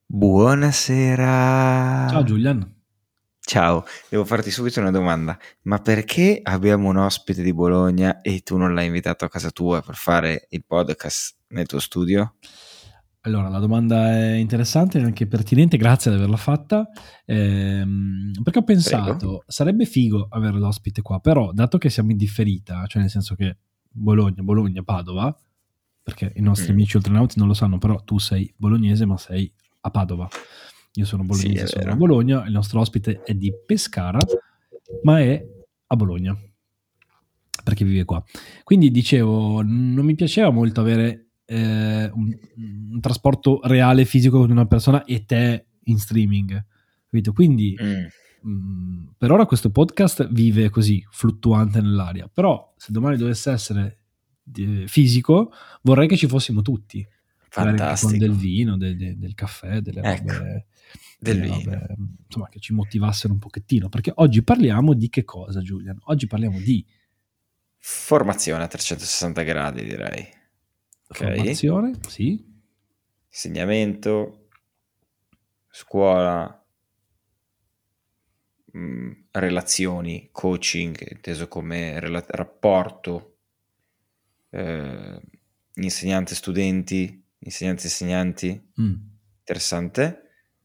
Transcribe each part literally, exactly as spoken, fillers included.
Buonasera. Ciao Julian. Ciao, devo farti subito una domanda. Ma perché abbiamo un ospite di Bologna e tu non l'hai invitato a casa tua per fare il podcast nel tuo studio? Allora, la domanda è interessante e anche pertinente, grazie di averla fatta, ehm, perché ho pensato, Prego. sarebbe figo avere l'ospite qua, però dato che siamo in differita, cioè nel senso che Bologna, Bologna, Padova, perché i nostri Mm. amici oltrenauti non lo sanno, però tu sei bolognese ma sei a Padova, io sono Sì, bolognese, è sono a vero. Bologna, il nostro ospite è di Pescara, ma è a Bologna, perché vive qua. Quindi dicevo, non mi piaceva molto avere eh, un, un trasporto reale fisico con una persona e te in streaming, capito? Quindi Mm. mh, per ora questo podcast vive così, fluttuante nell'aria, però se domani dovesse essere eh, fisico, vorrei che ci fossimo tutti, magari anche con del Fantastico. vino, de- de- del caffè, delle Ecco, robe, del delle vino. robe, insomma, che ci motivassero un pochettino, perché oggi parliamo di che cosa, Giuliano? Oggi parliamo di Formazione a trecentosessanta gradi, direi. Ok? formazione, sì, Insegnamento, scuola, mh, relazioni, coaching, inteso come rela- rapporto, eh, insegnante-studenti, insegnanti-insegnanti, mm. interessante.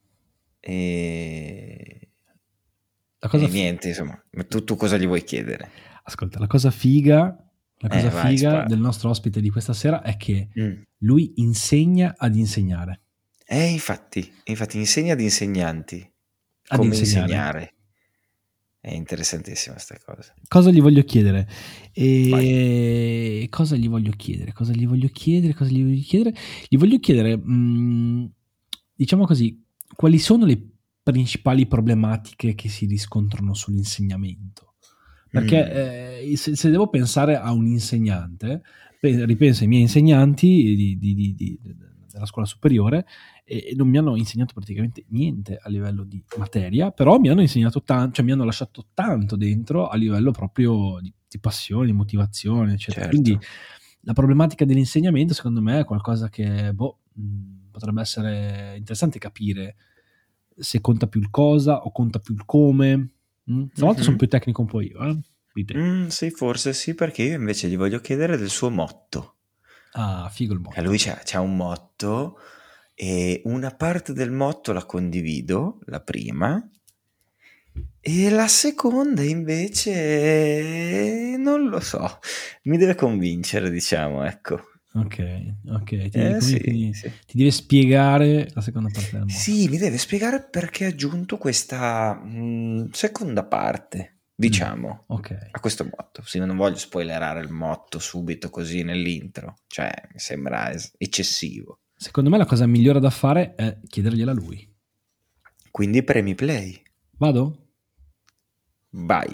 E, La cosa e fi- niente, insomma, ma tu, tu cosa gli vuoi chiedere? Ascolta, la cosa figa, la Eh, cosa vai, figa del spara. nostro ospite di questa sera è che Mm. lui insegna ad insegnare, Eh, infatti, infatti insegna ad insegnanti ad come insegnare. insegnare. È interessantissima questa cosa. Cosa gli voglio chiedere? Vai. E cosa gli voglio chiedere? Cosa gli voglio chiedere? Cosa gli voglio chiedere? Gli voglio chiedere, mh, diciamo così, quali sono le principali problematiche che si riscontrano sull'insegnamento? Mm. Perché eh, se, se devo pensare a un insegnante, pe- ripenso ai miei insegnanti di- di- di- di- della scuola superiore e, e non mi hanno insegnato praticamente niente a livello di materia, però mi hanno insegnato tanto, cioè mi hanno lasciato tanto dentro a livello proprio di, di passione, di motivazione, eccetera. Quindi Certo. la problematica dell'insegnamento, secondo me, è qualcosa che boh, mh, potrebbe essere interessante capire se conta più il cosa o conta più il come. Mm? Stavolta sono Mhm. più tecnico un po' io, eh? Di te. Mm, sì, forse sì, perché io invece gli voglio chiedere del suo motto. Ah, figo il Che lui motto. c'ha, c'ha un motto e una parte del motto la condivido, la prima, e la seconda invece non lo so, mi deve convincere, diciamo, ecco. Ok, ok. Ti, Eh come- sì, quindi sì. ti deve spiegare la seconda parte del motto. Sì, mi deve spiegare perché ha aggiunto questa mm, seconda parte, Mm, diciamo, ok. a questo motto. Sì, non voglio spoilerare il motto subito così nell'intro, cioè mi sembra es- eccessivo. Secondo me la cosa migliore da fare è chiedergliela a lui. Quindi premi play, Vado? vai.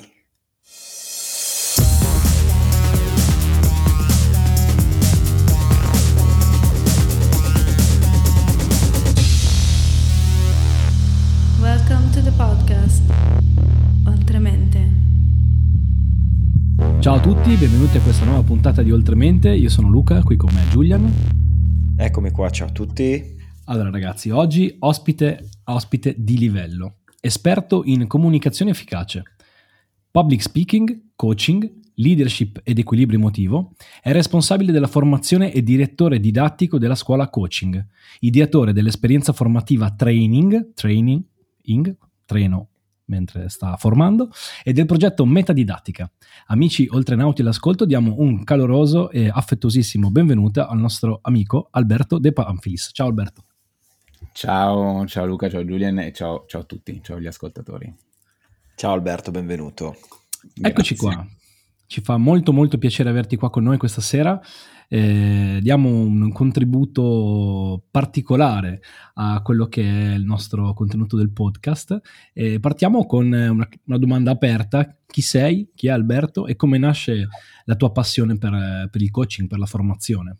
Welcome to the podcast Oltremente. Ciao a tutti, benvenuti a questa nuova puntata di Oltremente. Io sono Luca, qui con me Giulian. Eccomi qua, ciao a tutti. Allora ragazzi, oggi ospite, ospite di livello, esperto in comunicazione efficace, public speaking, coaching, leadership ed equilibrio emotivo, è responsabile della formazione e direttore didattico della scuola coaching, ideatore dell'esperienza formativa training, training, ing, treno mentre sta formando, e del progetto Metadidattica. Amici oltrenauti all'ascolto, diamo un caloroso e affettuosissimo benvenuto al nostro amico Alberto De Pamfilis. Ciao Alberto. Ciao, ciao Luca, ciao Julian e ciao, ciao a tutti, ciao agli ascoltatori. Ciao Alberto, benvenuto. Eccoci Grazie. qua, ci fa molto molto piacere averti qua con noi questa sera, eh, diamo un contributo particolare a quello che è il nostro contenuto del podcast e partiamo con una, una domanda aperta: chi sei, chi è Alberto e come nasce la tua passione per, per il coaching, per la formazione?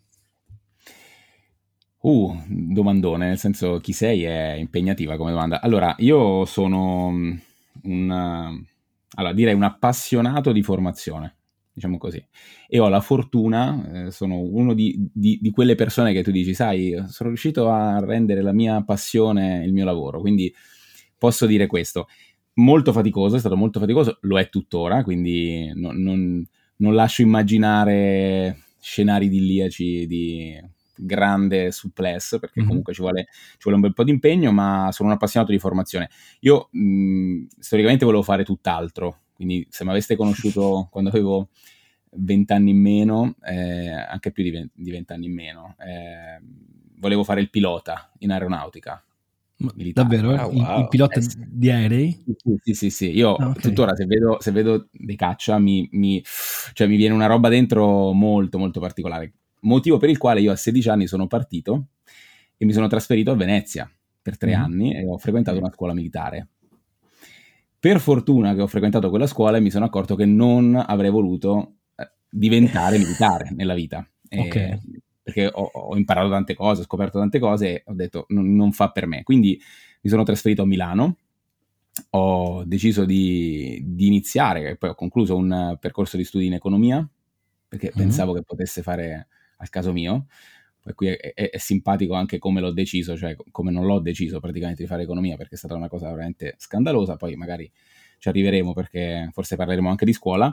Uh, domandone, nel senso chi sei è impegnativa come domanda. Allora, io sono mm, un, eh, allora, direi un appassionato di formazione. diciamo così. E ho la fortuna, eh, sono uno di, di, di quelle persone che tu dici, sai, sono riuscito a rendere la mia passione il mio lavoro, quindi posso dire questo. Molto faticoso, è stato molto faticoso, lo è tuttora, quindi non, non, non lascio immaginare scenari idilliaci di grande suplesso, perché comunque mm-hmm. ci, vuole, ci vuole un bel po' di impegno, ma sono un appassionato di formazione. Io mh, storicamente volevo fare tutt'altro, quindi se mi aveste conosciuto quando avevo vent'anni in meno, eh, anche più di vent'anni in meno, eh, volevo fare il pilota in aeronautica. Militare. Davvero? Ah, wow. il, il pilota eh, sì. di aerei? Sì, sì, sì, sì. Io ah, okay. tuttora se vedo, se vedo dei caccia mi, mi, cioè, mi viene una roba dentro molto molto particolare, motivo per il quale io a sedici anni sono partito e mi sono trasferito a Venezia per tre mm. anni e ho frequentato una scuola militare. Per fortuna che ho frequentato quella scuola e mi sono accorto che non avrei voluto diventare militare nella vita. Ok. E, perché ho, ho imparato tante cose, ho scoperto tante cose e ho detto non, non fa per me. Quindi mi sono trasferito a Milano, ho deciso di, di iniziare e poi ho concluso un percorso di studi in economia, perché mm. pensavo che potesse fare al caso mio. Poi qui è, è, è simpatico anche come l'ho deciso, cioè come non l'ho deciso praticamente di fare economia, perché è stata una cosa veramente scandalosa. Poi magari ci arriveremo perché forse parleremo anche di scuola.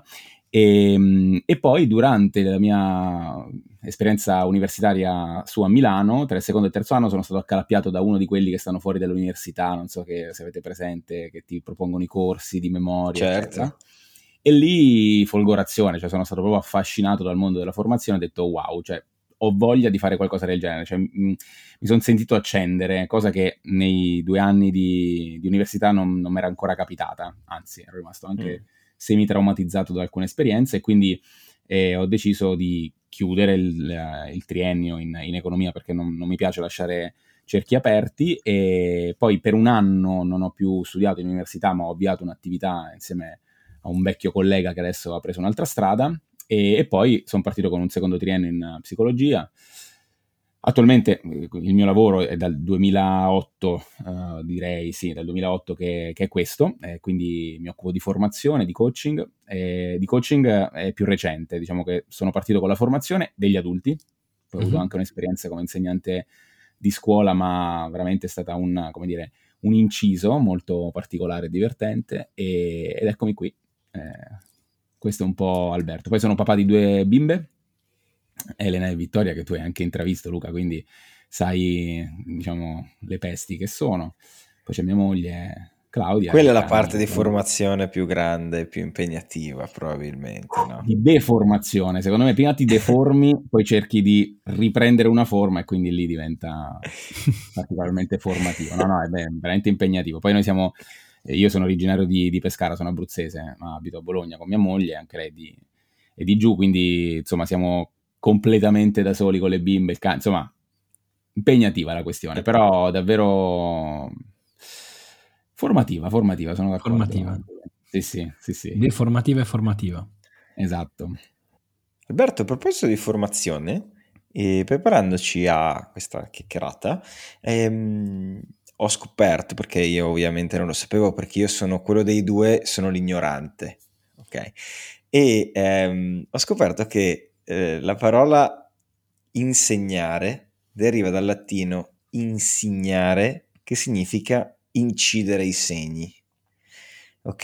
E, e poi durante la mia esperienza universitaria su a Milano, tra il secondo e il terzo anno, sono stato accalappiato da uno di quelli che stanno fuori dall'università, non so che, se avete presente, che ti propongono i corsi di memoria, certo. eccetera. E lì folgorazione, cioè sono stato proprio affascinato dal mondo della formazione, ho detto wow, cioè ho voglia di fare qualcosa del genere, cioè, mh, mi sono sentito accendere, cosa che nei due anni di, di università non, non mi era ancora capitata, anzi ero rimasto anche mm. semi-traumatizzato da alcune esperienze, e quindi eh, ho deciso di chiudere il, il triennio in, in economia, perché non, non mi piace lasciare cerchi aperti, e poi per un anno non ho più studiato in università, ma ho avviato un'attività insieme a un vecchio collega che adesso ha preso un'altra strada, e, e poi sono partito con un secondo triennio in psicologia. Attualmente il mio lavoro è dal duemilaotto, uh, direi sì, dal duemilaotto che, che è questo, eh, quindi mi occupo di formazione, di coaching, e di coaching è più recente, diciamo che sono partito con la formazione degli adulti, poi ho avuto uh-huh. anche un'esperienza come insegnante di scuola, ma veramente è stata un, come dire, un inciso molto particolare e divertente, e, ed eccomi qui. Eh, questo è un po' Alberto. Poi sono papà di due bimbe, Elena e Vittoria, che tu hai anche intravisto, Luca, quindi sai, diciamo, le pesti che sono. Poi c'è mia moglie Claudia. Quella è la parte di formazione più grande, più impegnativa probabilmente, no? Di deformazione, secondo me prima ti deformi, poi cerchi di riprendere una forma e quindi lì diventa particolarmente formativo. No, no, è veramente impegnativo. Poi noi siamo, io sono originario di, di Pescara, sono abruzzese, ma abito a Bologna con mia moglie, anche lei di, è di giù, quindi insomma siamo completamente da soli con le bimbe, il can- insomma impegnativa la questione, però davvero formativa, formativa, sono d'accordo. Formativa. Sì, sì, sì, sì. Deformativa e formativa. Esatto. Alberto, a proposito di formazione, e preparandoci a questa chiacchierata, ehm, ho scoperto, perché io ovviamente non lo sapevo, perché io sono quello dei due, sono l'ignorante, ok? E ehm, ho scoperto che eh, la parola insegnare deriva dal latino insignare, che significa incidere i segni, ok?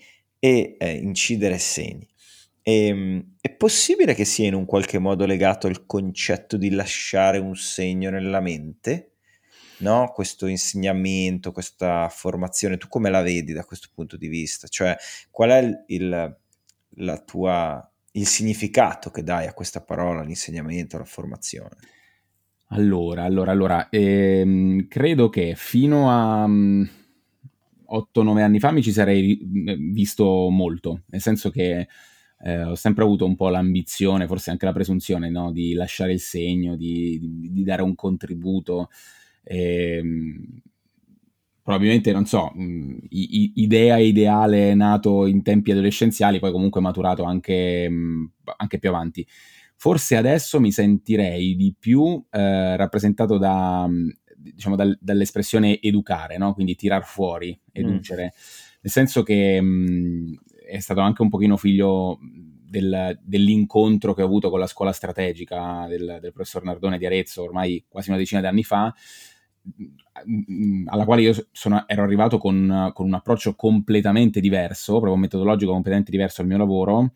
E eh, incidere segni. E, è possibile che sia in un qualche modo legato al concetto di lasciare un segno nella mente? No? Questo insegnamento, questa formazione, tu come la vedi da questo punto di vista? Cioè, qual è il, il, la tua, il significato che dai a questa parola, l'insegnamento, la formazione? Allora, allora, allora, ehm, credo che fino a um, otto nove anni fa mi ci sarei visto molto, nel senso che eh, ho sempre avuto un po' l'ambizione, forse anche la presunzione, no? Di lasciare il segno, di, di, di dare un contributo. Ehm, probabilmente, non so, mh, i, idea e ideale nato in tempi adolescenziali, poi comunque maturato anche, mh, anche più avanti. Forse adesso mi sentirei di più eh, rappresentato da, diciamo, dal, dall'espressione educare, no? Quindi tirar fuori, educere, mm. nel senso che mh, è stato anche un pochino figlio del, dell'incontro che ho avuto con la scuola strategica del, del professor Nardone di Arezzo ormai quasi una decina di anni fa, alla quale io sono, ero arrivato con, con un approccio completamente diverso, proprio metodologico completamente diverso al mio lavoro,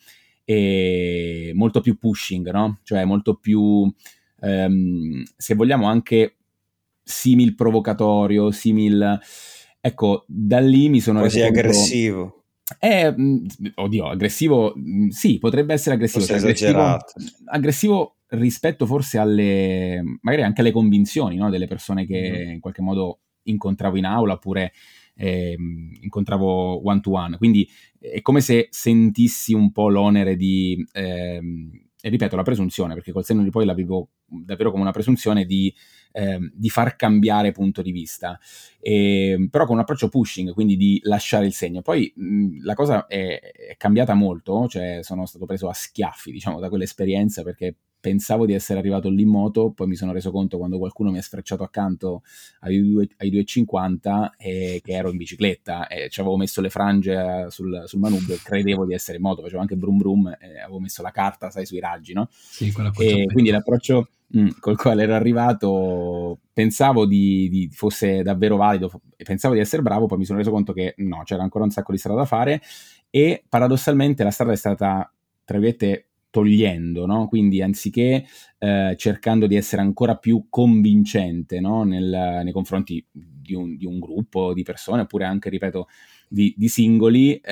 e molto più pushing, no? Cioè molto più, ehm, se vogliamo, anche simil provocatorio, simil... Ecco, da lì mi sono Quasi reso conto... aggressivo. Eh, oddio, aggressivo, sì, potrebbe essere aggressivo. Forse Cioè aggressivo, esagerato. aggressivo rispetto forse alle, magari anche alle convinzioni, no? Delle persone che Mm. in qualche modo incontravo in aula oppure eh, incontravo one to one. Quindi è come se sentissi un po' l'onere di, ehm, e ripeto, la presunzione, perché col senno di poi la vivo davvero come una presunzione di, ehm, di far cambiare punto di vista. E, però con un approccio pushing, quindi di lasciare il segno. Poi mh, la cosa è, è cambiata molto, cioè sono stato preso a schiaffi, diciamo, da quell'esperienza, perché pensavo di essere arrivato lì in moto, poi mi sono reso conto quando qualcuno mi ha sfrecciato accanto ai due e cinquanta e che ero in bicicletta e ci avevo messo le frange sul, sul manubrio e credevo di essere in moto, facevo anche brum brum e avevo messo la carta, sai, sui raggi, no? Sì, quella col E cappello. quindi l'approccio mh, col quale ero arrivato pensavo di, di fosse davvero valido, pensavo di essere bravo, poi mi sono reso conto che no, c'era ancora un sacco di strada da fare e paradossalmente la strada è stata, tra virgolette, togliendo, no? Quindi anziché eh, cercando di essere ancora più convincente, no? Nel, nei confronti di un, di un gruppo di persone, oppure anche, ripeto, di, di singoli,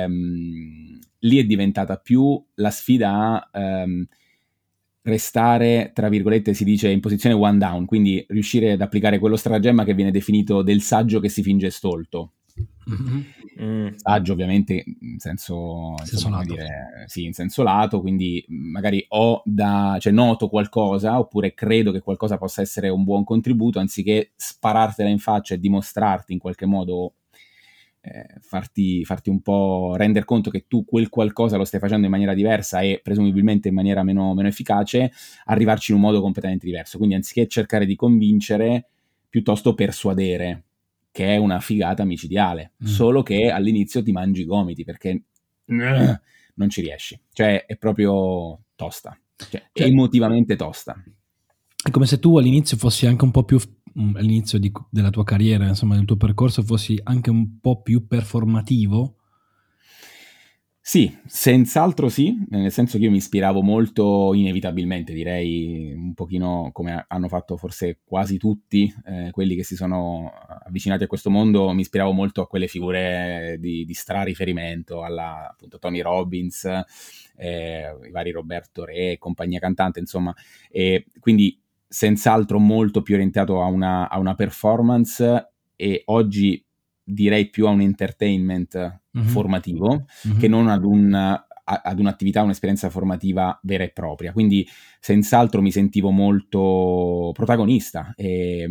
ehm, lì è diventata più la sfida a ehm, restare, tra virgolette, si dice in posizione one down, quindi riuscire ad applicare quello stratagemma che viene definito del saggio che si finge stolto. Mm-hmm. Mm. Saggio ovviamente in senso, senso insomma, come lato. dire, sì, in senso lato, quindi magari ho da, cioè noto qualcosa oppure credo che qualcosa possa essere un buon contributo, anziché sparartela in faccia e dimostrarti in qualche modo, eh, farti, farti un po' rendere conto che tu quel qualcosa lo stai facendo in maniera diversa e presumibilmente in maniera meno, meno efficace, arrivarci in un modo completamente diverso. Quindi anziché cercare di convincere, piuttosto persuadere, che è una figata micidiale, mm. solo che all'inizio ti mangi i gomiti perché uh, non ci riesci, cioè è proprio tosta, cioè, cioè emotivamente tosta. È come se tu all'inizio fossi anche un po' più, all'inizio di, della tua carriera, insomma del tuo percorso, fossi anche un po' più performativo. Sì, senz'altro sì, nel senso che io mi ispiravo molto inevitabilmente, direi un pochino come hanno fatto forse quasi tutti eh, quelli che si sono avvicinati a questo mondo, mi ispiravo molto a quelle figure di, di stra-riferimento, alla appunto Tony Robbins, eh, i vari Roberto Re, compagnia cantante, insomma, e quindi senz'altro molto più orientato a una, a una performance e oggi direi più a un entertainment mm-hmm. formativo mm-hmm. che non ad, un, a, ad un'attività, un'esperienza formativa vera e propria. Quindi senz'altro mi sentivo molto protagonista e,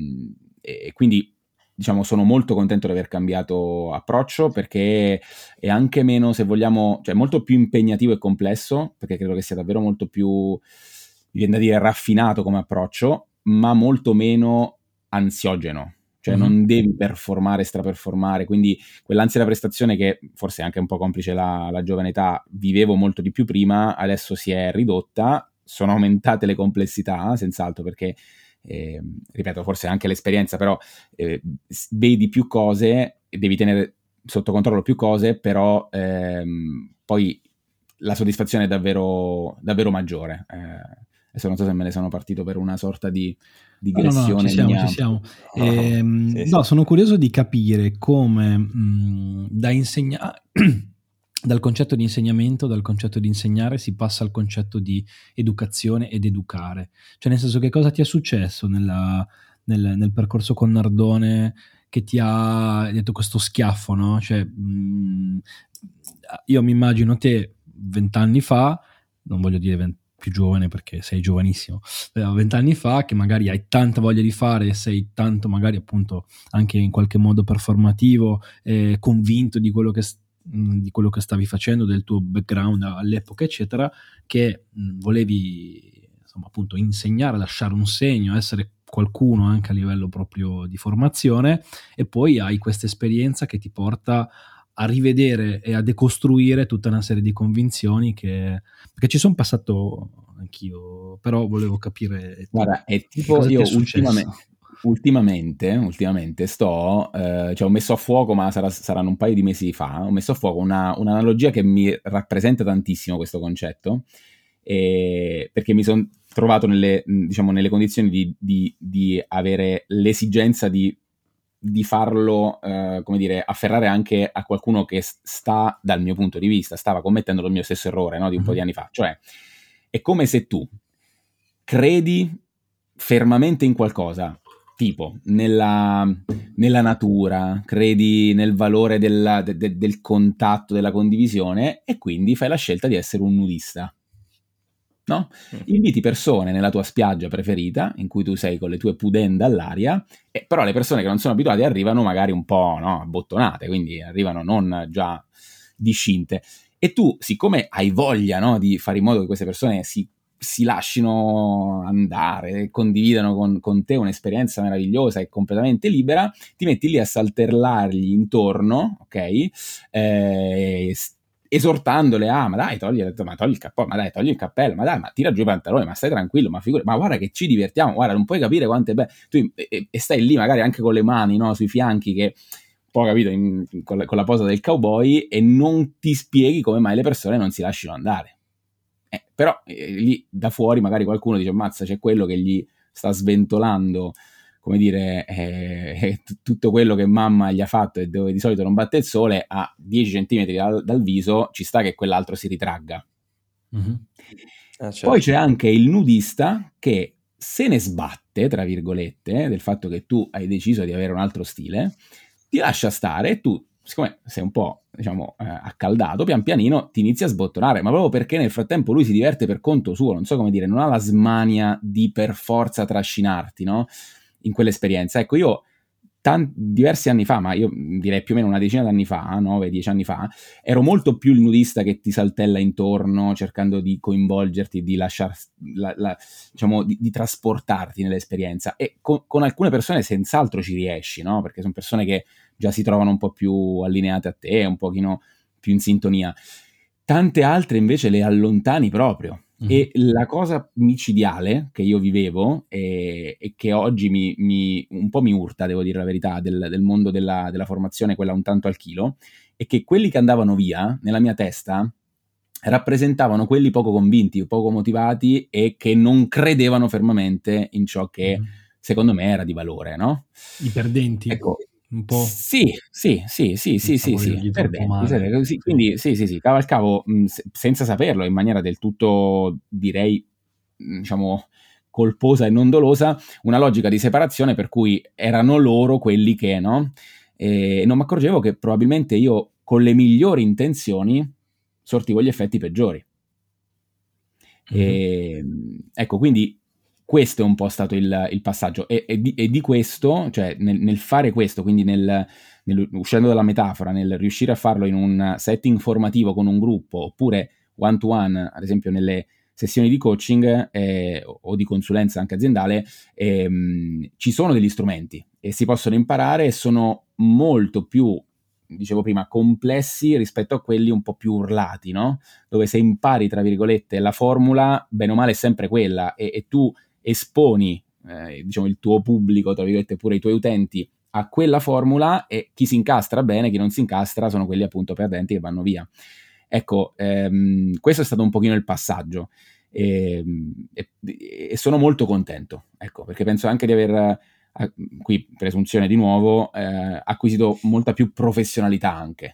e quindi diciamo sono molto contento di aver cambiato approccio perché è anche meno, se vogliamo, cioè molto più impegnativo e complesso, perché credo che sia davvero molto più, mi viene da dire, raffinato come approccio, ma molto meno ansiogeno. Cioè mm-hmm. non devi performare, straperformare, quindi quell'ansia da prestazione che forse è anche un po' complice la, la giovane età, vivevo molto di più prima, adesso si è ridotta, sono aumentate le complessità, senz'altro, perché, eh, ripeto, forse anche l'esperienza, però eh, vedi più cose e devi tenere sotto controllo più cose, però ehm, poi la soddisfazione è davvero, davvero maggiore. Eh, adesso non so se me ne sono partito per una sorta di digressione. No, no, ci siamo, mia. ci siamo. Eh, sì, no, sì. Sono curioso di capire come mh, da insegnare, dal concetto di insegnamento, dal concetto di insegnare si passa al concetto di educazione ed educare. Cioè nel senso, che cosa ti è successo nella, nel, nel percorso con Nardone che ti ha detto questo schiaffo, no? Cioè mh, io mi immagino te vent'anni fa, non voglio dire venti più giovane perché sei giovanissimo, vent'anni fa, che magari hai tanta voglia di fare, sei tanto magari appunto anche in qualche modo performativo, eh, convinto di quello che di quello che stavi facendo, del tuo background all'epoca eccetera, che mh, volevi insomma appunto insegnare, lasciare un segno, essere qualcuno anche a livello proprio di formazione, e poi hai questa esperienza che ti porta a rivedere e a decostruire tutta una serie di convinzioni che, perché ci sono passato anch'io, però volevo capire. Guarda, è che tipo cosa ti io è successo. ultimamente, ultimamente, ultimamente sto, eh, cioè ho messo a fuoco, ma sarà- saranno un paio di mesi fa, ho messo a fuoco una, un'analogia che mi rappresenta tantissimo questo concetto, eh, perché mi sono trovato nelle, mh, diciamo, nelle condizioni di, di- di avere l'esigenza di, di farlo, eh, come dire, afferrare anche a qualcuno che s- sta, dal mio punto di vista, stava commettendo il mio stesso errore, no, di un po' di Mhm. anni fa. Cioè, è come se tu credi fermamente in qualcosa, tipo nella, nella natura, credi nel valore della- de- de- del contatto, della condivisione, e quindi fai la scelta di essere un nudista. No? Mm. Inviti persone nella tua spiaggia preferita, in cui tu sei con le tue pudenda all'aria, e però le persone che non sono abituate arrivano magari un po', no, abbottonate, quindi arrivano non già discinte. E tu, siccome hai voglia, no, di fare in modo che queste persone si, si lasciano andare, condividano con, con te un'esperienza meravigliosa e completamente libera, ti metti lì a saltellargli intorno, ok? Eh, esortandole a, ma dai, togli, ma togli il cappello, ma dai, togli il cappello, ma dai, ma tira giù i pantaloni, ma stai tranquillo, ma figura, ma guarda che ci divertiamo, guarda, non puoi capire quanto è bello. Tu, e, e stai lì magari anche con le mani, no, sui fianchi, che poi capito, in, con, la, con la posa del cowboy, e non ti spieghi come mai le persone non si lasciano andare. Eh, però eh, lì da fuori magari qualcuno dice, mazza, c'è quello che gli sta sventolando, come dire, eh, t- tutto quello che mamma gli ha fatto e dove di solito non batte il sole, a dieci centimetri dal, dal viso, ci sta che quell'altro si ritragga. Mm-hmm. Ah, certo. Poi c'è anche il nudista che se ne sbatte, tra virgolette, del fatto che tu hai deciso di avere un altro stile, ti lascia stare e tu, siccome sei un po', diciamo, eh, accaldato, pian pianino ti inizi a sbottonare, ma proprio perché nel frattempo lui si diverte per conto suo, non so come dire, non ha la smania di per forza trascinarti, no? In quell'esperienza. Ecco, io tanti, diversi anni fa, ma io direi più o meno una decina d'anni fa, nove dieci anni fa, ero molto più il nudista che ti saltella intorno cercando di coinvolgerti, di lasciar, la, la, diciamo, di, di trasportarti nell'esperienza, e con, con alcune persone senz'altro ci riesci, no? Perché sono persone che già si trovano un po' più allineate a te, un pochino più in sintonia. Tante altre invece le allontani proprio. Mm-hmm. E la cosa micidiale che io vivevo e, e che oggi mi, mi, un po' mi urta, devo dire la verità, del, del mondo della, della formazione, quella un tanto al chilo, è che quelli che andavano via, nella mia testa, rappresentavano quelli poco convinti, poco motivati e che non credevano fermamente in ciò che Mm-hmm. secondo me era di valore, no? I perdenti. Ecco, un po'. Sì, sì, sì, sì, sì, sì, sì, perdenti, sì, sì, quindi sì, sì, sì, cavalcavo mh, se- senza saperlo, in maniera del tutto, direi, mh, diciamo, colposa e non dolosa, una logica di separazione per cui erano loro quelli che, no? E non mi accorgevo che probabilmente io, con le migliori intenzioni, sortivo gli effetti peggiori. Mm-hmm. E, ecco, quindi questo è un po' stato il, il passaggio, e, e, di, e di questo, cioè nel, nel fare questo, quindi nel, nel, uscendo dalla metafora, nel riuscire a farlo in un setting formativo con un gruppo, oppure one to one, ad esempio nelle sessioni di coaching eh, o di consulenza anche aziendale, ehm, ci sono degli strumenti e si possono imparare, e sono molto più, dicevo prima, complessi rispetto a quelli un po' più urlati, no? Dove se impari, tra virgolette, la formula, bene o male è sempre quella, e, e tu esponi, eh, diciamo, il tuo pubblico, tra virgolette, pure i tuoi utenti, a quella formula, e chi si incastra bene, chi non si incastra sono quelli appunto perdenti che vanno via. Ecco, ehm, questo è stato un pochino il passaggio, e, e, e sono molto contento, ecco, perché penso anche di aver, eh, qui presunzione di nuovo, eh, acquisito molta più professionalità anche.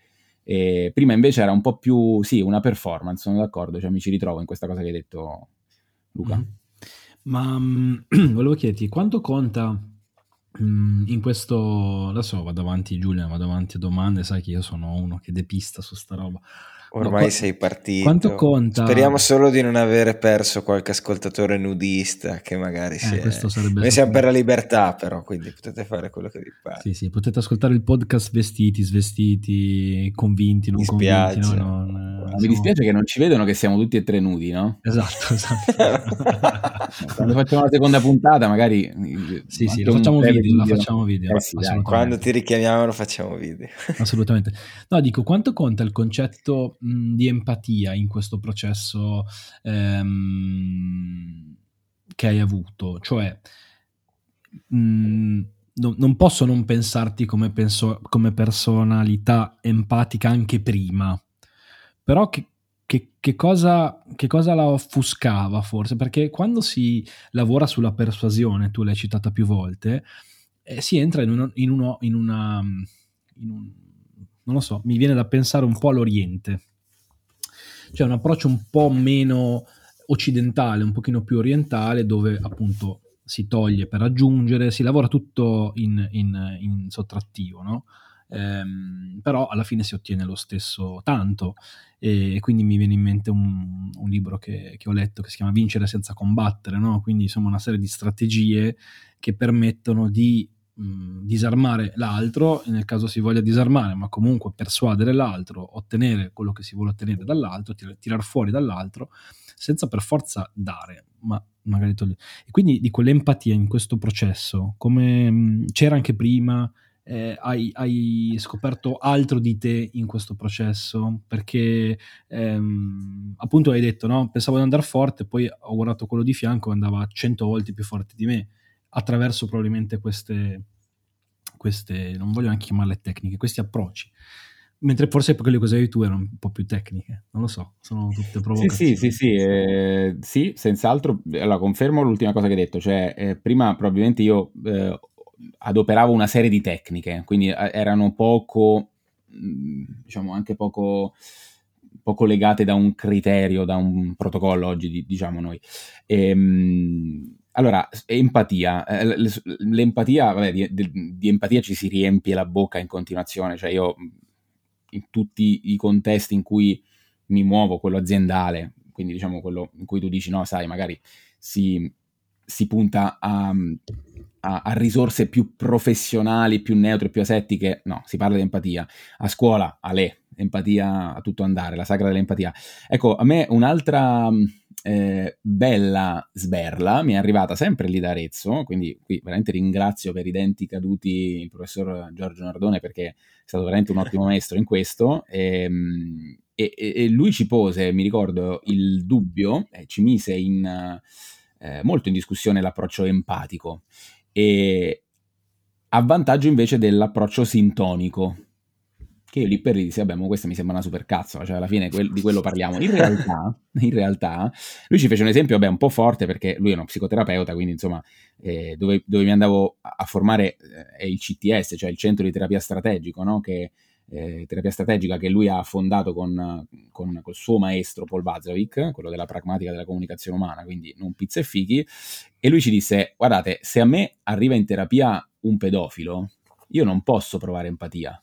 E prima invece era un po' più, sì, una performance, sono d'accordo, cioè mi ci ritrovo in questa cosa che hai detto, Luca. Mm-hmm. Ma um, volevo chiederti quanto conta um, in questo, adesso vado avanti Giulia, vado avanti a domande, sai che io sono uno che depista su sta roba, Ormai qua- sei partito. Quanto conta? Speriamo solo di non avere perso qualche ascoltatore nudista che magari si Eh, è... questo sarebbe Noi siamo stato- per la libertà, però, quindi potete fare quello che vi pare. Sì, sì, potete ascoltare il podcast vestiti, svestiti, convinti, non In convinti. spiaggia. Noi non, No, eh, mi siamo- dispiace che non ci vedono che siamo tutti e tre nudi, no? Esatto, esatto. Quando facciamo la seconda puntata magari Sì, sì, anche la un facciamo breve video, la facciamo video, Eh sì, dai. assolutamente. Quando ti richiamiamo lo facciamo video. Assolutamente. No, dico, quanto conta il concetto mh, di empatia in questo processo ehm, che hai avuto? Cioè, mh, no- non posso non pensarti come, penso- come personalità empatica anche prima, però che, che- che cosa, che cosa la offuscava forse? Perché quando si lavora sulla persuasione, tu l'hai citata più volte, eh, si entra in, uno, in, uno, in una... in un, non lo so, mi viene da pensare un po' all'Oriente, cioè un approccio un po' meno occidentale, un pochino più orientale, dove appunto si toglie per aggiungere, si lavora tutto in, in, in sottrattivo, no? Ehm, però alla fine si ottiene lo stesso tanto, e quindi mi viene in mente un, un libro che, che ho letto che si chiama Vincere senza combattere, no? Quindi insomma una serie di strategie che permettono di mh, disarmare l'altro, nel caso si voglia disarmare, ma comunque persuadere l'altro, ottenere quello che si vuole ottenere dall'altro, tir- tirar fuori dall'altro, senza per forza dare, ma magari togliere. E quindi di quell'empatia in questo processo, come mh, c'era anche prima, eh, hai, hai scoperto altro di te in questo processo? Perché ehm, appunto hai detto, no? Pensavo di andare forte, poi ho guardato quello di fianco e andava cento volte più forte di me, attraverso probabilmente queste, queste, non voglio neanche chiamarle tecniche, questi approcci. Mentre forse quelle cose hai tu erano un po' più tecniche, non lo so, sono tutte Sì, provocazioni. sì, sì, sì, eh, sì, senz'altro. Allora, confermo l'ultima cosa che hai detto, cioè eh, prima probabilmente io eh, adoperavo una serie di tecniche, quindi eh, erano poco, mh, diciamo anche poco, poco legate da un criterio, da un protocollo oggi, di- diciamo noi. Ehm, allora, empatia, eh, l- l'empatia, vabbè, di, di- di empatia ci si riempie la bocca in continuazione, cioè io in tutti i contesti in cui mi muovo, quello aziendale, quindi diciamo quello in cui tu dici no, sai, magari si, si punta a, a, a risorse più professionali, più neutre, più asettiche, no, si parla di empatia. A scuola, a lei, empatia a tutto andare, la sagra dell'empatia. Ecco, a me un'altra eh, bella sberla mi è arrivata sempre lì da Arezzo, quindi qui veramente ringrazio per i denti caduti il professor Giorgio Nardone, perché è stato veramente un ottimo maestro in questo. ehm, E, e, e lui ci pose, mi ricordo, il dubbio, eh, ci mise in, eh, molto in discussione l'approccio empatico, e a vantaggio invece dell'approccio sintonico, che io lì per lì dissi, vabbè, ma questa mi sembra una supercazzola, cioè alla fine quel- di quello parliamo. In realtà, in realtà, lui ci fece un esempio, vabbè, un po' forte, perché lui è uno psicoterapeuta, quindi insomma, eh, dove, dove mi andavo a, a formare eh, è il C T S, cioè il Centro di Terapia Strategico, no? Che eh, terapia strategica che lui ha fondato con, con col suo maestro Paul Watzlawick, quello della pragmatica della comunicazione umana, quindi non pizza e fichi, e lui ci disse, guardate, se a me arriva in terapia un pedofilo, io non posso provare empatia.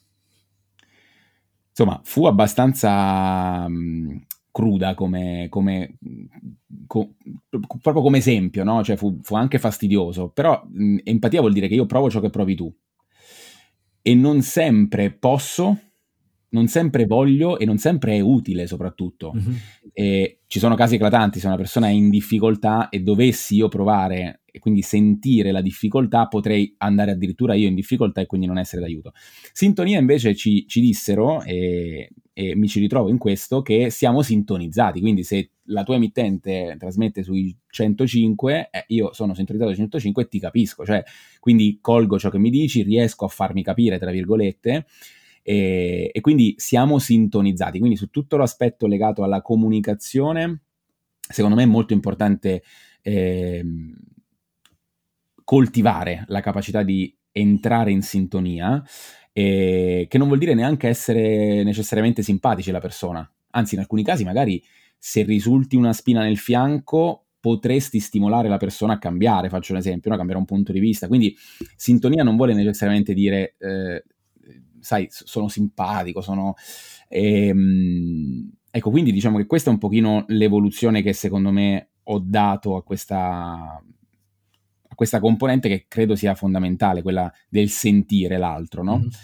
Insomma, fu abbastanza mh, cruda come, come co- proprio come esempio, no? Cioè fu, fu anche fastidioso, però mh, empatia vuol dire che io provo ciò che provi tu, e non sempre posso, non sempre voglio, e non sempre è utile soprattutto. Mhm. E ci sono casi eclatanti, se una persona è in difficoltà e dovessi io provare e quindi sentire la difficoltà, potrei andare addirittura io in difficoltà e quindi non essere d'aiuto. Sintonia invece ci, ci dissero, e, e mi ci ritrovo in questo, che siamo sintonizzati, quindi se la tua emittente trasmette sui centocinque, eh, io sono sintonizzato sui centocinque e ti capisco, cioè quindi colgo ciò che mi dici, riesco a farmi capire, tra virgolette, e, e quindi siamo sintonizzati. Quindi su tutto l'aspetto legato alla comunicazione, secondo me è molto importante eh, coltivare la capacità di entrare in sintonia, eh, che non vuol dire neanche essere necessariamente simpatici alla persona, anzi in alcuni casi magari se risulti una spina nel fianco potresti stimolare la persona a cambiare, faccio un esempio, no? Cambiare un punto di vista. Quindi sintonia non vuole necessariamente dire eh, sai, sono simpatico, sono ehm, ecco, quindi diciamo che questa è un pochino l'evoluzione che secondo me ho dato a questa, a questa componente che credo sia fondamentale, quella del sentire l'altro, no? Mm-hmm.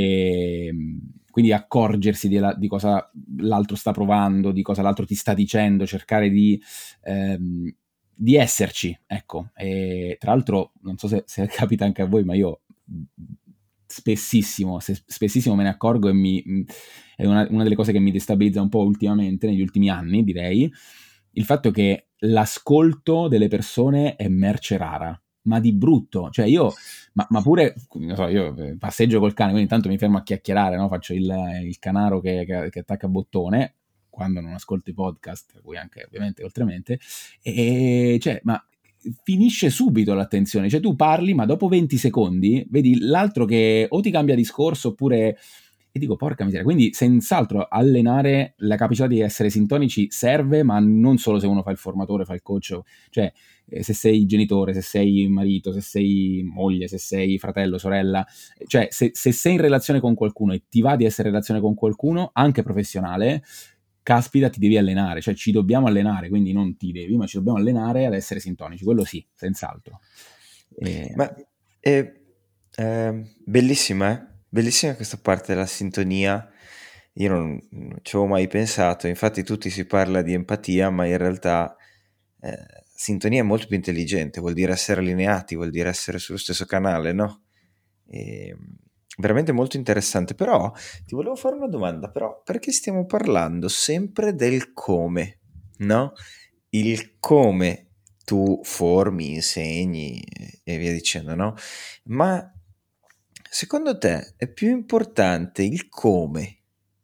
E quindi accorgersi di, la, di cosa l'altro sta provando, di cosa l'altro ti sta dicendo, cercare di, ehm, di esserci, ecco. E tra l'altro, non so se, se capita anche a voi, ma io spessissimo, se, spessissimo me ne accorgo e mi, è una, una delle cose che mi destabilizza un po' ultimamente, negli ultimi anni direi, il fatto che l'ascolto delle persone è merce rara, ma di brutto, cioè io, ma, ma pure, non so, io passeggio col cane, quindi intanto mi fermo a chiacchierare, no? Faccio il, il canaro che, che, che attacca bottone, quando non ascolto i podcast, per cui anche ovviamente oltremente, e cioè, ma finisce subito l'attenzione, cioè tu parli ma dopo venti secondi vedi l'altro che o ti cambia discorso oppure, e dico porca miseria, quindi senz'altro allenare la capacità di essere sintonici serve, ma non solo se uno fa il formatore, fa il coach, cioè eh, se sei genitore, se sei marito, se sei moglie, se sei fratello, sorella, cioè se, se sei in relazione con qualcuno e ti va di essere in relazione con qualcuno, anche professionale, caspita, ti devi allenare, cioè ci dobbiamo allenare, quindi non ti devi, ma ci dobbiamo allenare ad essere sintonici, quello sì, senz'altro. E... Ma è, è bellissima, eh? Bellissima questa parte della sintonia, io non, non ci avevo mai pensato, infatti tutti si parla di empatia, ma in realtà eh, sintonia è molto più intelligente, vuol dire essere allineati, vuol dire essere sullo stesso canale, no? E... veramente molto interessante, però ti volevo fare una domanda, però perché stiamo parlando sempre del come, no? Il come tu formi, insegni e via dicendo, no? Ma secondo te è più importante il come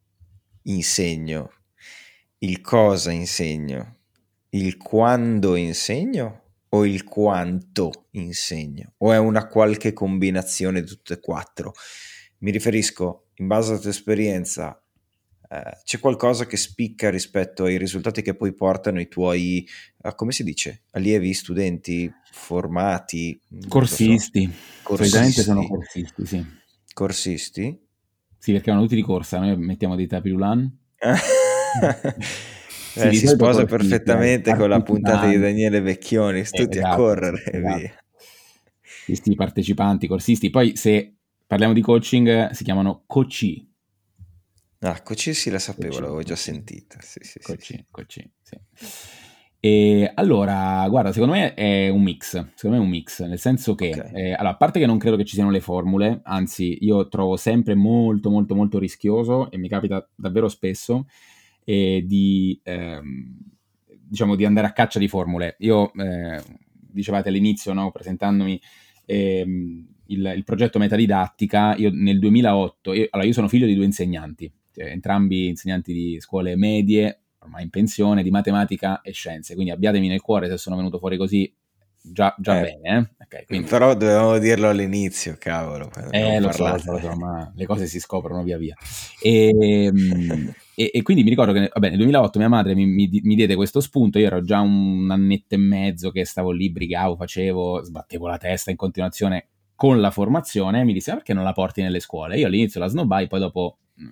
insegno, il cosa insegno, il quando insegno o il quanto insegno? O è una qualche combinazione di tutte e quattro? Mi riferisco, in base alla tua esperienza, eh, c'è qualcosa che spicca rispetto ai risultati che poi portano i tuoi, eh, come si dice, allievi, studenti, formati? Corsisti. So. Corsisti. Solitamente sono corsisti, sì. Corsisti? Sì, perché vanno tutti di corsa, noi mettiamo dei tapirulan. Eh, si sposa perfettamente eh, con la puntata di Daniele Vecchioni, eh, tutti esatto, a correre e esatto. Via. Questi partecipanti, corsisti. Poi se parliamo di coaching si chiamano coachee. Ah, coachee sì, la sapevo, l'avevo già sentita. Sì, sì, coachee, sì. coachee, sì. E allora, guarda, secondo me è un mix, secondo me è un mix, nel senso che, okay. eh, allora, a parte che non credo che ci siano le formule, anzi io trovo sempre molto molto molto rischioso, e mi capita davvero spesso, eh, di, ehm, diciamo, di andare a caccia di formule. Io, eh, dicevate all'inizio, no, presentandomi ehm, il, il progetto metadidattica, io nel duemilaotto, io, allora io sono figlio di due insegnanti, cioè, entrambi insegnanti di scuole medie, ormai in pensione, di matematica e scienze, quindi abbiatemi nel cuore se sono venuto fuori così, già, già eh, bene. Eh? Okay, quindi... Però dovevamo dirlo all'inizio, cavolo. Eh, lo so, lo so, lo so, ma le cose si scoprono via via. E, e, e quindi mi ricordo che vabbè, nel duemilaotto mia madre mi, mi, mi diede questo spunto, io ero già un annetto e mezzo che stavo lì, brigavo, facevo, sbattevo la testa in continuazione con la formazione, e mi disse, perché non la porti nelle scuole? Io all'inizio la snobbai, poi dopo mh,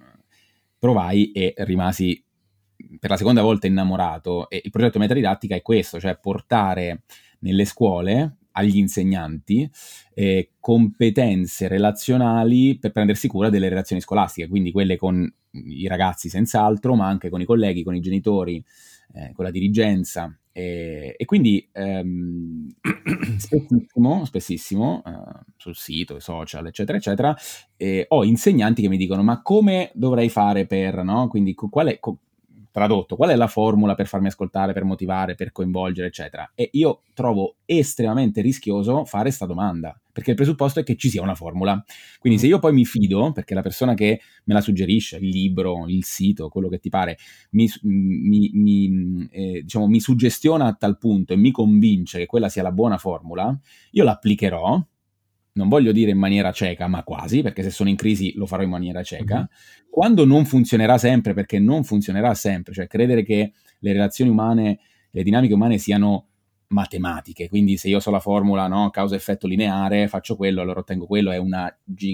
provai e rimasi per la seconda volta innamorato. E il progetto metadidattica è questo, cioè portare nelle scuole agli insegnanti eh, competenze relazionali per prendersi cura delle relazioni scolastiche, quindi quelle con i ragazzi senz'altro, ma anche con i colleghi, con i genitori, eh, con la dirigenza. E, e quindi ehm, spessissimo, spessissimo eh, sul sito, social, eccetera, eccetera, eh, ho insegnanti che mi dicono, ma come dovrei fare per, no? Quindi qual è... Co- tradotto, qual è la formula per farmi ascoltare, per motivare, per coinvolgere, eccetera. E io trovo estremamente rischioso fare sta domanda, perché il presupposto è che ci sia una formula. Quindi se io poi mi fido, perché la persona che me la suggerisce, il libro, il sito, quello che ti pare, mi, mi, mi, eh, diciamo, mi suggestiona a tal punto e mi convince che quella sia la buona formula, io l'applicherò, non voglio dire in maniera cieca, ma quasi, perché se sono in crisi lo farò in maniera cieca. Mm-hmm. Quando non funzionerà sempre, perché non funzionerà sempre, cioè credere che le relazioni umane, le dinamiche umane siano matematiche, quindi se io so la formula, no, causa-effetto lineare, faccio quello, allora ottengo quello, è una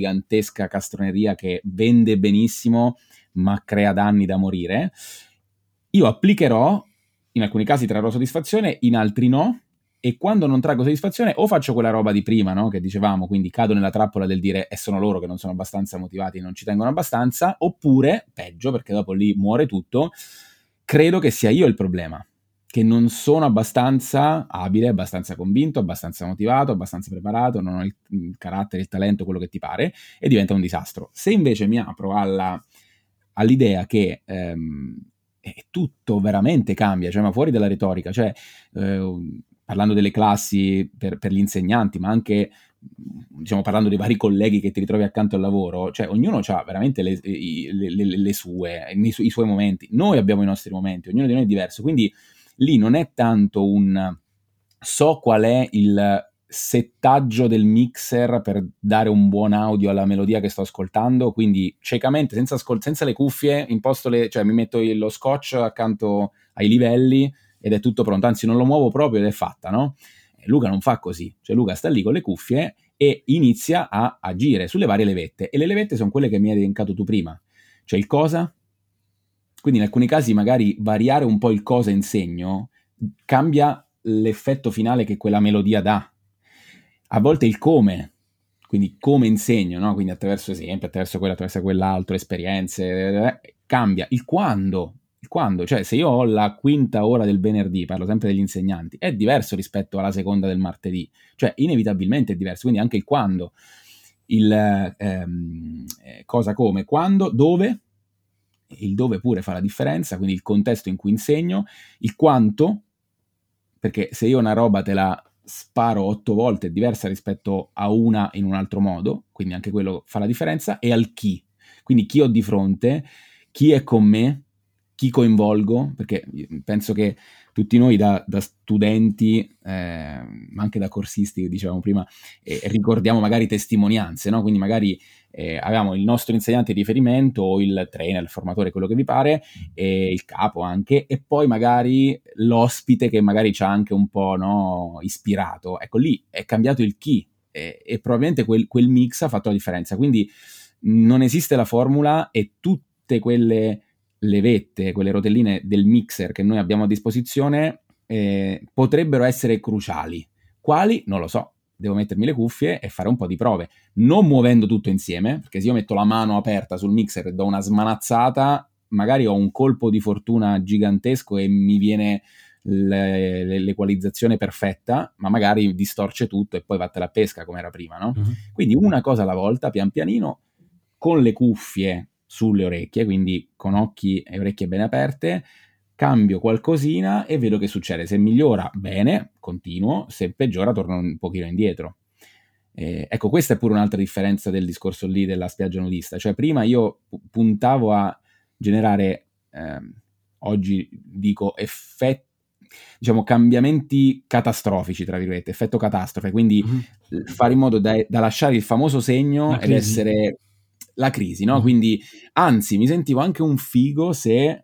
gigantesca castroneria che vende benissimo, ma crea danni da morire. io applicherò, in alcuni casi trarrò soddisfazione, in altri no, e quando non traggo soddisfazione o faccio quella roba di prima, no? Che dicevamo, quindi cado nella trappola del dire e sono loro che non sono abbastanza motivati, non ci tengono abbastanza, oppure, peggio, perché dopo lì muore tutto, credo che sia io il problema, che non sono abbastanza abile, abbastanza convinto, abbastanza motivato, abbastanza preparato, non ho il, il carattere, il talento, quello che ti pare, e diventa un disastro. Se invece mi apro alla, all'idea che ehm, tutto veramente cambia, cioè ma fuori dalla retorica, cioè eh, parlando delle classi per, per gli insegnanti, ma anche diciamo parlando dei vari colleghi che ti ritrovi accanto al lavoro, cioè ognuno ha veramente le, le, le, le sue, i, su, i suoi momenti. Noi abbiamo i nostri momenti, ognuno di noi è diverso, quindi lì non è tanto un so qual è il settaggio del mixer per dare un buon audio alla melodia che sto ascoltando, quindi ciecamente, senza, ascol- senza le cuffie, imposto le, cioè mi metto lo scotch accanto ai livelli ed è tutto pronto, anzi non lo muovo proprio ed è fatta, no? Luca non fa così, cioè Luca sta lì con le cuffie e inizia a agire sulle varie levette, e le levette sono quelle che mi hai elencato tu prima, cioè il cosa, quindi in alcuni casi magari variare un po' il cosa in segno cambia l'effetto finale che quella melodia dà, a volte il come, quindi come insegno, no? Quindi attraverso esempi, attraverso quello, attraverso quell'altro, esperienze, eh, cambia il quando. Il quando, cioè se io ho la quinta ora del venerdì, parlo sempre degli insegnanti, è diverso rispetto alla seconda del martedì, cioè inevitabilmente è diverso, quindi anche il quando, il ehm, cosa, come, quando, dove, il dove pure fa la differenza, quindi il contesto in cui insegno, il quanto, perché se io una roba te la sparo otto volte è diversa rispetto a una in un altro modo, quindi anche quello fa la differenza, e al chi, quindi chi ho di fronte, chi è con me, chi coinvolgo, perché penso che tutti noi da, da studenti, eh, ma anche da corsisti, che dicevamo prima, eh, ricordiamo magari testimonianze, no? Quindi magari eh, avevamo il nostro insegnante di riferimento o il trainer, il formatore, quello che vi pare, e il capo anche, e poi magari l'ospite che magari ci ha anche un po', no, ispirato. Ecco, lì è cambiato il chi e, e probabilmente quel, quel mix ha fatto la differenza. Quindi non esiste la formula e tutte quelle levette, quelle rotelline del mixer che noi abbiamo a disposizione eh, potrebbero essere cruciali. Quali? Non lo so. Devo mettermi le cuffie e fare un po' di prove, non muovendo tutto insieme, perché se io metto la mano aperta sul mixer e do una smanazzata, magari ho un colpo di fortuna gigantesco e mi viene le, le, l'equalizzazione perfetta, ma magari distorce tutto e poi vattene a pesca come era prima, no? Uh-huh. Quindi una cosa alla volta, pian pianino, con le cuffie sulle orecchie, quindi con occhi e orecchie ben aperte, cambio qualcosina e vedo che succede. Se migliora, bene, continuo, se peggiora torno un pochino indietro. Eh, ecco, questa è pure un'altra differenza del discorso lì della spiaggia nudista, cioè prima io puntavo a generare, ehm, oggi dico effetti, diciamo cambiamenti catastrofici, tra virgolette, effetto catastrofe, quindi mm-hmm. fare in modo da, da lasciare il famoso segno ed essere la crisi, no? Mm-hmm. Quindi, anzi, mi sentivo anche un figo se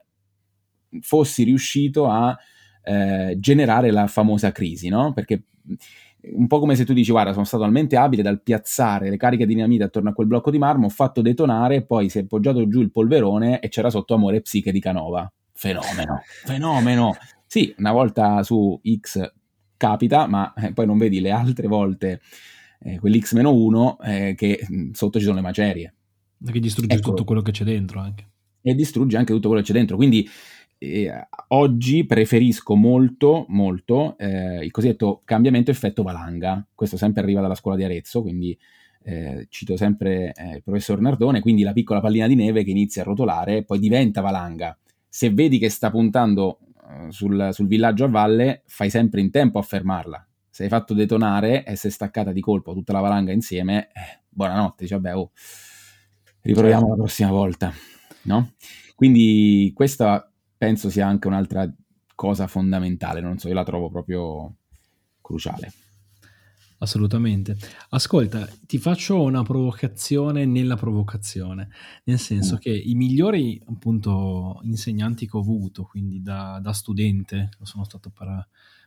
fossi riuscito a eh, generare la famosa crisi, no? Perché un po' come se tu dici, guarda, sono stato talmente abile dal piazzare le cariche di dinamite attorno a quel blocco di marmo, ho fatto detonare, poi si è poggiato giù il polverone e c'era sotto Amore e Psiche di Canova. Fenomeno, fenomeno. Sì, una volta su X capita, ma eh, poi non vedi le altre volte eh, quell'X meno uno eh, che sotto ci sono le macerie. Che distrugge ecco, tutto quello che c'è dentro anche. E distrugge anche tutto quello che c'è dentro, quindi eh, oggi preferisco molto, molto eh, il cosiddetto cambiamento effetto valanga. Questo sempre arriva dalla scuola di Arezzo, quindi eh, cito sempre eh, il professor Nardone, quindi la piccola pallina di neve che inizia a rotolare e poi diventa valanga. Se vedi che sta puntando uh, sul, sul villaggio a valle, fai sempre in tempo a fermarla. Se hai fatto detonare e si è staccata di colpo tutta la valanga insieme, eh, buonanotte, dici vabbè, oh, riproviamo certo. La prossima volta, no? Quindi questa penso sia anche un'altra cosa fondamentale, non so, io la trovo proprio cruciale. Assolutamente. Ascolta, ti faccio una provocazione nella provocazione, nel senso mm. che i migliori appunto insegnanti che ho avuto, quindi da, da studente, sono stato per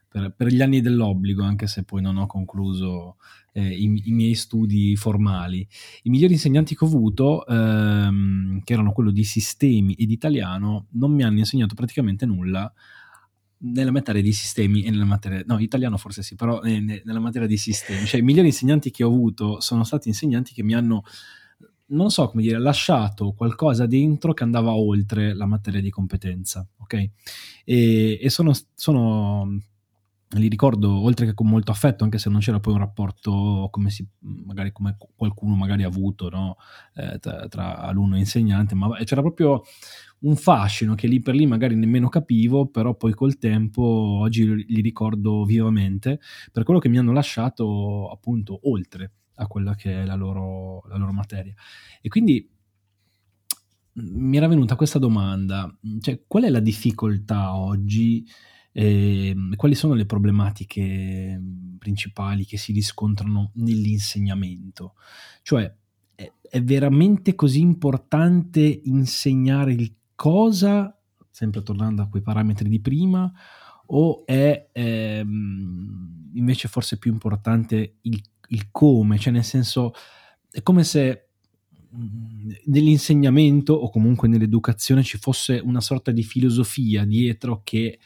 per, per gli anni dell'obbligo, anche se poi non ho concluso eh, i, i miei studi formali. I migliori insegnanti che ho avuto, ehm, che erano quello di sistemi e di italiano, non mi hanno insegnato praticamente nulla nella materia di sistemi e nella materia, no, italiano forse sì, però eh, nella materia di sistemi. Cioè i migliori insegnanti che ho avuto sono stati insegnanti che mi hanno, non so come dire, lasciato qualcosa dentro che andava oltre la materia di competenza, ok? E, e sono, sono, li ricordo, oltre che con molto affetto, anche se non c'era poi un rapporto come si, magari come qualcuno magari ha avuto, no? eh, tra, tra alunno e insegnante, ma c'era proprio un fascino che lì per lì magari nemmeno capivo, però poi col tempo oggi li ricordo vivamente per quello che mi hanno lasciato appunto oltre a quella che è la loro, la loro materia. E quindi mi era venuta questa domanda, cioè qual è la difficoltà oggi, eh, quali sono le problematiche principali che si riscontrano nell'insegnamento? Cioè è, è veramente così importante insegnare il cosa, sempre tornando a quei parametri di prima, o è ehm, invece forse più importante il, il come? Cioè nel senso, è come se nell'insegnamento o comunque nell'educazione ci fosse una sorta di filosofia dietro che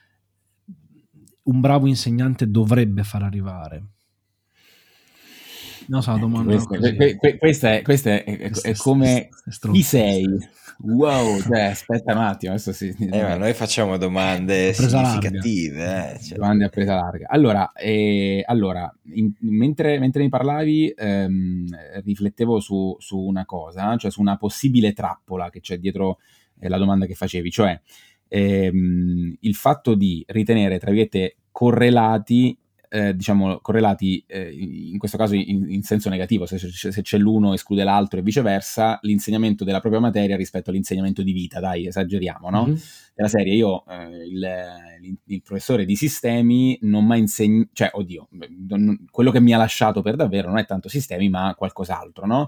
un bravo insegnante dovrebbe far arrivare. Non so, la domanda questa, così. que, que, questa, è, questa è, è, è come chi sei? Wow, cioè aspetta un attimo, adesso si, Eh, ma noi facciamo domande significative. Eh, cioè. Domande a presa larga. Allora, eh, allora in, mentre, mentre mi parlavi, ehm, riflettevo su, su una cosa, cioè su una possibile trappola che c'è dietro eh, la domanda che facevi, cioè ehm, il fatto di ritenere, tra virgolette, correlati Eh, diciamo correlati eh, in questo caso in, in senso negativo, se, se c'è l'uno esclude l'altro e viceversa, l'insegnamento della propria materia rispetto all'insegnamento di vita, dai, esageriamo, no? Mm-hmm. Della serie, io eh, il, il, il professore di sistemi non mi ha insegnato, cioè, oddio, non, quello che mi ha lasciato per davvero non è tanto sistemi ma qualcos'altro, no?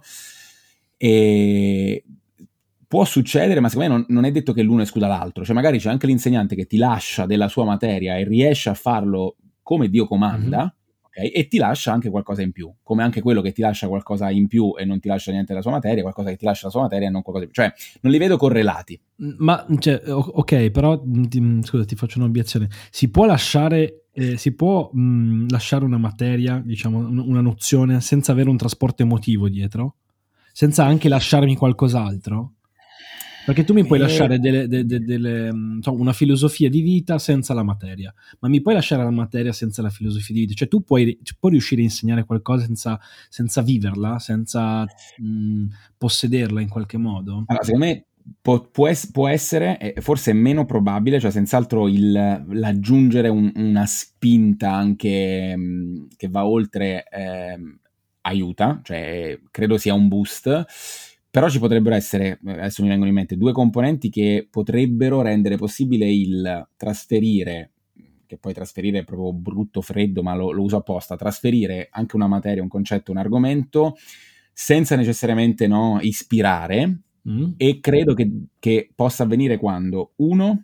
E può succedere, ma secondo me non, non è detto che l'uno escluda l'altro, cioè magari c'è anche l'insegnante che ti lascia della sua materia e riesce a farlo come Dio comanda, mm-hmm. Okay? E ti lascia anche qualcosa in più, come anche quello che ti lascia qualcosa in più e non ti lascia niente della sua materia, qualcosa che ti lascia la sua materia e non qualcosa in più. Cioè, non li vedo correlati. Ma, cioè, ok, però, ti, scusa, ti faccio un'obiezione. Si può lasciare, eh, si può mh, lasciare una materia, diciamo, una nozione, senza avere un trasporto emotivo dietro? Senza anche lasciarmi qualcos'altro? Perché tu mi puoi lasciare delle, delle, delle, insomma, una filosofia di vita senza la materia, ma mi puoi lasciare la materia senza la filosofia di vita? Cioè tu puoi, puoi riuscire a insegnare qualcosa senza, senza viverla, senza mh, possederla in qualche modo? Allora, secondo me può, può, es- può essere, eh, forse è meno probabile, cioè senz'altro il, l'aggiungere un, una spinta anche mh, che va oltre eh, aiuta, cioè credo sia un boost. Però ci potrebbero essere, adesso mi vengono in mente, due componenti che potrebbero rendere possibile il trasferire, che poi trasferire è proprio brutto, freddo, ma lo, lo uso apposta, trasferire anche una materia, un concetto, un argomento, senza necessariamente no, ispirare, mm. E credo che, che possa avvenire quando, uno,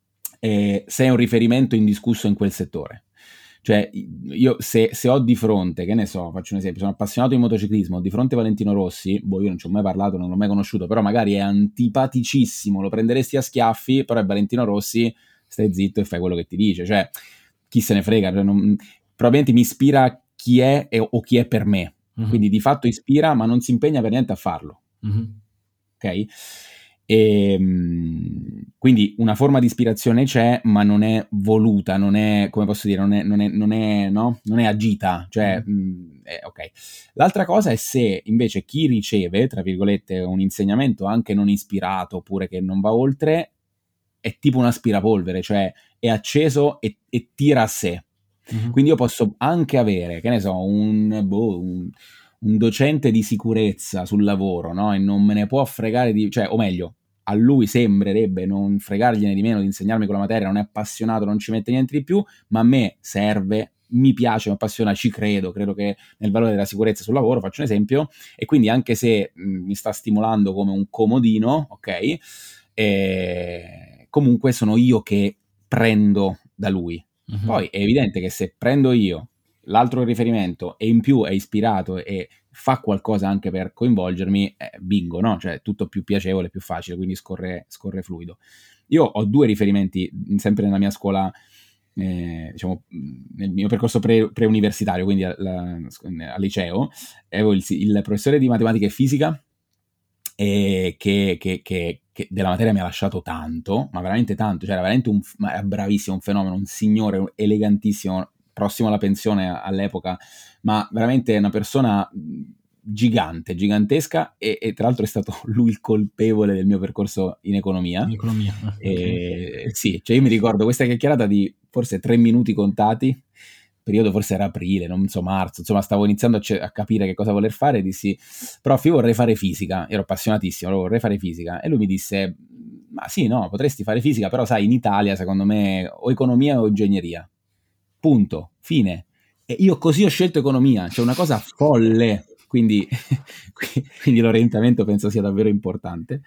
eh, sei un riferimento indiscusso in quel settore. Cioè, io se, se ho di fronte, che ne so, faccio un esempio, sono appassionato di motociclismo, ho di fronte Valentino Rossi, boh, io non ci ho mai parlato, non l'ho mai conosciuto, però magari è antipaticissimo, lo prenderesti a schiaffi, però è Valentino Rossi, stai zitto e fai quello che ti dice, cioè, chi se ne frega, cioè non, probabilmente mi ispira chi è e, o chi è per me, uh-huh. Quindi di fatto ispira, ma non si impegna per niente a farlo, uh-huh. Ok? E, quindi una forma di ispirazione c'è, ma non è voluta, non è, come posso dire, non è, non è, non è, no? Non è agita, cioè, mm. mh, eh, ok. L'altra cosa è se invece chi riceve, tra virgolette, un insegnamento anche non ispirato oppure che non va oltre, è tipo un aspirapolvere, cioè è acceso e, e tira a sé. Mm-hmm. Quindi io posso anche avere, che ne so, un, boh, un un docente di sicurezza sul lavoro, no? E non me ne può fregare di, cioè, o meglio, a lui sembrerebbe non fregargliene di meno di insegnarmi quella materia, non è appassionato, non ci mette niente di più, ma a me serve, mi piace, mi appassiona, ci credo, credo che nel valore della sicurezza sul lavoro, faccio un esempio, e quindi anche se mh, mi sta stimolando come un comodino, ok, eh, comunque sono io che prendo da lui. Uh-huh. Poi è evidente che se prendo io l'altro riferimento e in più è ispirato e fa qualcosa anche per coinvolgermi, eh, bingo, no? Cioè tutto più piacevole, più facile, quindi scorre, scorre fluido. Io ho due riferimenti, sempre nella mia scuola, eh, diciamo, nel mio percorso pre, pre-universitario, quindi al, al liceo, avevo il, il professore di matematica e fisica, e che, che, che, che della materia mi ha lasciato tanto, ma veramente tanto, cioè era veramente un, era bravissimo, un fenomeno, un signore elegantissimo, prossimo alla pensione all'epoca, ma veramente una persona gigante, gigantesca, e, e tra l'altro è stato lui il colpevole del mio percorso in economia. In economia. E, okay. Sì, cioè io mi ricordo questa chiacchierata di forse tre minuti contati, periodo forse era aprile, non so, marzo, insomma stavo iniziando a, c- a capire che cosa voler fare, e dissi, prof, io vorrei fare fisica, ero appassionatissimo, vorrei fare fisica, e lui mi disse, ma sì, no, potresti fare fisica, però sai, in Italia secondo me o economia o ingegneria, punto, fine. E io così ho scelto economia, cioè una cosa folle, quindi, quindi l'orientamento penso sia davvero importante.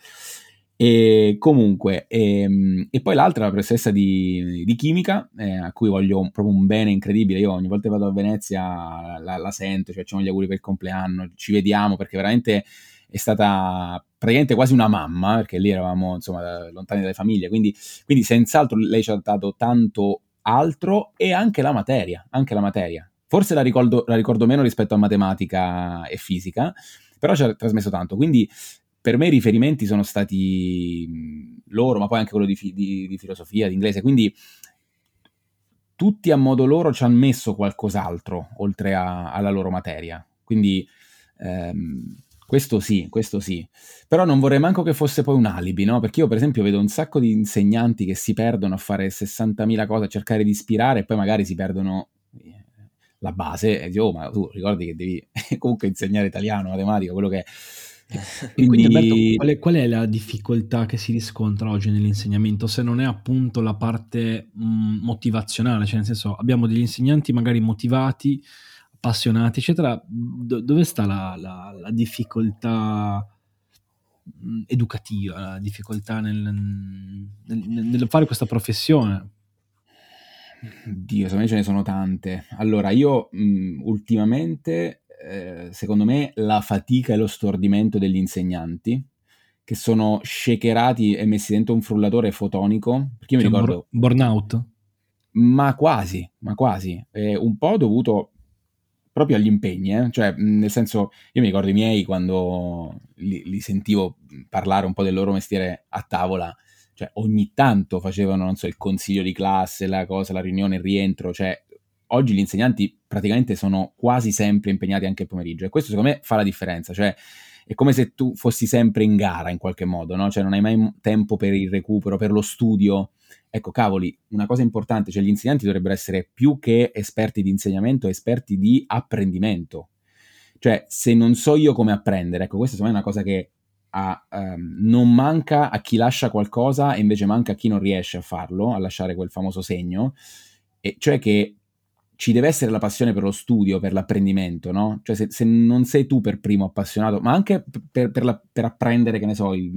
E comunque, e, e poi l'altra, la professoressa di, di chimica, eh, a cui voglio un, proprio un bene incredibile. Io ogni volta che vado a Venezia la, la sento, ci facciamo gli auguri per il compleanno, ci vediamo, perché veramente è stata praticamente quasi una mamma, perché lì eravamo insomma lontani dalle famiglie, quindi, quindi senz'altro lei ci ha dato tanto altro, e anche la materia, anche la materia. Forse la ricordo, la ricordo meno rispetto a matematica e fisica, però ci ha trasmesso tanto, quindi per me i riferimenti sono stati loro, ma poi anche quello di, di, di filosofia, di inglese, quindi tutti a modo loro ci hanno messo qualcos'altro oltre a, alla loro materia, quindi ehm, questo sì, questo sì, però non vorrei manco che fosse poi un alibi, no? Perché io per esempio vedo un sacco di insegnanti che si perdono a fare sessantamila cose, a cercare di ispirare, e poi magari si perdono la base, e dico, oh, ma tu ricordi che devi comunque insegnare italiano, matematica, quello che è. Quindi, quindi Alberto, qual è, qual è la difficoltà che si riscontra oggi nell'insegnamento, se non è appunto la parte mh, motivazionale, cioè nel senso abbiamo degli insegnanti magari motivati, appassionati, eccetera, Do- dove sta la, la, la difficoltà mh, educativa, la difficoltà nel, nel, nel fare questa professione? Dio, secondo me ce ne sono tante. Allora, io mh, ultimamente, eh, secondo me, la fatica e lo stordimento degli insegnanti, che sono shakerati e messi dentro un frullatore fotonico, perché io cioè mi ricordo... Bor- burnout? Ma quasi, ma quasi. Eh, un po' dovuto proprio agli impegni, eh? Cioè, mh, nel senso, io mi ricordo i miei quando li, li sentivo parlare un po' del loro mestiere a tavola, cioè ogni tanto facevano, non so, il consiglio di classe, la cosa, la riunione, il rientro, cioè oggi gli insegnanti praticamente sono quasi sempre impegnati anche il pomeriggio, e questo secondo me fa la differenza, cioè è come se tu fossi sempre in gara in qualche modo, no? Cioè non hai mai tempo per il recupero, per lo studio. Ecco, cavoli, una cosa importante, cioè gli insegnanti dovrebbero essere più che esperti di insegnamento, esperti di apprendimento. Cioè, se non so io come apprendere, ecco, questa secondo me è una cosa che a, um, non manca a chi lascia qualcosa, e invece manca a chi non riesce a farlo, a lasciare quel famoso segno, e cioè che ci deve essere la passione per lo studio, per l'apprendimento, no? Cioè se, se non sei tu per primo appassionato, ma anche per, per, la, per apprendere, che ne so, il,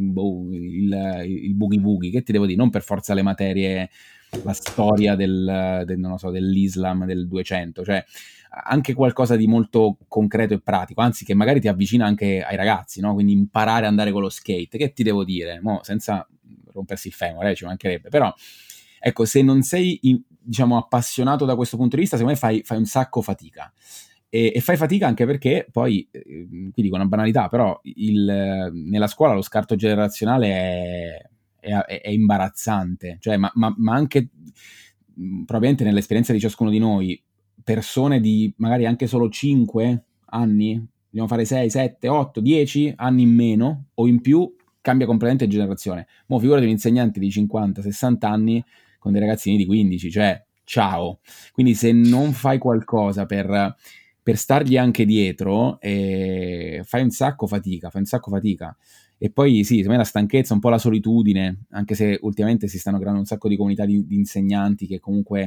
il, il boogie woogie, che ti devo dire, non per forza le materie, la storia del, del, non lo so, dell'Islam del duecento, cioè anche qualcosa di molto concreto e pratico, anzi che magari ti avvicina anche ai ragazzi, no? Quindi imparare ad andare con lo skate, che ti devo dire, mo, senza rompersi il femore, eh, ci mancherebbe, però ecco, se non sei, diciamo, appassionato da questo punto di vista, secondo me fai, fai un sacco fatica. E, e fai fatica anche perché poi, eh, qui dico una banalità, però il, nella scuola lo scarto generazionale è, è, è imbarazzante. Cioè, ma, ma, ma anche, probabilmente nell'esperienza di ciascuno di noi, persone di magari anche solo cinque anni, dobbiamo fare sei, sette, otto, dieci anni in meno o in più, cambia completamente generazione. Mo' figurati un insegnante di cinquanta, sessanta anni con dei ragazzini di quindici, cioè ciao. Quindi se non fai qualcosa per, per stargli anche dietro, eh, fai un sacco fatica, fai un sacco fatica. E poi sì, secondo me la stanchezza, un po' la solitudine, anche se ultimamente si stanno creando un sacco di comunità di, di insegnanti che comunque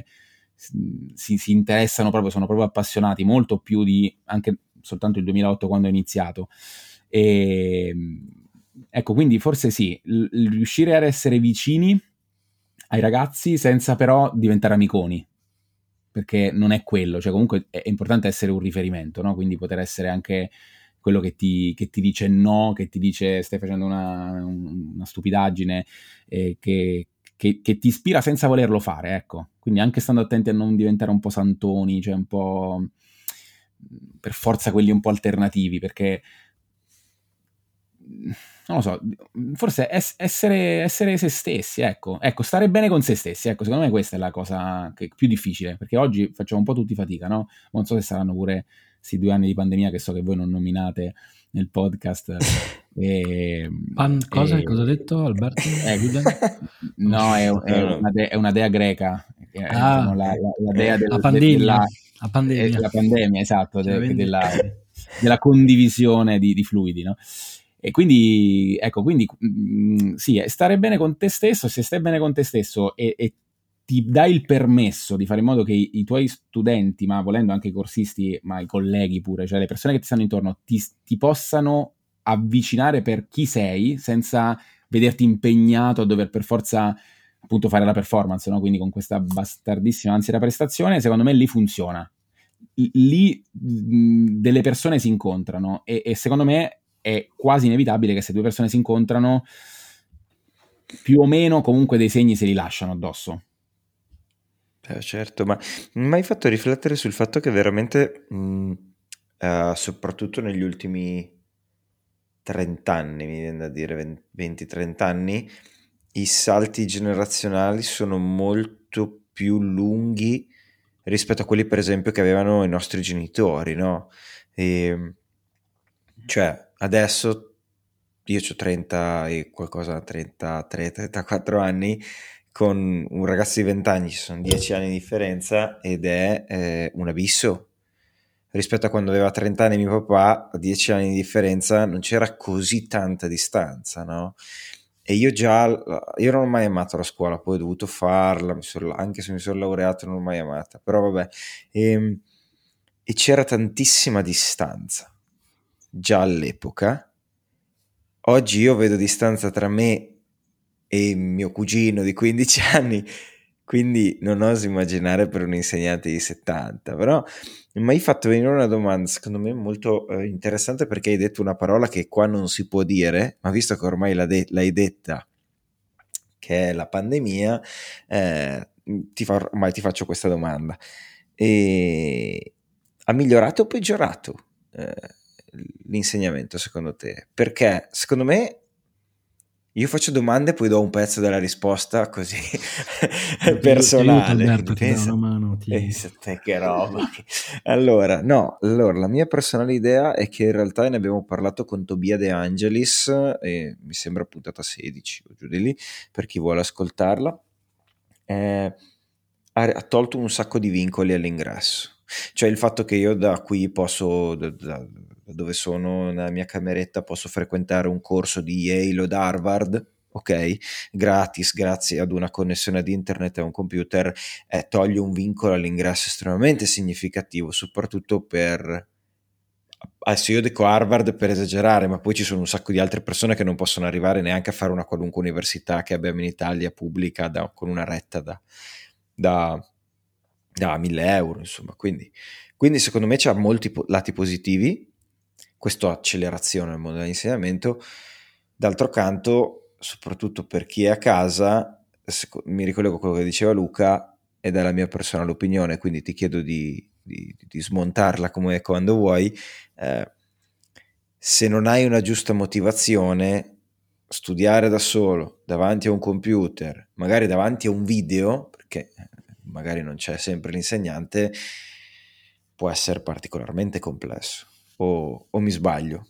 si, si interessano proprio, sono proprio appassionati, molto più di anche soltanto il duemilaotto quando ho iniziato. E ecco, quindi forse sì, l- riuscire ad essere vicini ai ragazzi senza però diventare amiconi. perché non è quello, cioè comunque è importante essere un riferimento, no? Quindi poter essere anche quello che ti, che ti dice no, che ti dice stai facendo una, una stupidaggine, eh, che, che, che ti ispira senza volerlo fare, ecco. Quindi anche stando attenti a non diventare un po' santoni, cioè un po' per forza quelli un po' alternativi, perché non lo so, forse es- essere, essere se stessi, ecco, ecco, stare bene con se stessi, ecco, secondo me questa è la cosa che è più difficile, perché oggi facciamo un po' tutti fatica, no? Non so se saranno pure questi due anni di pandemia che so che voi non nominate nel podcast. E, Pan, cosa, e, cosa ha detto Alberto? Eh, no, è, è, una de- è una dea greca, che è, Ah, diciamo, la, la, la dea del, la de- pandemia, della la pandemia, eh, la pandemia, esatto, Cioè, de- quindi- della, della condivisione di, di fluidi, no? E quindi, ecco, quindi mh, sì, è stare bene con te stesso. Se stai bene con te stesso e, e ti dai il permesso di fare in modo che i, i tuoi studenti, ma volendo anche i corsisti, ma i colleghi pure, cioè le persone che ti stanno intorno, ti, ti possano avvicinare per chi sei, senza vederti impegnato a dover per forza appunto fare la performance, no? Quindi con questa bastardissima ansia da prestazione, secondo me lì funziona. Lì mh, delle persone si incontrano e, e secondo me è quasi inevitabile che se due persone si incontrano, più o meno comunque dei segni se li lasciano addosso. Eh, certo, ma mi hai fatto riflettere sul fatto che veramente, mh, eh, soprattutto negli ultimi trenta anni, mi viene da dire venti trenta anni, i salti generazionali sono molto più lunghi rispetto a quelli, per esempio, che avevano i nostri genitori, no? E, cioè, adesso io ho trenta e qualcosa, trentatré trentaquattro anni, con un ragazzo di venti anni ci sono dieci anni di differenza ed è eh, un abisso. Rispetto a quando aveva trenta anni mio papà, a dieci anni di differenza non c'era così tanta distanza, no? E io già, io non ho mai amato la scuola, poi ho dovuto farla, mi sono- anche se mi sono laureato non l'ho mai amata, però vabbè. E, e c'era tantissima distanza già all'epoca. Oggi io vedo distanza tra me e mio cugino di quindici anni, quindi non oso immaginare per un insegnante di settanta, però mi hai fatto venire una domanda secondo me molto eh, interessante, perché hai detto una parola che qua non si può dire, ma visto che ormai l'ha de- l'hai detta, che è la pandemia, eh, ti, fa- ormai ti faccio questa domanda. E ha migliorato o peggiorato eh, l'insegnamento secondo te? Perché secondo me io faccio domande e poi do un pezzo della risposta così Io ti, io ti aiuto, personale, Alberto, quindi ti do pensa, una mano. Ti... pensa te che roba. Allora, no, allora la mia personale idea è che in realtà ne abbiamo parlato con Tobia De Angelis, e mi sembra puntata sedici o giù di lì, per chi vuole ascoltarla. Eh, ha, ha tolto un sacco di vincoli all'ingresso, cioè il fatto che io da qui posso, da, da- da dove sono, nella mia cameretta, posso frequentare un corso di Yale o da Harvard, ok, gratis, grazie ad una connessione ad internet e a un computer, eh, toglie un vincolo all'ingresso estremamente significativo, soprattutto per... Adesso io dico Harvard per esagerare, ma poi ci sono un sacco di altre persone che non possono arrivare neanche a fare una qualunque università che abbiamo in Italia pubblica da- con una retta da, da, da mille euro, insomma. Quindi, quindi secondo me c'ha molti po- lati positivi, questa accelerazione nel mondo dell'insegnamento. D'altro canto, soprattutto per chi è a casa, seco- mi ricollego a quello che diceva Luca, ed è la mia personale opinione, quindi ti chiedo di, di- di smontarla come quando vuoi. eh, Se non hai una giusta motivazione, studiare da solo, davanti a un computer, magari davanti a un video, perché magari non c'è sempre l'insegnante, può essere particolarmente complesso. O, o mi sbaglio?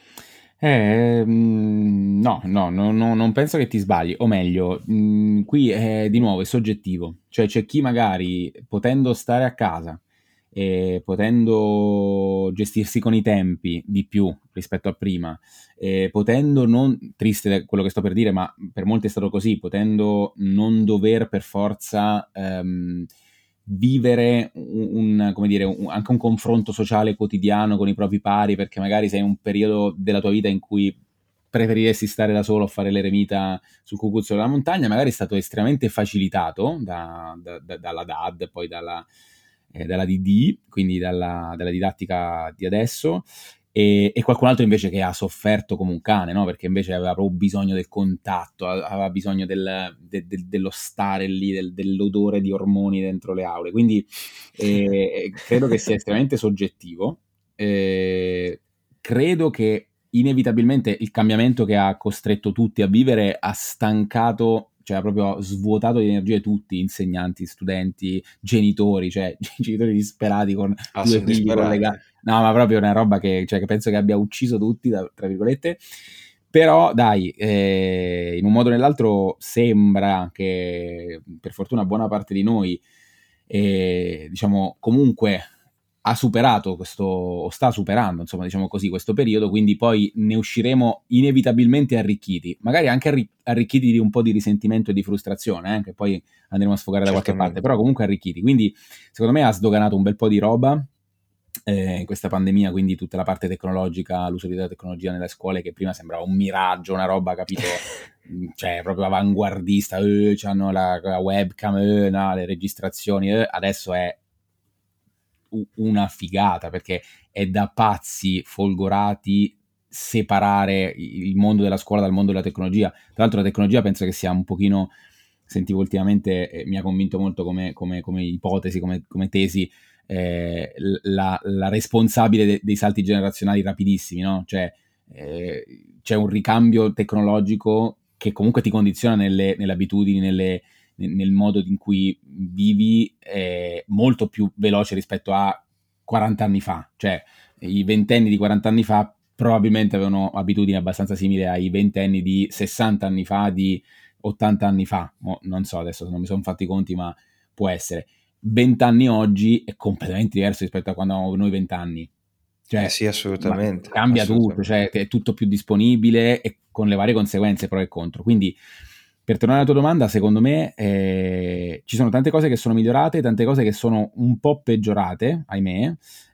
Eh, mm, no, no, no, no, non penso che ti sbagli, o meglio, mm, qui è, di nuovo è soggettivo, cioè c'è chi magari potendo stare a casa e potendo gestirsi con i tempi di più rispetto a prima, e potendo non, triste quello che sto per dire, ma per molti è stato così, potendo non dover per forza ehm, vivere un, un- come dire, un- anche un confronto sociale quotidiano con i propri pari, perché magari sei in un periodo della tua vita in cui preferiresti stare da solo a fare l'eremita sul cucuzzolo della montagna, magari è stato estremamente facilitato da- da- da- dalla D A D, poi dalla, eh, dalla D D, quindi dalla, dalla didattica di adesso, e, e qualcun altro invece che ha sofferto come un cane, no? Perché invece aveva proprio bisogno del contatto, aveva bisogno del, de, de, dello stare lì, del, dell'odore di ormoni dentro le aule, quindi eh, credo che sia estremamente soggettivo. Eh, credo che inevitabilmente il cambiamento che ha costretto tutti a vivere ha stancato, cioè ha proprio svuotato di energie tutti, insegnanti, studenti, genitori, cioè genitori disperati con Ah, due sono figli disperati. collegati. No, ma proprio una roba che, cioè, che penso che abbia ucciso tutti, tra virgolette. Però dai, eh, in un modo o nell'altro sembra che per fortuna buona parte di noi eh, diciamo comunque ha superato questo, o sta superando, insomma, diciamo così, questo periodo, quindi poi ne usciremo inevitabilmente arricchiti, magari anche arri- arricchiti di un po' di risentimento e di frustrazione, eh, che poi andremo a sfogare da qualche parte, però comunque arricchiti. Quindi secondo me ha sdoganato un bel po' di roba eh, in questa pandemia, quindi tutta la parte tecnologica, l'uso della tecnologia nelle scuole che prima sembrava un miraggio, una roba, capito, cioè proprio avanguardista, eh, c'hanno la, la webcam, eh, no, le registrazioni, eh, adesso è una figata, perché è da pazzi folgorati separare il mondo della scuola dal mondo della tecnologia. Tra l'altro la tecnologia penso che sia un pochino, sentivo ultimamente, eh, mi ha convinto molto come, come, come ipotesi, come, come tesi, eh, la, la responsabile de, dei salti generazionali rapidissimi, no? Cioè eh, c'è un ricambio tecnologico che comunque ti condiziona nelle, nelle abitudini, nelle nel modo in cui vivi è molto più veloce rispetto a quaranta anni fa, cioè i ventenni di quaranta anni fa probabilmente avevano abitudini abbastanza simili ai ventenni di sessanta anni fa, di ottanta anni fa, oh, non so adesso, non mi sono fatti i conti, ma può essere. vent'anni oggi è completamente diverso rispetto a quando avevamo noi vent'anni. Cioè, eh sì, assolutamente. Cambia assolutamente. tutto, cioè è tutto più disponibile e con le varie conseguenze pro e contro. Quindi, per tornare alla tua domanda, secondo me eh, ci sono tante cose che sono migliorate, tante cose che sono un po' peggiorate, ahimè.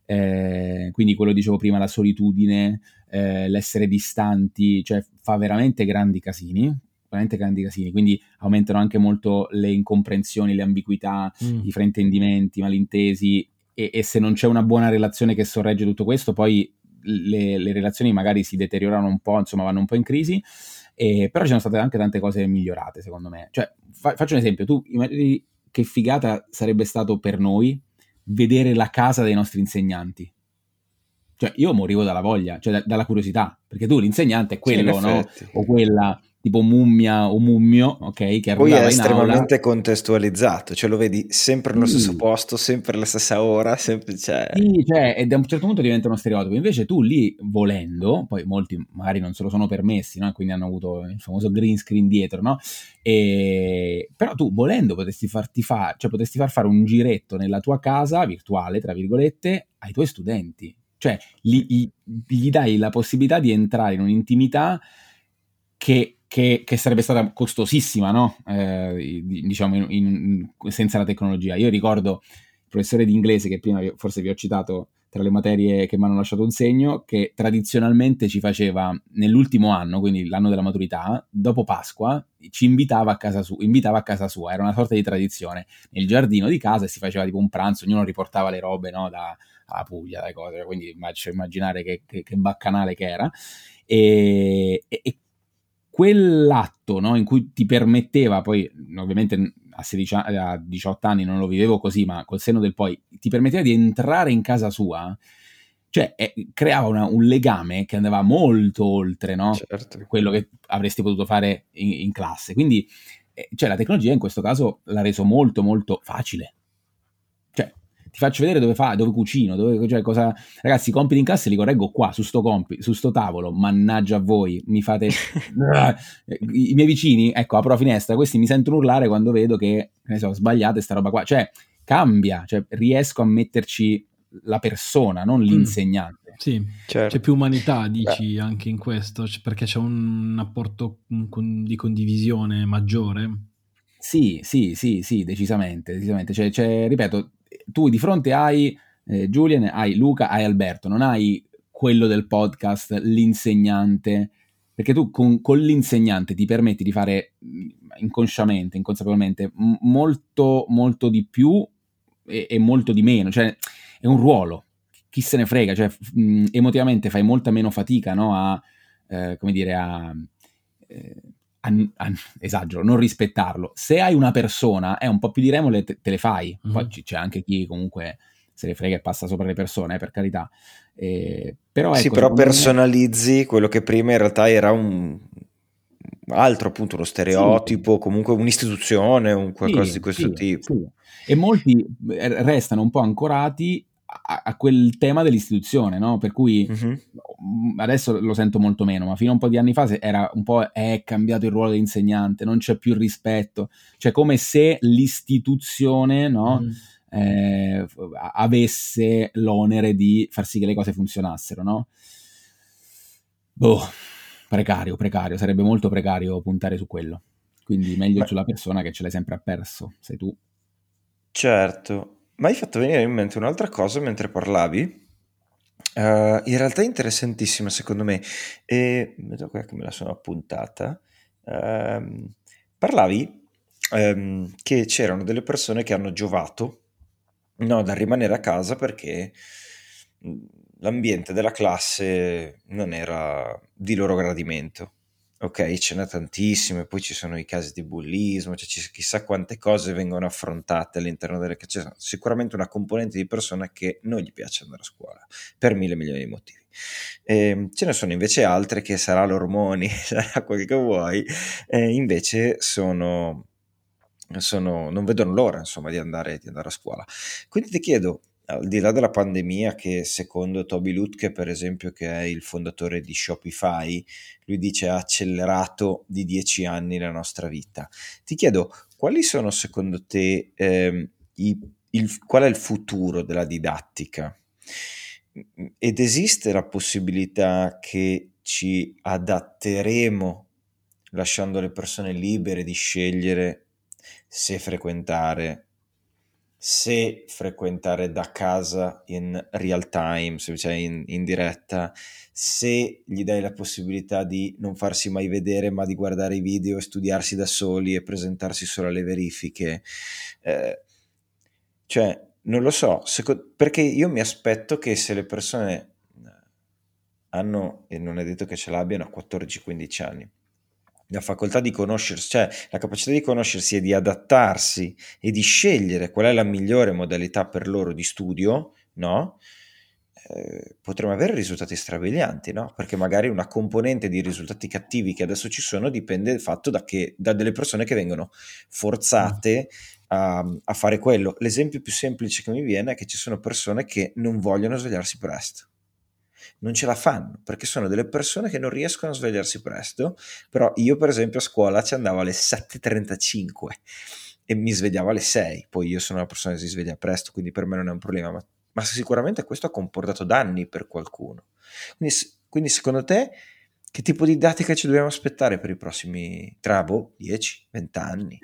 Eh, quindi quello dicevo prima, la solitudine, eh, l'essere distanti, cioè fa veramente grandi casini, veramente grandi casini. Quindi aumentano anche molto le incomprensioni, le ambiguità, Mm. i fraintendimenti, i malintesi. E, e se non c'è una buona relazione che sorregge tutto questo, poi le, le relazioni magari si deteriorano un po', insomma vanno un po' in crisi. Eh, però ci sono state anche tante cose migliorate, secondo me. Cioè, fa, faccio un esempio, tu immagini che figata sarebbe stato per noi vedere la casa dei nostri insegnanti. Cioè, io morivo dalla voglia, cioè da, dalla curiosità, perché tu l'insegnante è quello, sì, no? O quella tipo mummia o mummio, ok, che poi è arrivava in aula. estremamente contestualizzato, cioè lo vedi sempre nello Sì. stesso posto, sempre alla stessa ora, sempre, cioè... Sì, cioè, e da un certo punto diventa uno stereotipo. Invece tu lì, volendo, poi molti magari non se lo sono permessi, no? Quindi hanno avuto il famoso green screen dietro, no? E... Però tu, volendo, potresti farti fare, cioè potresti far fare un giretto nella tua casa, virtuale, tra virgolette, ai tuoi studenti. Cioè, gli, gli, gli dai la possibilità di entrare in un'intimità che... Che, che sarebbe stata costosissima, no? Eh, diciamo, in, in, senza la tecnologia. Io ricordo il professore di inglese, che prima forse vi ho citato tra le materie che mi hanno lasciato un segno, che tradizionalmente ci faceva nell'ultimo anno, quindi l'anno della maturità, dopo Pasqua, ci invitava a casa sua, invitava a casa sua, era una sorta di tradizione, nel giardino di casa, e si faceva tipo un pranzo, ognuno riportava le robe, no, da, alla Puglia, dalle cose, quindi immaginare che, che, che baccanale che era. E, e quell'atto, no, in cui ti permetteva, poi ovviamente a, sedici, a diciotto anni non lo vivevo così, ma col senno del poi, ti permetteva di entrare in casa sua, cioè eh, creava una, un legame che andava molto oltre, no? Certo. Quello che avresti potuto fare in, in classe. Quindi eh, cioè, la tecnologia in questo caso l'ha reso molto molto facile. Cioè, ti faccio vedere dove fa, dove cucino, dove, cioè, cosa... Ragazzi, i compiti in classe li correggo qua, su sto, compi, su sto tavolo, mannaggia a voi, mi fate... I miei vicini, ecco, apro la finestra, questi mi sentono urlare quando vedo che, che ne so, sbagliate sta roba qua. Cioè, cambia, cioè, riesco a metterci la persona, non l'insegnante. Mm, sì, certo. C'è più umanità, dici, Beh. anche in questo, perché c'è un apporto di condivisione maggiore. Sì, sì, sì, sì, decisamente, decisamente. Cioè, cioè, ripeto, tu di fronte hai eh, Julian, hai Luca, hai Alberto, non hai quello del podcast, l'insegnante, perché tu con, con l'insegnante ti permetti di fare inconsciamente, inconsapevolmente, m- molto, molto di più e, e molto di meno, cioè è un ruolo, chi se ne frega, cioè mh, emotivamente fai molta meno fatica, no, a, eh, come dire, a... Eh, A, a, esagero, non rispettarlo. Se hai una persona, è un po' più di remole, te, te le fai. Mhm. Poi c- c'è anche chi comunque se ne frega e passa sopra le persone, eh, per carità. Eh, però Sì, ecco, però secondo me... personalizzi quello che prima in realtà era un altro, appunto, uno Sì, stereotipo, comunque un'istituzione, un qualcosa di sì, questo sì, tipo. sì. E molti eh, restano un po' ancorati a, a quel tema dell'istituzione, no? Per cui Mhm. mh, adesso lo sento molto meno, ma fino a un po' di anni fa se- era un po' è cambiato il ruolo dell'insegnante, non c'è più rispetto, cioè come se l'istituzione, no, Mhm. eh, f- avesse l'onere di far sì che le cose funzionassero, no? Boh, precario, precario, sarebbe molto precario puntare su quello. Quindi meglio Ma sulla persona che ce l'hai sempre apperso, sei tu. certo, mi hai fatto venire in mente un'altra cosa mentre parlavi. Eh, in realtà è interessantissima secondo me, e vedo qua che me la sono appuntata. Ehm, parlavi ehm, che c'erano delle persone che hanno giovato, no, dal rimanere a casa perché mh, l'ambiente della classe non era di loro gradimento. Ok, ce n'è tantissime, poi ci sono i casi di bullismo, cioè ci- chissà quante cose vengono affrontate all'interno delle... C'è sicuramente una componente di persone che non gli piace andare a scuola per mille milioni di motivi. E ce ne sono invece altre che sarà l'ormoni, sarà quel che vuoi, e invece sono, sono, non vedono l'ora, insomma, di andare, di andare a scuola. Quindi ti chiedo, al di là della pandemia, che secondo Toby Lutke, per esempio, che è il fondatore di Shopify, lui dice ha accelerato di dieci anni la nostra vita. Ti chiedo, quali sono secondo te ehm, i, il, qual è il futuro della didattica? Ed esiste la possibilità che ci adatteremo lasciando le persone libere di scegliere se frequentare, se frequentare da casa in real time, cioè in, in diretta, se gli dai la possibilità di non farsi mai vedere, ma di guardare i video e studiarsi da soli e presentarsi solo alle verifiche. Eh, cioè, non lo so, seco- perché io mi aspetto che se le persone hanno, e non è detto che ce l'abbiano, a quattordici quindici anni, la facoltà di conoscersi, cioè la capacità di conoscersi e di adattarsi e di scegliere qual è la migliore modalità per loro di studio, no? Eh, potremmo avere risultati strabilianti, no? Perché magari una componente di risultati cattivi che adesso ci sono dipende dal fatto da, che, da delle persone che vengono forzate a, a fare quello. L'esempio più semplice che mi viene è che ci sono persone che non vogliono svegliarsi presto. Non ce la fanno perché sono delle persone che non riescono a svegliarsi presto. Però io, per esempio, a scuola ci andavo alle sette e trentacinque e mi svegliavo alle sei. Poi io sono una persona che si sveglia presto, quindi per me non è un problema, ma, ma sicuramente questo ha comportato danni per qualcuno. Quindi, quindi secondo te che tipo di didattica ci dobbiamo aspettare per i prossimi tra boh, dieci venti anni?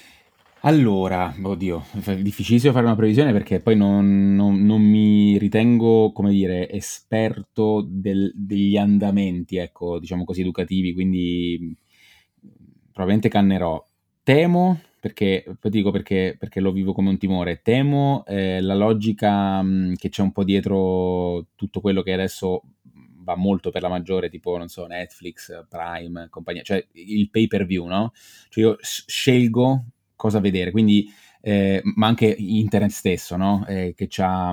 Allora, oddio, è difficilissimo fare una previsione perché poi non, non- non mi ritengo, come dire, esperto del- degli andamenti, ecco, diciamo così, educativi, quindi mh, probabilmente cannerò. Temo, perché, poi dico perché, perché lo vivo come un timore, temo eh, la logica mh, che c'è un po' dietro tutto quello che adesso va molto per la maggiore, tipo, non so, Netflix, Prime, compagnia, cioè il pay per view, no? Cioè io s- scelgo cosa vedere, quindi, eh, ma anche internet stesso, no? Eh, che ci ha,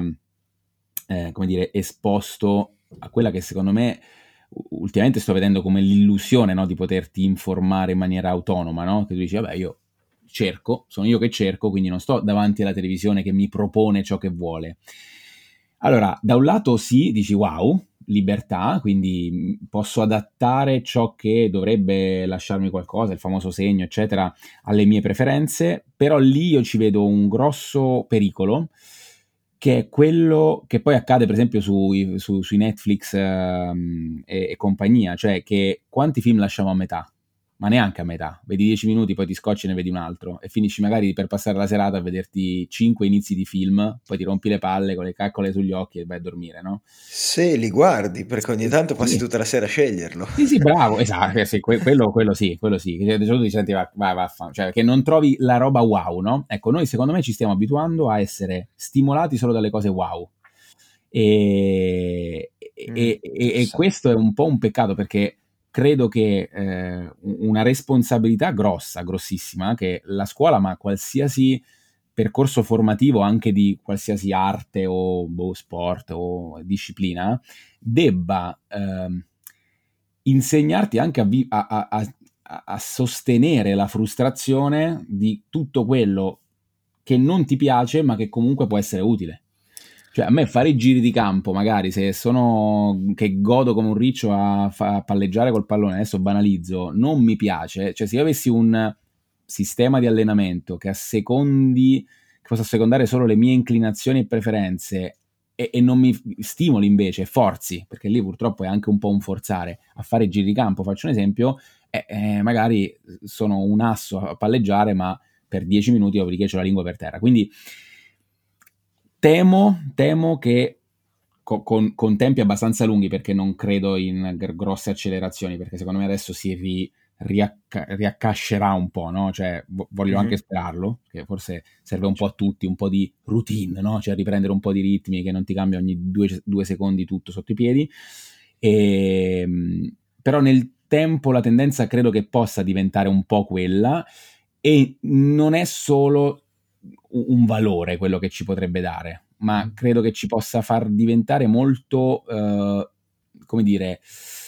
eh, come dire, esposto a quella che secondo me u- ultimamente sto vedendo come l'illusione, no? Di poterti informare in maniera autonoma, no? Che tu dici, vabbè, io cerco, sono io che cerco, quindi non sto davanti alla televisione che mi propone ciò che vuole. Allora, da un lato sì, dici wow, libertà, quindi mh, posso adattare ciò che dovrebbe lasciarmi qualcosa, il famoso segno, eccetera, alle mie preferenze, però lì io ci vedo un grosso pericolo, che è quello che poi accade per esempio sui, su, sui Netflix ehm, e, e compagnia, cioè che quanti film lasciamo a metà? ma neanche a metà. Vedi dieci minuti, poi ti scocci e ne vedi un altro e finisci magari per passare la serata a vederti cinque inizi di film, poi ti rompi le palle con le caccole sugli occhi e vai a dormire, no? Se li guardi, perché ogni tanto passi Sì. tutta la sera a sceglierlo. Sì, sì, bravo, esatto, sì, que- quello, quello sì, quello sì, che di solito ti senti, va, va, va, fa- cioè che non trovi la roba wow, no? Ecco, noi secondo me ci stiamo abituando a essere stimolati solo dalle cose wow. E, e- Mm, e- e interessante. questo è un po' un peccato, perché credo che eh, una responsabilità grossa, grossissima, che la scuola, ma qualsiasi percorso formativo anche di qualsiasi arte o boh, sport o disciplina, debba ehm, insegnarti anche a, vi- a- a- a- a sostenere la frustrazione di tutto quello che non ti piace ma che comunque può essere utile. Cioè, a me fare i giri di campo, magari se sono che godo come un riccio a, fa- a palleggiare col pallone, adesso banalizzo, non mi piace. Cioè, se io avessi un sistema di allenamento che assecondi, che possa assecondare solo le mie inclinazioni e preferenze e, e non mi stimoli invece, forzi, perché lì purtroppo è anche un po' un forzare a fare i giri di campo, faccio un esempio, eh, eh, magari sono un asso a palleggiare, ma per dieci minuti dopodiché c'ho la lingua per terra. Quindi Temo, temo che co- con, con tempi abbastanza lunghi, perché non credo in gr- grosse accelerazioni, perché secondo me adesso si ri- riacca- riaccascerà un po', no? Cioè, vo- voglio anche Mhm. sperarlo, che forse serve un po' a tutti, un po' di routine, no? Cioè riprendere un po' di ritmi, che non ti cambia ogni due, due secondi tutto sotto i piedi. E, mh, però nel tempo la tendenza credo che possa diventare un po' quella, e non è solo un valore quello che ci potrebbe dare, ma credo che ci possa far diventare molto, eh, come dire,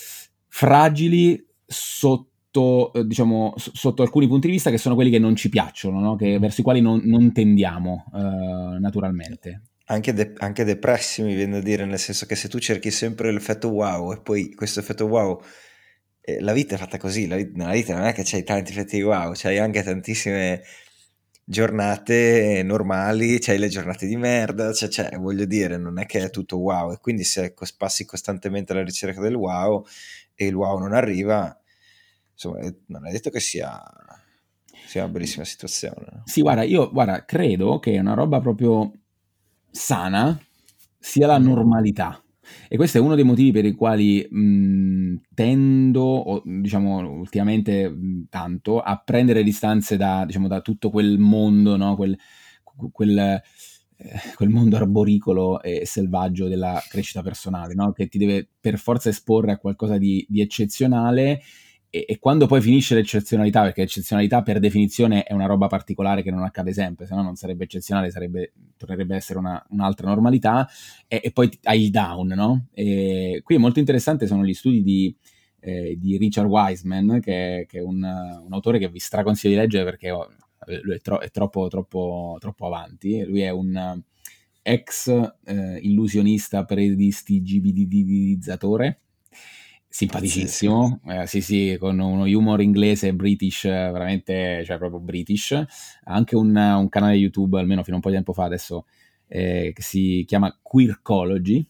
fragili sotto, eh, diciamo, s- sotto alcuni punti di vista che sono quelli che non ci piacciono, no? Che, verso i quali non, non tendiamo eh, naturalmente. Anche, de- anche depressi, mi viene da dire, nel senso che se tu cerchi sempre l'effetto wow e poi questo effetto wow, eh, la vita è fatta così, la vita, nella vita non è che c'hai tanti effetti wow, c'hai anche tantissime giornate normali, c'hai le giornate di merda, cioè, cioè, voglio dire, non è che è tutto wow, e quindi se cos- passi costantemente alla ricerca del wow e il wow non arriva, insomma, eh, non è detto che sia, sia una bellissima situazione, no? Sì, guarda, io guarda, credo che una roba proprio sana sia la Mhm. normalità. E questo è uno dei motivi per i quali mh, tendo, o, diciamo ultimamente mh, tanto, a prendere distanze da, diciamo, da tutto quel mondo, no? quel, quel, eh, quel mondo arboricolo e selvaggio della crescita personale, no? Che ti deve per forza esporre a qualcosa di, di eccezionale. E, e quando poi finisce l'eccezionalità, perché l'eccezionalità per definizione è una roba particolare che non accade sempre, se no non sarebbe eccezionale, sarebbe, tornerebbe a essere una, un'altra normalità, e, e poi hai il down, no? E qui è molto interessante, sono gli studi di, eh, di Richard Wiseman, che, che è un, un autore che vi straconsiglio di leggere perché oh, lui è, tro- è troppo, troppo, troppo avanti. Lui è un ex eh, illusionista predistigibilizzatore, Pazzesco. simpaticissimo, eh, sì sì, con uno humor inglese british, eh, veramente, cioè proprio british. Ha anche un, un canale YouTube, almeno fino a un po' di tempo fa, adesso, eh, che si chiama Queercology.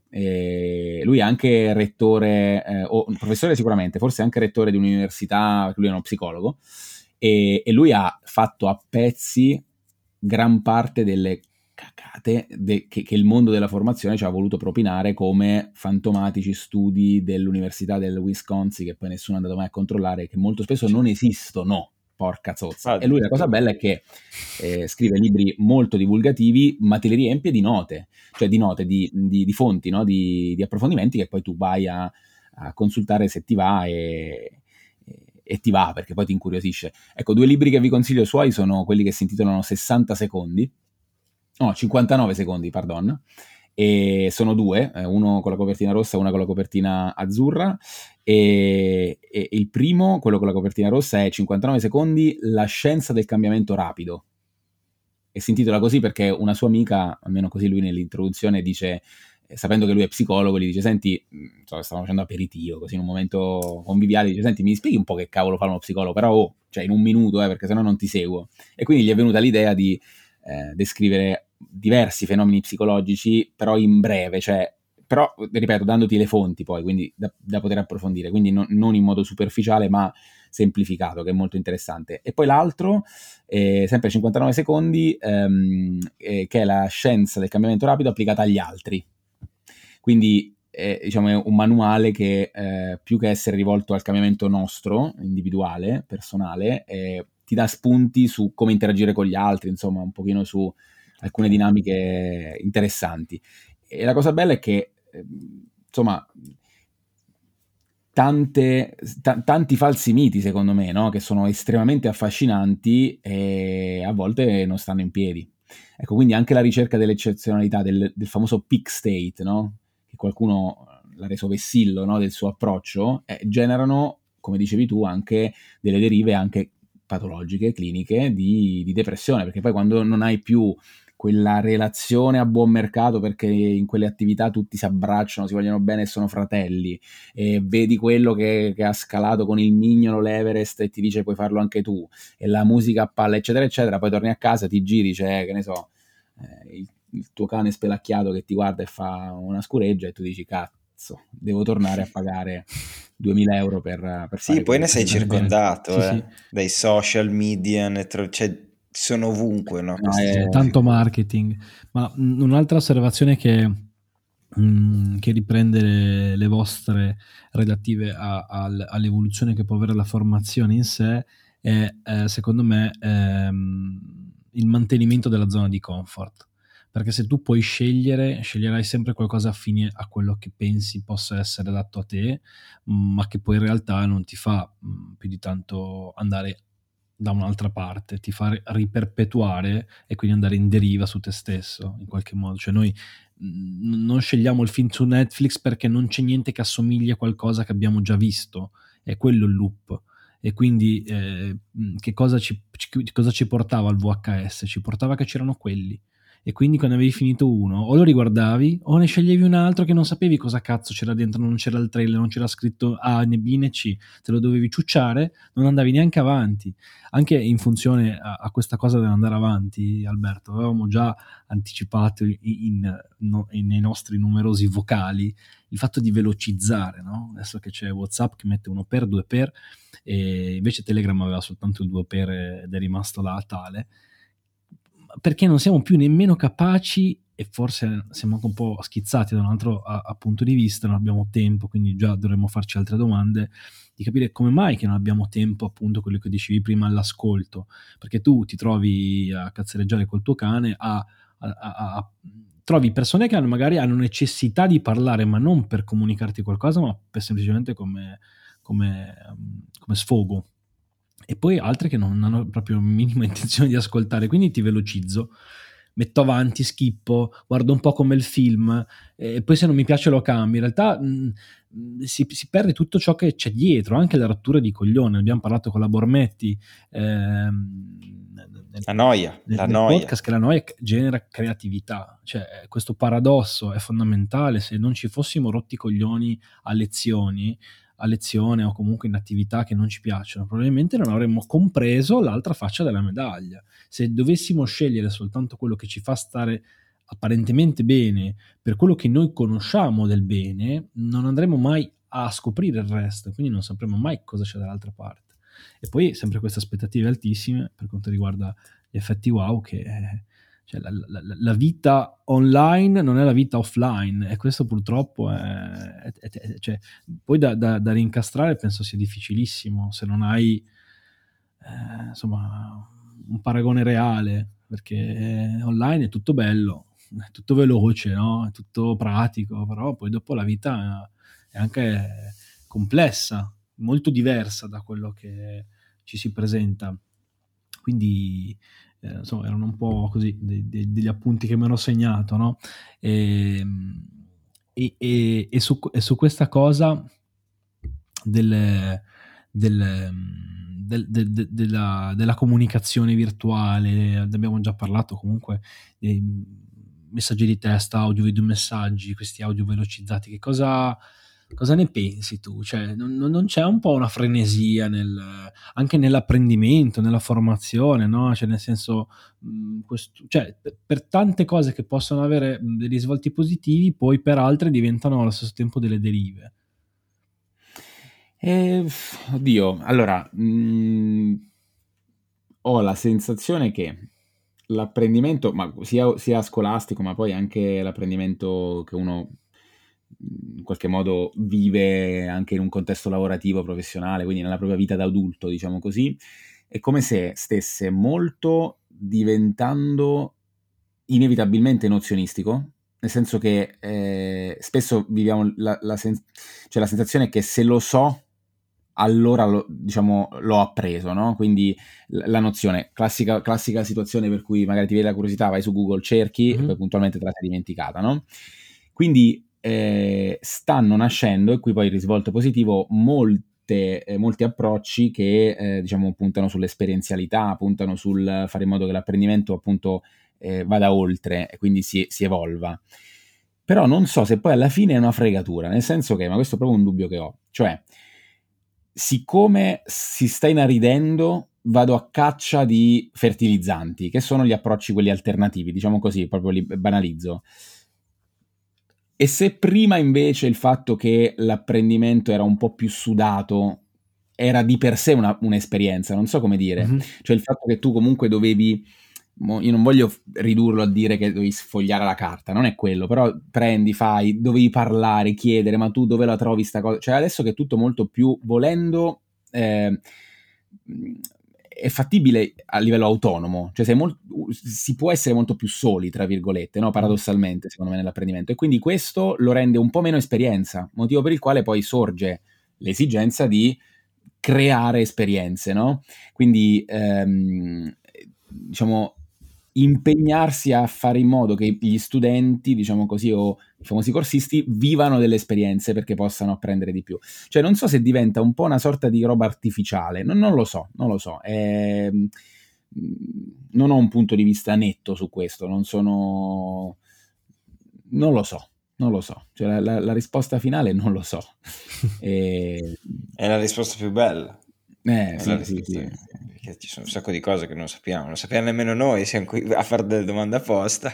E lui è anche rettore, eh, o professore sicuramente, forse anche rettore di un'università, lui è uno psicologo, e, e lui ha fatto a pezzi gran parte delle cacate de- che, che il mondo della formazione ci ha voluto propinare come fantomatici studi dell'università del Wisconsin, che poi nessuno è andato mai a controllare, che molto spesso non esistono, porca zozza. E lui la cosa bella è che eh, scrive libri molto divulgativi, ma te li riempie di note, cioè di note, di, di, di fonti, no? di, di approfondimenti che poi tu vai a, a consultare se ti va e, e ti va, perché poi ti incuriosisce. Ecco, due libri che vi consiglio suoi sono quelli che si intitolano sessanta secondi, no, cinquantanove secondi, pardon, e sono due, uno con la copertina rossa e una con la copertina azzurra, e, e il primo, quello con la copertina rossa, è cinquantanove secondi, la scienza del cambiamento rapido, e si intitola così perché una sua amica, almeno così lui nell'introduzione dice, sapendo che lui è psicologo, gli dice, senti, so, stavamo facendo aperitivo, così in un momento conviviale, dice, senti, mi spieghi un po' che cavolo fa uno psicologo, però oh, cioè in un minuto, eh, perché sennò non ti seguo. E quindi gli è venuta l'idea di eh, descrivere diversi fenomeni psicologici, però in breve, cioè, però, ripeto, dandoti le fonti poi, quindi da, da poter approfondire, quindi non, non in modo superficiale, ma semplificato, che è molto interessante. E poi l'altro, eh, sempre cinquantanove secondi, ehm, eh, che è la scienza del cambiamento rapido applicata agli altri. Quindi è, diciamo, è un manuale che eh, più che essere rivolto al cambiamento nostro, individuale, personale, eh, ti dà spunti su come interagire con gli altri, insomma, un pochino su alcune dinamiche interessanti. E la cosa bella è che, eh, insomma, tante, t- tanti falsi miti, secondo me, no? Che sono estremamente affascinanti e a volte non stanno in piedi. Ecco, quindi anche la ricerca dell'eccezionalità, del, del famoso peak state, no? Che qualcuno l'ha reso vessillo, no? Del suo approccio, eh, generano, come dicevi tu, anche delle derive anche patologiche, cliniche, di, di depressione, perché poi quando non hai più quella relazione a buon mercato, perché in quelle attività tutti si abbracciano, si vogliono bene e sono fratelli, e vedi quello che, che ha scalato con il mignolo l'Everest e ti dice puoi farlo anche tu, e la musica a palla eccetera eccetera, poi torni a casa, ti giri, c'è, che ne so, eh, il, il tuo cane spelacchiato che ti guarda e fa una scureggia e tu dici cazzo, devo tornare a pagare duemila euro per, per Sì, fare poi quello. ne sei circondato, Sì, eh, sì. dai social media, ne tro- cioè, sono ovunque, no, No, queste è- Tanto marketing. Ma mh, un'altra osservazione che, mh, che riprende le, le vostre relative a- al- all'evoluzione che può avere la formazione in sé è, eh, secondo me, ehm, il mantenimento della zona di comfort. Perché se tu puoi scegliere, sceglierai sempre qualcosa affine a quello che pensi possa essere adatto a te, mh, ma che poi in realtà non ti fa mh, più di tanto andare da un'altra parte, ti fa riperpetuare e quindi andare in deriva su te stesso in qualche modo. Cioè noi mh, non scegliamo il film su Netflix perché non c'è niente che assomigli a qualcosa che abbiamo già visto, è quello il loop. E quindi eh, mh, che cosa ci, ci- cosa ci portava al V H S? Ci portava che c'erano quelli. E quindi quando avevi finito uno, o lo riguardavi, o ne sceglievi un altro che non sapevi cosa cazzo c'era dentro, non c'era il trailer, non c'era scritto A, né B, né C, te lo dovevi ciucciare, non andavi neanche avanti. Anche in funzione a, a questa cosa dell'andare avanti, Alberto, avevamo già anticipato in, in, no, in, nei nostri numerosi vocali il fatto di velocizzare, no? Adesso che c'è WhatsApp che mette uno per, due per, e invece Telegram aveva soltanto il due per ed è rimasto là tale, perché non siamo più nemmeno capaci, e forse siamo anche un po' schizzati da un altro a, a punto di vista, non abbiamo tempo, quindi già dovremmo farci altre domande, di capire come mai che non abbiamo tempo, appunto quello che dicevi prima, all'ascolto, perché tu ti trovi a cazzereggiare col tuo cane, a, a, a, a trovi persone che hanno, magari hanno necessità di parlare, ma non per comunicarti qualcosa, ma per semplicemente come, come, come sfogo. E poi altre che non hanno proprio minima intenzione di ascoltare, quindi ti velocizzo, metto avanti, schippo, guardo un po' come il film, e poi se non mi piace lo cambio. In realtà mh, si, si perde tutto ciò che c'è dietro, anche la rottura di coglione. Abbiamo parlato con la Bormetti ehm, nel, La noia, nel, la nel noia. podcast, che la noia genera creatività. Cioè, questo paradosso è fondamentale. Se non ci fossimo rotti i coglioni a lezioni, a lezione o comunque in attività che non ci piacciono, probabilmente non avremmo compreso l'altra faccia della medaglia. Se dovessimo scegliere soltanto quello che ci fa stare apparentemente bene per quello che noi conosciamo del bene, non andremo mai a scoprire il resto, quindi non sapremo mai cosa c'è dall'altra parte. E poi sempre queste aspettative altissime per quanto riguarda gli effetti wow, che eh, cioè la, la, la vita online non è la vita offline, e questo purtroppo è, è, è, è cioè, poi da, da, da rincastrare penso sia difficilissimo se non hai eh, insomma un paragone reale, perché online è tutto bello, è tutto veloce, no? È tutto pratico, però poi dopo la vita è anche complessa, molto diversa da quello che ci si presenta. Quindi eh, insomma erano un po' così de- de- degli appunti che mi hanno segnato, no? E, e, e, e, su, e su questa cosa del, del, del, del, de- della, della comunicazione virtuale, abbiamo già parlato comunque dei messaggi di testa, audio, video messaggi, questi audio velocizzati, che cosa... Cosa ne pensi tu? Cioè, non, non c'è un po' una frenesia nel, anche nell'apprendimento, nella formazione, no? Cioè, nel senso, mh, questo, cioè, per, per tante cose che possono avere mh, dei risvolti positivi, poi per altre diventano allo stesso tempo delle derive. Eh, oddio, allora, mh, ho la sensazione che l'apprendimento, ma sia, sia scolastico, ma poi anche l'apprendimento che uno in qualche modo vive anche in un contesto lavorativo, professionale, quindi nella propria vita da adulto, diciamo così, è come se stesse molto diventando inevitabilmente nozionistico, nel senso che eh, spesso viviamo la, la, sen- cioè la sensazione che se lo so, allora lo, diciamo, l'ho appreso, no? Quindi l- la nozione, classica, classica situazione per cui magari ti viene la curiosità, vai su Google, cerchi Mhm. e poi puntualmente te la sei dimenticata, no? Quindi eh, stanno nascendo, e qui poi il risvolto positivo, molte, eh, molti approcci che eh, diciamo puntano sull'esperienzialità, puntano sul fare in modo che l'apprendimento appunto eh, vada oltre e quindi si, si evolva. Però non so se poi alla fine è una fregatura, nel senso che, ma questo è proprio un dubbio che ho, cioè, siccome si sta inaridendo, vado a caccia di fertilizzanti, che sono gli approcci quelli alternativi, diciamo così, proprio li banalizzo. E se prima invece il fatto che l'apprendimento era un po' più sudato era di per sé una, un'esperienza, non so come dire, Mhm. cioè il fatto che tu comunque dovevi, mo, io non voglio ridurlo a dire che dovevi sfogliare la carta, non è quello, però prendi, fai, dovevi parlare, chiedere, ma tu dove la trovi sta cosa? Cioè adesso che è tutto molto più, volendo, eh, è fattibile a livello autonomo, cioè sei molt- si può essere molto più soli, tra virgolette, no? Paradossalmente, secondo me, nell'apprendimento. E quindi questo lo rende un po' meno esperienza, motivo per il quale poi sorge l'esigenza di creare esperienze, no? Quindi, ehm, diciamo, impegnarsi a fare in modo che gli studenti, diciamo così, o i famosi corsisti, vivano delle esperienze perché possano apprendere di più. Cioè, non so se diventa un po' una sorta di roba artificiale, non, non lo so, non lo so. Ehm, non ho un punto di vista netto su questo, non sono... non lo so, non lo so. Cioè, la, la- la risposta finale non lo so. E... È la risposta più bella. Eh, È la sì, sì, risposta, sì. perché ci sono un sacco di cose che non sappiamo, non sappiamo nemmeno noi, siamo qui a fare delle domande apposta.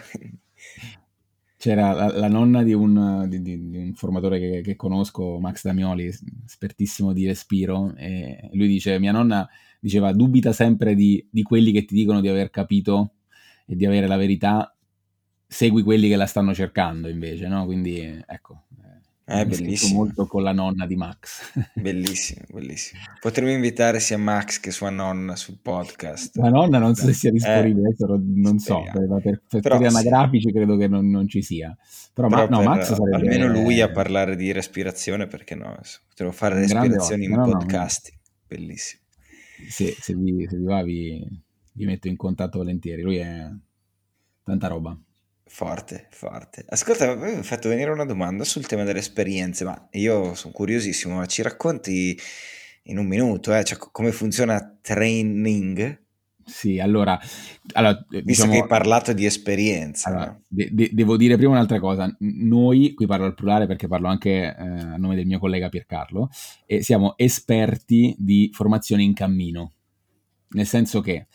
C'era la, la nonna di un, di, di- di un formatore che, che conosco, Max Damioli, espertissimo di respiro, e lui dice, mia nonna diceva, dubita sempre di, di quelli che ti dicono di aver capito e di avere la verità, segui quelli che la stanno cercando invece, no? Quindi, ecco, eh, È mi sento bellissimo, molto con la nonna di Max. bellissimo, bellissimo. Potremmo invitare sia Max che sua nonna sul podcast. La nonna non so se Dai. sia Eh, disponibile, adesso non non so, speriamo. per, per fattori Però sì, anagrafici credo che non, non ci sia. Però ma, però no, per Max eh, almeno lui a sarebbe parlare di respirazione, perché no? Potremmo fare un grande respirazioni ospite. in No, no, no. podcast, bellissimo. Se, se vi, se vi va vi, vi metto in contatto volentieri, lui è tanta roba. Forte, forte. Ascolta, mi hai fatto venire una domanda sul tema delle esperienze, ma io sono curiosissimo, ma ci racconti in un minuto, eh, cioè, co- come funziona training? Sì, allora, allora Visto che hai diciamo, parlato di esperienza, allora, no? de- de- devo dire prima un'altra cosa. N- Noi, qui parlo al plurale perché parlo anche eh, a nome del mio collega Piercarlo, e siamo esperti di formazione in cammino. Nel senso che,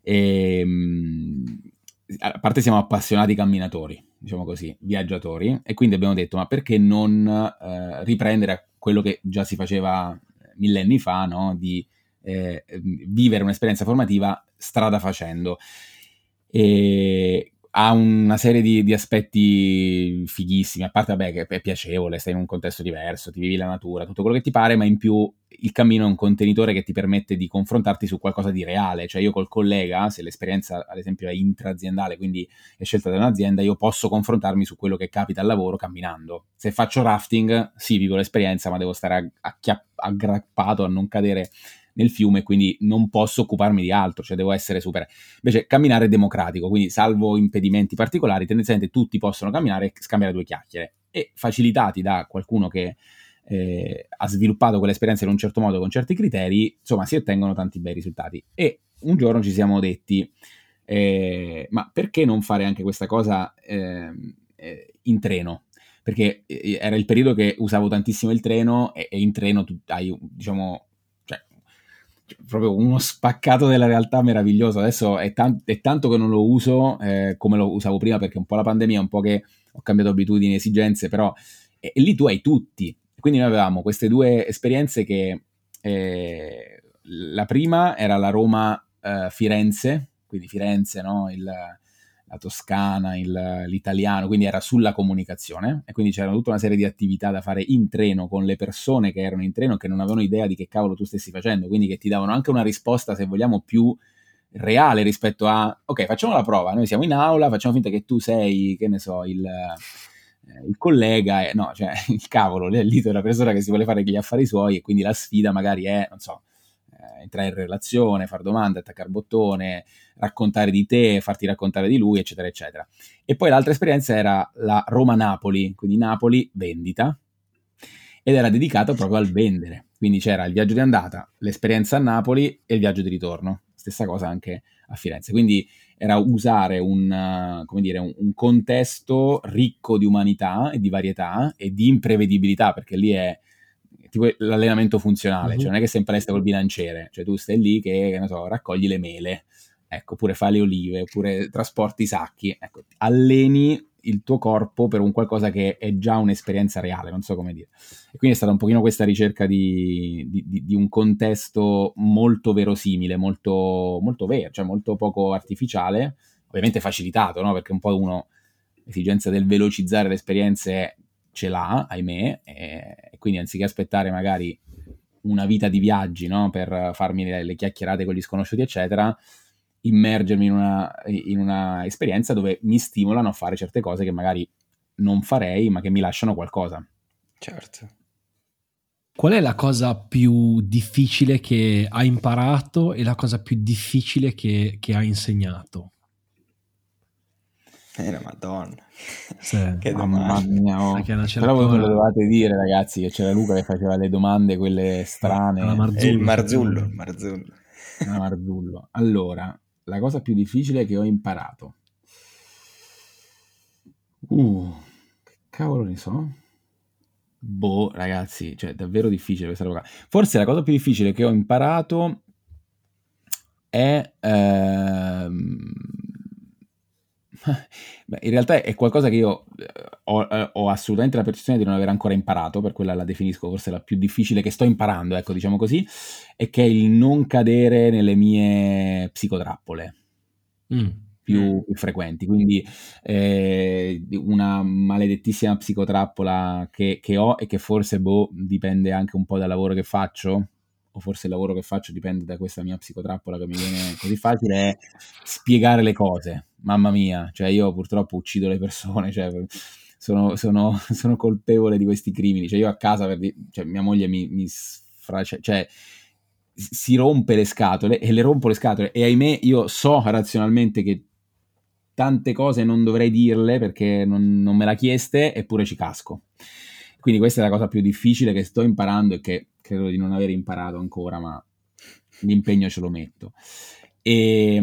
ehm, a parte siamo appassionati camminatori, diciamo così, viaggiatori, e quindi abbiamo detto, ma perché non eh, riprendere quello che già si faceva millenni fa, no? Di eh, vivere un'esperienza formativa strada facendo. E ha una serie di, di aspetti fighissimi, a parte vabbè, che è piacevole, stai in un contesto diverso, ti vivi la natura, tutto quello che ti pare, ma in più il cammino è un contenitore che ti permette di confrontarti su qualcosa di reale. Cioè io col collega, se l'esperienza ad esempio è intra-aziendale, quindi è scelta da un'azienda, io posso confrontarmi su quello che capita al lavoro camminando. Se faccio rafting, sì, vivo l'esperienza, ma devo stare acchiapp- aggrappato a non cadere nel fiume, quindi non posso occuparmi di altro, cioè devo essere super... Invece camminare è democratico, quindi salvo impedimenti particolari, tendenzialmente tutti possono camminare e scambiare due chiacchiere. E facilitati da qualcuno che eh, ha sviluppato quell'esperienza in un certo modo con certi criteri, insomma si ottengono tanti bei risultati. E un giorno ci siamo detti, eh, ma perché non fare anche questa cosa eh, eh, in treno? Perché eh, era il periodo che usavo tantissimo il treno e, e in treno tu hai, diciamo, cioè, proprio uno spaccato della realtà meraviglioso. Adesso è, tan- è tanto che non lo uso eh, come lo usavo prima, perché un po' la pandemia, un po' che ho cambiato abitudini, esigenze, però e, e lì tu hai tutti. Quindi noi avevamo queste due esperienze che eh, la prima era la Roma-Firenze, eh, quindi Firenze, no? Il, la Toscana, il, l'italiano, quindi era sulla comunicazione, e quindi c'era tutta una serie di attività da fare in treno con le persone che erano in treno, che non avevano idea di che cavolo tu stessi facendo, quindi che ti davano anche una risposta, se vogliamo, più reale rispetto a, ok, facciamo la prova, noi siamo in aula, facciamo finta che tu sei, che ne so, il, eh, il collega, e, no, cioè il cavolo, lì è la persona che si vuole fare gli affari suoi, e quindi la sfida magari è, non so, eh, entrare in relazione, far domande, attaccare bottone, raccontare di te, farti raccontare di lui, eccetera, eccetera. E poi l'altra esperienza era la Roma-Napoli, quindi Napoli vendita, ed era dedicato proprio al vendere. Quindi c'era il viaggio di andata, l'esperienza a Napoli e il viaggio di ritorno. Stessa cosa anche a Firenze. Quindi era usare un, come dire, un, un contesto ricco di umanità e di varietà e di imprevedibilità, perché lì è tipo l'allenamento funzionale, uh-huh. Cioè non è che sei in palestra col bilanciere, cioè tu stai lì che, che ne so, raccogli le mele, ecco, oppure fai le olive, oppure trasporti i sacchi, ecco, alleni il tuo corpo per un qualcosa che è già un'esperienza reale, non so come dire. E quindi è stata un pochino questa ricerca di, di, di un contesto molto verosimile, molto, molto vero, cioè molto poco artificiale, ovviamente facilitato, no? Perché un po' uno l'esigenza del velocizzare le esperienze ce l'ha, ahimè, e, e quindi anziché aspettare magari una vita di viaggi, no? Per farmi le, le chiacchierate con gli sconosciuti, eccetera, immergermi in una, in una esperienza dove mi stimolano a fare certe cose che magari non farei, ma che mi lasciano qualcosa. Certo. Qual è la cosa più difficile che hai imparato e la cosa più difficile che, che hai insegnato? Eh, la Madonna. Sì. Che Mamma mia, oh. Però voi me lo dovete dire, ragazzi, che c'era Luca che faceva le domande, quelle strane. È il Marzullo, il Marzullo. Ah, Marzullo. Allora, la cosa più difficile che ho imparato. Uh, che cavolo ne so? Boh, ragazzi, cioè davvero difficile questa roba. Forse la cosa più difficile che ho imparato è ehm... Beh, in realtà è qualcosa che io ho, ho assolutamente la percezione di non aver ancora imparato, per quella la definisco forse la più difficile che sto imparando, ecco, diciamo così, e che è il non cadere nelle mie psicotrappole mm. più, più frequenti. Quindi eh, una maledettissima psicotrappola che, che ho e che forse boh, dipende anche un po' dal lavoro che faccio, o forse il lavoro che faccio dipende da questa mia psicotrappola che mi viene così facile, è spiegare le cose. Mamma mia, cioè io purtroppo uccido le persone, cioè sono, sono, sono colpevole di questi crimini, cioè io a casa, per di- cioè mia moglie mi, mi sfrace, cioè si rompe le scatole e le rompo le scatole e ahimè io so razionalmente che tante cose non dovrei dirle perché non, non me l'ha chieste, eppure ci casco. Quindi questa è la cosa più difficile che sto imparando e che credo di non aver imparato ancora, ma l'impegno ce lo metto. E,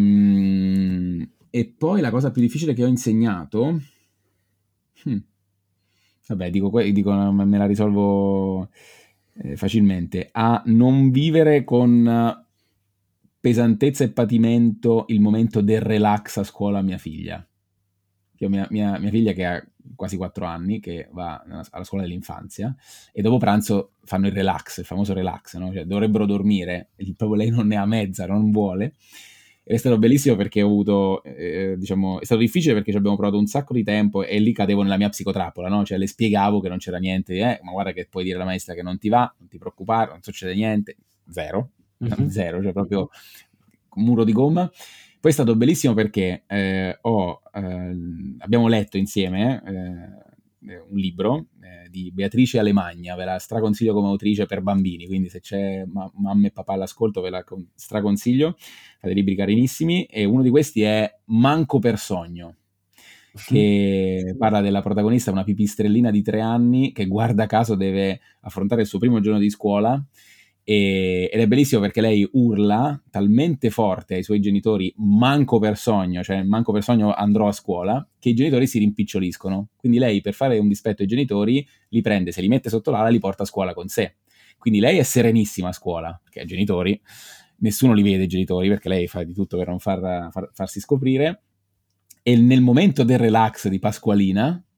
e poi la cosa più difficile che ho insegnato, hmm, vabbè, dico, dico me la risolvo eh, facilmente, a non vivere con pesantezza e patimento il momento del relax a scuola a mia figlia. Io ho mia, mia, mia figlia che ha quasi quattro anni, che va alla scuola dell'infanzia, e dopo pranzo fanno il relax, il famoso relax, no? Cioè, dovrebbero dormire, e proprio lei non ne ha mezza, non vuole. Ed è stato bellissimo perché ho avuto, eh, diciamo, è stato difficile perché ci abbiamo provato un sacco di tempo e lì cadevo nella mia psicotrappola, no? Cioè le spiegavo che non c'era niente, eh, ma guarda che puoi dire alla maestra che non ti va, non ti preoccupare, non succede niente, zero, uh-huh. zero, cioè proprio un muro di gomma. Poi è stato bellissimo perché eh, ho, eh, abbiamo letto insieme eh, un libro eh, di Beatrice Alemagna, ve la straconsiglio come autrice per bambini, quindi se c'è ma- mamma e papà all'ascolto ve la con- straconsiglio, fate libri carinissimi, e uno di questi è Manco per sogno, che parla della protagonista, una pipistrellina di tre anni che guarda caso deve affrontare il suo primo giorno di scuola. Ed è bellissimo perché lei urla talmente forte ai suoi genitori manco per sogno, cioè manco per sogno andrò a scuola, che i genitori si rimpiccioliscono. Quindi lei, per fare un dispetto ai genitori, li prende, se li mette sotto l'ala, li porta a scuola con sé. Quindi lei è serenissima a scuola, perché ai genitori nessuno li vede i genitori, perché lei fa di tutto per non far, far, farsi scoprire. E nel momento del relax di Pasqualina,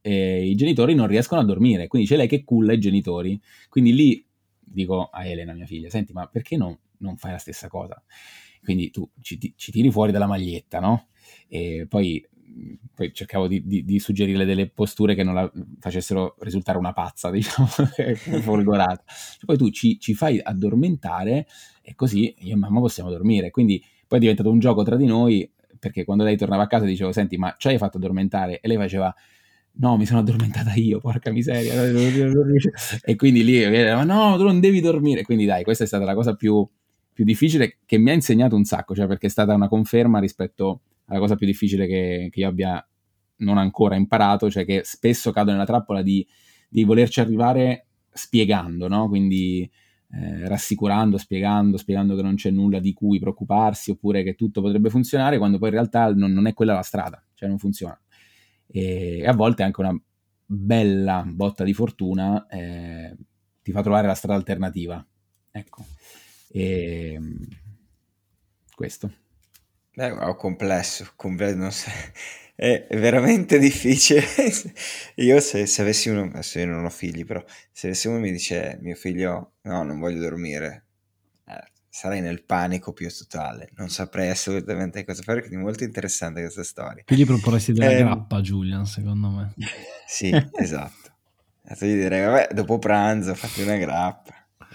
e i genitori non riescono a dormire, quindi c'è lei che culla i genitori. Quindi lì dico a Elena, mia figlia, senti, ma perché non, non fai la stessa cosa? Quindi tu ci, ci tiri fuori dalla maglietta, no? E poi, poi cercavo di, di, di suggerire delle posture che non la facessero risultare una pazza, diciamo, folgorata. Poi tu ci, ci fai addormentare e così io e mamma possiamo dormire. Quindi poi è diventato un gioco tra di noi, perché quando lei tornava a casa dicevo, senti, ma ci hai fatto addormentare? E lei faceva, no, mi sono addormentata io, porca miseria. E quindi lì, ma no, tu non devi dormire. Quindi dai, questa è stata la cosa più, più difficile, che mi ha insegnato un sacco, cioè perché è stata una conferma rispetto alla cosa più difficile che, che io abbia non ancora imparato, cioè che spesso cado nella trappola di, di volerci arrivare spiegando, no? Quindi eh, rassicurando, spiegando, spiegando che non c'è nulla di cui preoccuparsi, oppure che tutto potrebbe funzionare, quando poi in realtà non, non è quella la strada, cioè non funziona. E a volte anche una bella botta di fortuna eh, ti fa trovare la strada alternativa, ecco. E questo Beh, wow, complesso, complesso, non so, è veramente difficile. Io se, se avessi uno, adesso io non ho figli, però se avessi uno mi dice mio figlio no, non voglio dormire, eh, sarei nel panico più totale, non saprei assolutamente cosa fare, quindi molto interessante questa storia. Tu gli proporresti della Ehm, grappa, Julian, secondo me. Sì, esatto. Adesso gli direi, vabbè, dopo pranzo fatti una grappa.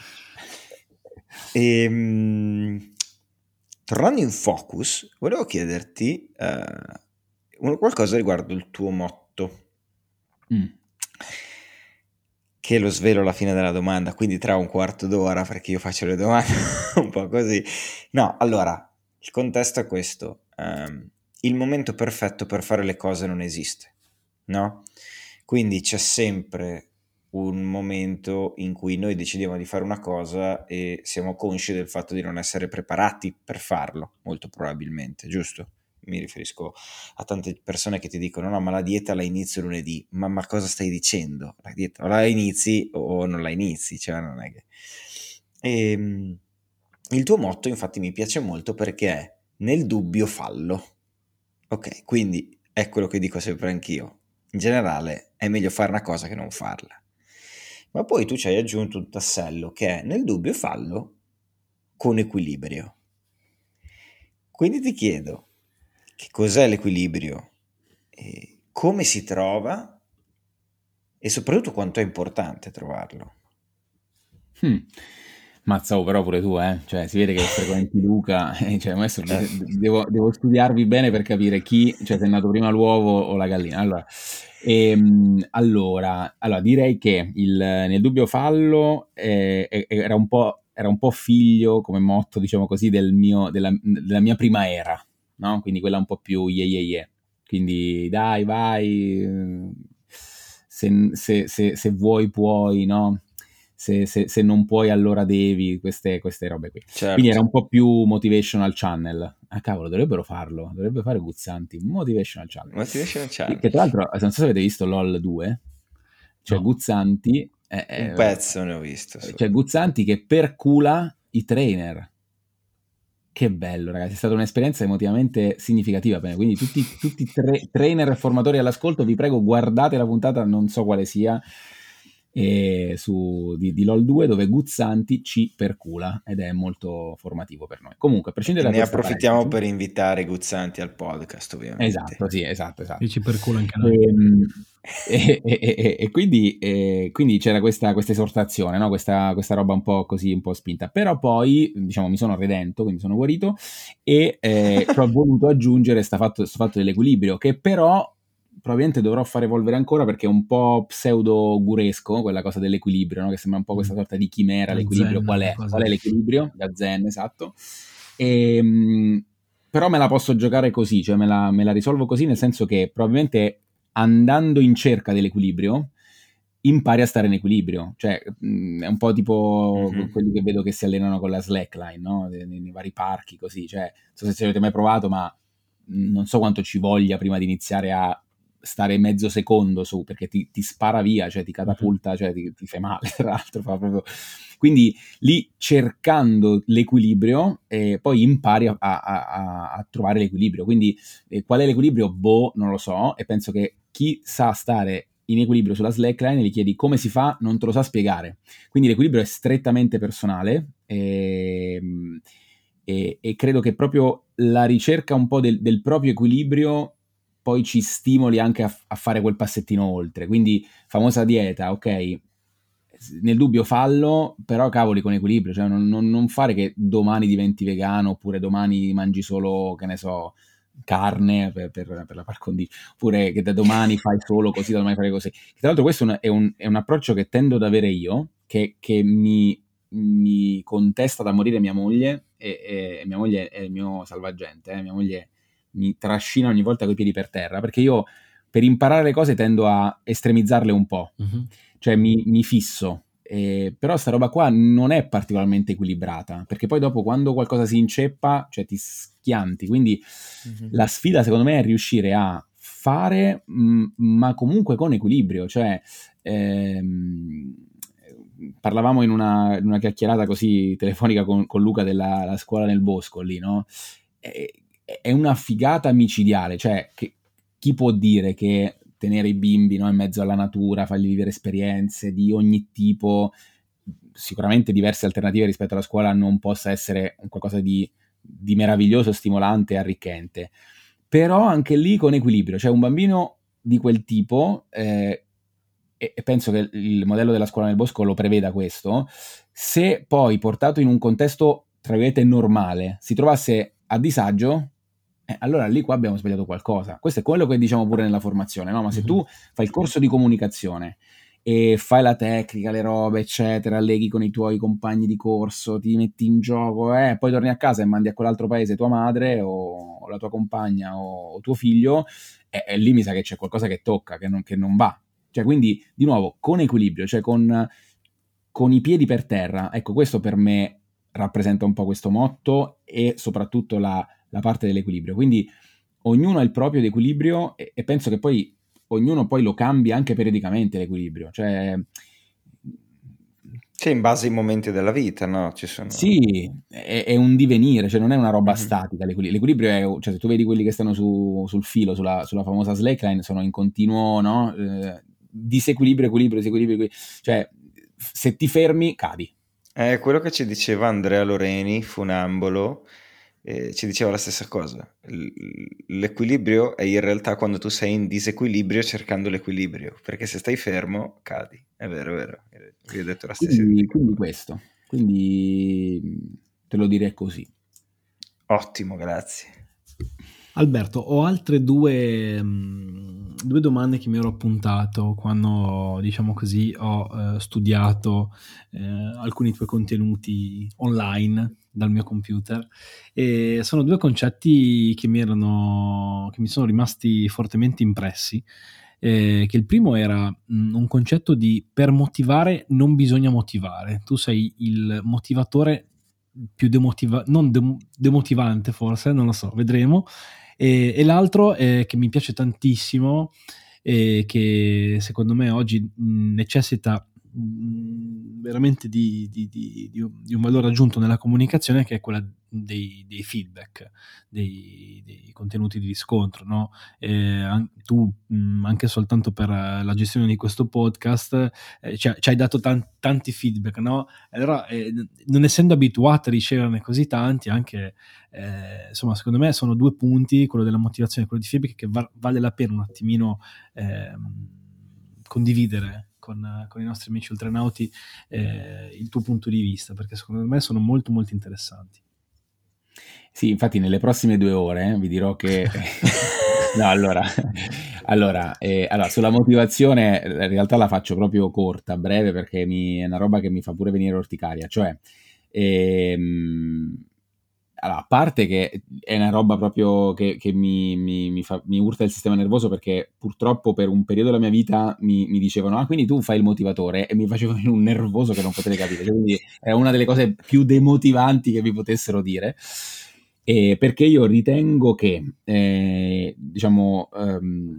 Ehm, tornando in focus, volevo chiederti eh, un- qualcosa riguardo il tuo motto, mm. che lo svelo alla fine della domanda, quindi tra un quarto d'ora, perché io faccio le domande un po' così. No, allora, il contesto è questo. ehm, il momento perfetto per fare le cose non esiste, no? Quindi c'è sempre un momento in cui noi decidiamo di fare una cosa e siamo consci del fatto di non essere preparati per farlo, molto probabilmente, giusto? Mi riferisco a tante persone che ti dicono no, ma la dieta la inizio lunedì, ma, ma cosa stai dicendo? La dieta o la inizi o non la inizi, cioè non è che... E, il tuo motto infatti mi piace molto perché è nel dubbio fallo. Ok, quindi è quello che dico sempre anch'io. In generale è meglio fare una cosa che non farla. Ma poi tu ci hai aggiunto un tassello che è nel dubbio fallo con equilibrio. Quindi ti chiedo, che cos'è l'equilibrio? E come si trova? E soprattutto quanto è importante trovarlo? Hmm. Mazza, oh, però pure tu, eh? Cioè, si vede che frequenti Luca, eh, cioè, adesso devo, devo studiarvi bene per capire chi, cioè, se è nato prima l'uovo o la gallina. Allora, ehm, allora, allora direi che il, nel dubbio fallo eh, eh, era, un po', era un po' figlio, come motto, diciamo così, del mio, della, della mia prima era, no? Quindi quella un po' più ye ye ye. Quindi dai, vai, se, se, se, se vuoi puoi, no? Se, se, se non puoi allora devi, queste, queste robe qui. Certo. Quindi era un po' più motivational channel. Ah cavolo, dovrebbero farlo, dovrebbe fare Guzzanti, motivational channel. Motivational channel. Che tra l'altro, non so se avete visto LOL due, cioè No. Guzzanti... È, Un pezzo ne ho visto. C'è cioè Guzzanti che percula i trainer. Che bello, ragazzi, è stata un'esperienza emotivamente significativa per me. Quindi tutti, tutti i tra- trainer e formatori all'ascolto, vi prego, guardate la puntata, non so quale sia, e su, di, di LOL due, dove Guzzanti ci percula ed è molto formativo per noi. Comunque, a prescindere E da ne questa approfittiamo parentesi- per invitare Guzzanti al podcast, ovviamente. Esatto, sì, esatto, esatto. E ci percula anche noi. Ehm, E, e, e, e quindi, e quindi c'era questa, questa esortazione, no? questa, questa roba un po' così, un po' spinta. Però poi, diciamo, mi sono redento, quindi sono guarito, e eh, ho voluto aggiungere sto fatto, sto fatto dell'equilibrio, che però probabilmente dovrò far evolvere ancora, perché è un po' pseudo-guresco, quella cosa dell'equilibrio, no? Che sembra un po' questa sorta di chimera. Da L'equilibrio zen, qual è? quasi. Qual è l'equilibrio? Da zen, esatto. E, mh, però me la posso giocare così, cioè me la, me la risolvo così, nel senso che probabilmente andando in cerca dell'equilibrio impari a stare in equilibrio, cioè mh, è un po' tipo Mhm. quelli che vedo che si allenano con la slackline, no? nei, nei vari parchi così, cioè non so se ci avete mai provato, ma mh, non so quanto ci voglia prima di iniziare a stare mezzo secondo su, perché ti, ti spara via, cioè ti catapulta, cioè ti, ti fai male, tra l'altro fa proprio... Quindi lì, cercando l'equilibrio, eh, poi impari a, a, a, a trovare l'equilibrio. Quindi eh, qual è l'equilibrio? Boh, non lo so, e penso che chi sa stare in equilibrio sulla slackline, gli chiedi come si fa, non te lo sa spiegare. Quindi l'equilibrio è strettamente personale e, e, e credo che proprio la ricerca un po' del, del proprio equilibrio poi ci stimoli anche a, a fare quel passettino oltre. Quindi famosa dieta, ok, nel dubbio fallo, però cavoli con equilibrio, cioè non, non, non fare che domani diventi vegano oppure domani mangi solo, che ne so, carne per, per, per la par condicio, oppure che da domani fai solo così, da domani fai così. Tra l'altro questo è un, è un approccio che tendo ad avere io, che, che mi, mi contesta da morire mia moglie, e, e mia moglie è il mio salvagente, eh? Mia moglie mi trascina ogni volta coi piedi per terra, perché io per imparare le cose tendo a estremizzarle un po', mm-hmm. Cioè mi, mi fisso. Eh, però sta roba qua non è particolarmente equilibrata, perché poi dopo quando qualcosa si inceppa, cioè ti schianti, quindi mm-hmm. La sfida secondo me è riuscire a fare mh, ma comunque con equilibrio, cioè ehm, parlavamo in una, in una chiacchierata così telefonica con, con Luca della la scuola nel bosco lì, no? È, è una figata micidiale, cioè che, chi può dire che tenere i bimbi, no, in mezzo alla natura, fargli vivere esperienze di ogni tipo, sicuramente diverse alternative rispetto alla scuola, non possa essere un qualcosa di, di meraviglioso, stimolante e arricchente. Però anche lì con equilibrio, cioè un bambino di quel tipo, eh, e penso che il modello della scuola nel bosco lo preveda questo, se poi portato in un contesto, tra virgolette, normale, si trovasse a disagio, Eh, allora lì qua abbiamo sbagliato qualcosa. Questo è quello che diciamo pure nella formazione, no? Ma se tu fai il corso di comunicazione e fai la tecnica, le robe, eccetera, leghi con i tuoi compagni di corso, ti metti in gioco, eh, poi torni a casa e mandi a quell'altro paese tua madre o, o la tua compagna o, o tuo figlio, e, e lì mi sa che c'è qualcosa che tocca, che non, che non va. Cioè, quindi, di nuovo, con equilibrio, cioè con, con i piedi per terra. Ecco, questo per me rappresenta un po' questo motto e soprattutto la la parte dell'equilibrio. Quindi ognuno ha il proprio equilibrio e, e penso che poi ognuno poi lo cambia anche periodicamente l'equilibrio. Cioè, sì, in base ai momenti della vita, no? Ci sono... Sì, è, è un divenire, cioè non è una roba mm-hmm. statica. L'equilibrio, l'equilibrio è, cioè se tu vedi quelli che stanno su, sul filo, sulla, sulla famosa slackline, sono in continuo, no? Eh, disequilibrio, equilibrio, disequilibrio, equilibrio. Cioè se ti fermi, cadi. È quello che ci diceva Andrea Loreni, funambolo, eh, ci diceva la stessa cosa. L- l'equilibrio è in realtà quando tu sei in disequilibrio cercando l'equilibrio, perché se stai fermo cadi. È vero, è vero. Io ho detto la stessa quindi, quindi questo, quindi te lo direi così. Ottimo, grazie. Alberto, ho altre due, due domande che mi ero appuntato quando, diciamo così, ho eh, studiato eh, alcuni tuoi contenuti online dal mio computer, e sono due concetti che mi erano, che mi sono rimasti fortemente impressi. Eh, che il primo era mh, un concetto di per motivare non bisogna motivare. Tu sei il motivatore più demotiva- non dem- demotivante forse, non lo so, vedremo. E, e l'altro eh, che mi piace tantissimo e che secondo me oggi mh, necessita mh, veramente di, di, di, di, un, di un valore aggiunto nella comunicazione, che è quella dei, dei feedback, dei, dei contenuti di riscontro, no? Eh, an- tu mh, anche soltanto per la gestione di questo podcast eh, ci, ci hai dato tan- tanti feedback, no? Allora eh, non essendo abituato a riceverne così tanti, anche eh, insomma secondo me sono due punti, quello della motivazione e quello di feedback, che va- vale la pena un attimino eh, condividere con, con i nostri amici ultranauti eh, il tuo punto di vista, perché secondo me sono molto molto interessanti. Sì, infatti nelle prossime due ore eh, vi dirò che... no, allora, allora, eh, allora, sulla motivazione in realtà la faccio proprio corta, breve, perché mi, è una roba che mi fa pure venire orticaria. Cioè, ehm, allora, a parte che è una roba proprio che, che mi, mi, mi, fa, mi urta il sistema nervoso, perché purtroppo per un periodo della mia vita mi, mi dicevano ah, quindi tu fai il motivatore, e mi facevo un nervoso che non potete capire. Cioè, quindi è una delle cose più demotivanti che vi potessero dire. Eh, perché io ritengo che eh, diciamo um,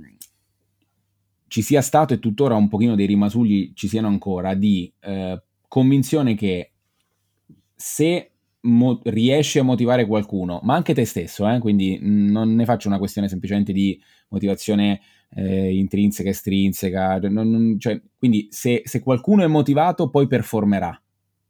ci sia stato e tuttora un pochino dei rimasugli ci siano ancora di eh, convinzione che se mo- riesci a motivare qualcuno, ma anche te stesso, eh, quindi non ne faccio una questione semplicemente di motivazione eh, intrinseca, estrinseca, non, non, cioè, quindi se, se qualcuno è motivato poi performerà.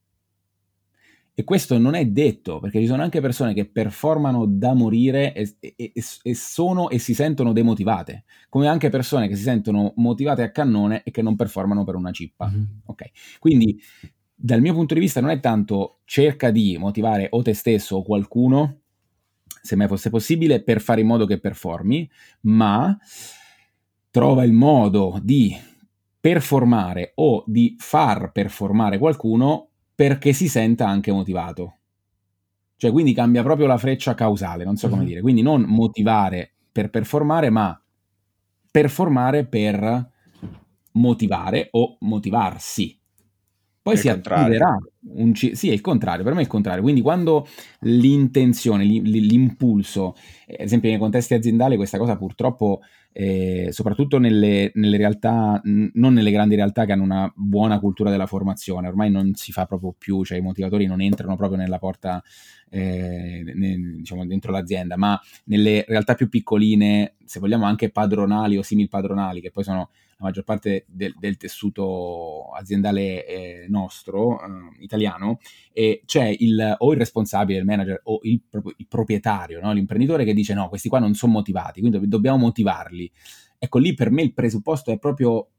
E questo non è detto, perché ci sono anche persone che performano da morire e, e, e sono e si sentono demotivate, come anche persone che si sentono motivate a cannone e che non performano per una cippa. Mm-hmm. Ok, quindi dal mio punto di vista non è tanto cerca di motivare o te stesso o qualcuno, se mai fosse possibile, per fare in modo che performi, ma trova il modo di performare o di far performare qualcuno perché si senta anche motivato. Cioè, quindi cambia proprio la freccia causale, non so mm-hmm. come dire. Quindi non motivare per performare, ma performare per motivare o motivarsi. Poi è si attiverà un c- sì, è il contrario, per me è il contrario. Quindi quando l'intenzione, l'impulso, ad esempio nei contesti aziendali questa cosa purtroppo, eh, soprattutto nelle, nelle realtà, non nelle grandi realtà che hanno una buona cultura della formazione, ormai non si fa proprio più, cioè i motivatori non entrano proprio nella porta, eh, nel, diciamo dentro l'azienda, ma nelle realtà più piccoline, se vogliamo anche padronali o simil padronali, che poi sono la maggior parte del, del tessuto aziendale eh, nostro, eh, italiano, e c'è il, o il responsabile, il manager, o il, il proprietario, no? L'imprenditore che dice no, questi qua non sono motivati, quindi dobbiamo motivarli. Ecco, lì per me il presupposto è proprio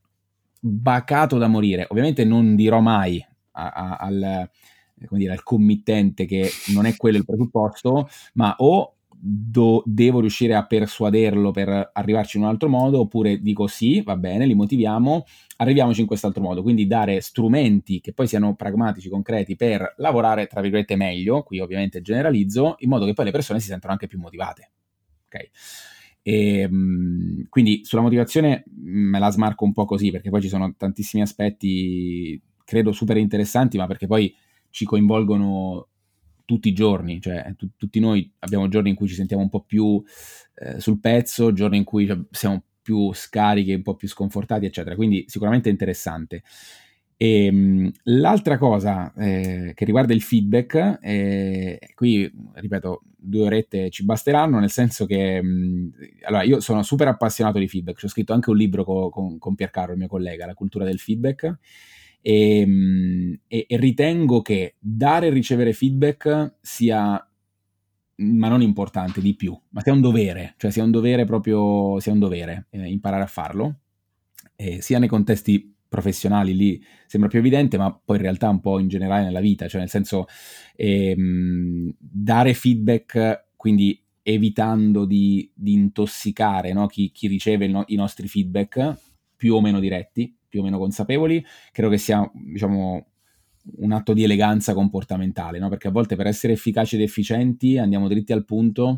bacato da morire. Ovviamente non dirò mai a, a, al, come dire, al committente che non è quello il presupposto, ma o Do, devo riuscire a persuaderlo per arrivarci in un altro modo, oppure dico sì, va bene, li motiviamo, arriviamoci in quest'altro modo. Quindi dare strumenti che poi siano pragmatici, concreti, per lavorare, tra virgolette, meglio, qui ovviamente generalizzo, in modo che poi le persone si sentano anche più motivate. Ok? E, quindi sulla motivazione me la smarco un po' così, perché poi ci sono tantissimi aspetti, credo, super interessanti, ma perché poi ci coinvolgono tutti i giorni, cioè t- tutti noi abbiamo giorni in cui ci sentiamo un po' più eh, sul pezzo, giorni in cui siamo più scarichi, un po' più sconfortati, eccetera. Quindi sicuramente interessante. E, mh, l'altra cosa eh, che riguarda il feedback, eh, qui ripeto, due orette ci basteranno, nel senso che mh, allora io sono super appassionato di feedback, ci ho scritto anche un libro co- con, con Piercarlo, il mio collega, La cultura del feedback. E, e, e ritengo che dare e ricevere feedback sia, ma non importante, di più, ma sia un dovere, cioè sia un dovere proprio, sia un dovere eh, imparare a farlo, eh, sia nei contesti professionali, lì sembra più evidente, ma poi in realtà un po' in generale nella vita, cioè nel senso ehm, dare feedback, quindi evitando di, di intossicare, no, chi, chi riceve il no, i nostri feedback, più o meno diretti, più o meno consapevoli, credo che sia, diciamo, un atto di eleganza comportamentale, no? Perché a volte per essere efficaci ed efficienti andiamo dritti al punto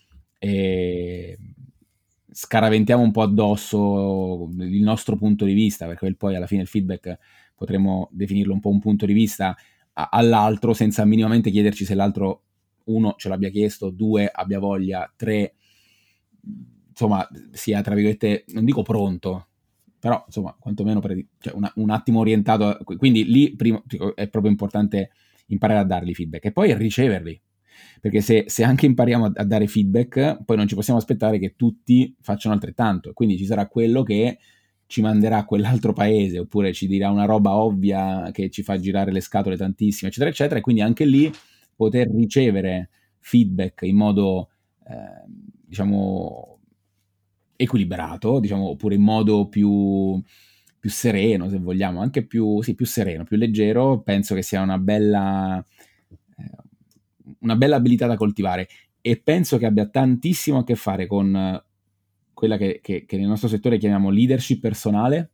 e scaraventiamo un po' addosso il nostro punto di vista, perché poi alla fine il feedback potremmo definirlo un po' un punto di vista a- all'altro senza minimamente chiederci se l'altro, uno, ce l'abbia chiesto, due, abbia voglia, tre, insomma, sia, tra virgolette, non dico pronto, però insomma quantomeno per, cioè, una, un attimo orientato a, quindi lì prima è proprio importante imparare a dargli feedback e poi a riceverli, perché se, se anche impariamo a, a dare feedback poi non ci possiamo aspettare che tutti facciano altrettanto, quindi ci sarà quello che ci manderà a quell'altro paese oppure ci dirà una roba ovvia che ci fa girare le scatole tantissimo, eccetera eccetera, e quindi anche lì poter ricevere feedback in modo eh, diciamo equilibrato, diciamo, oppure in modo più, più sereno, se vogliamo, anche più, sì, più sereno, più leggero, penso che sia una bella, eh, una bella abilità da coltivare e penso che abbia tantissimo a che fare con quella che, che, che nel nostro settore chiamiamo leadership personale,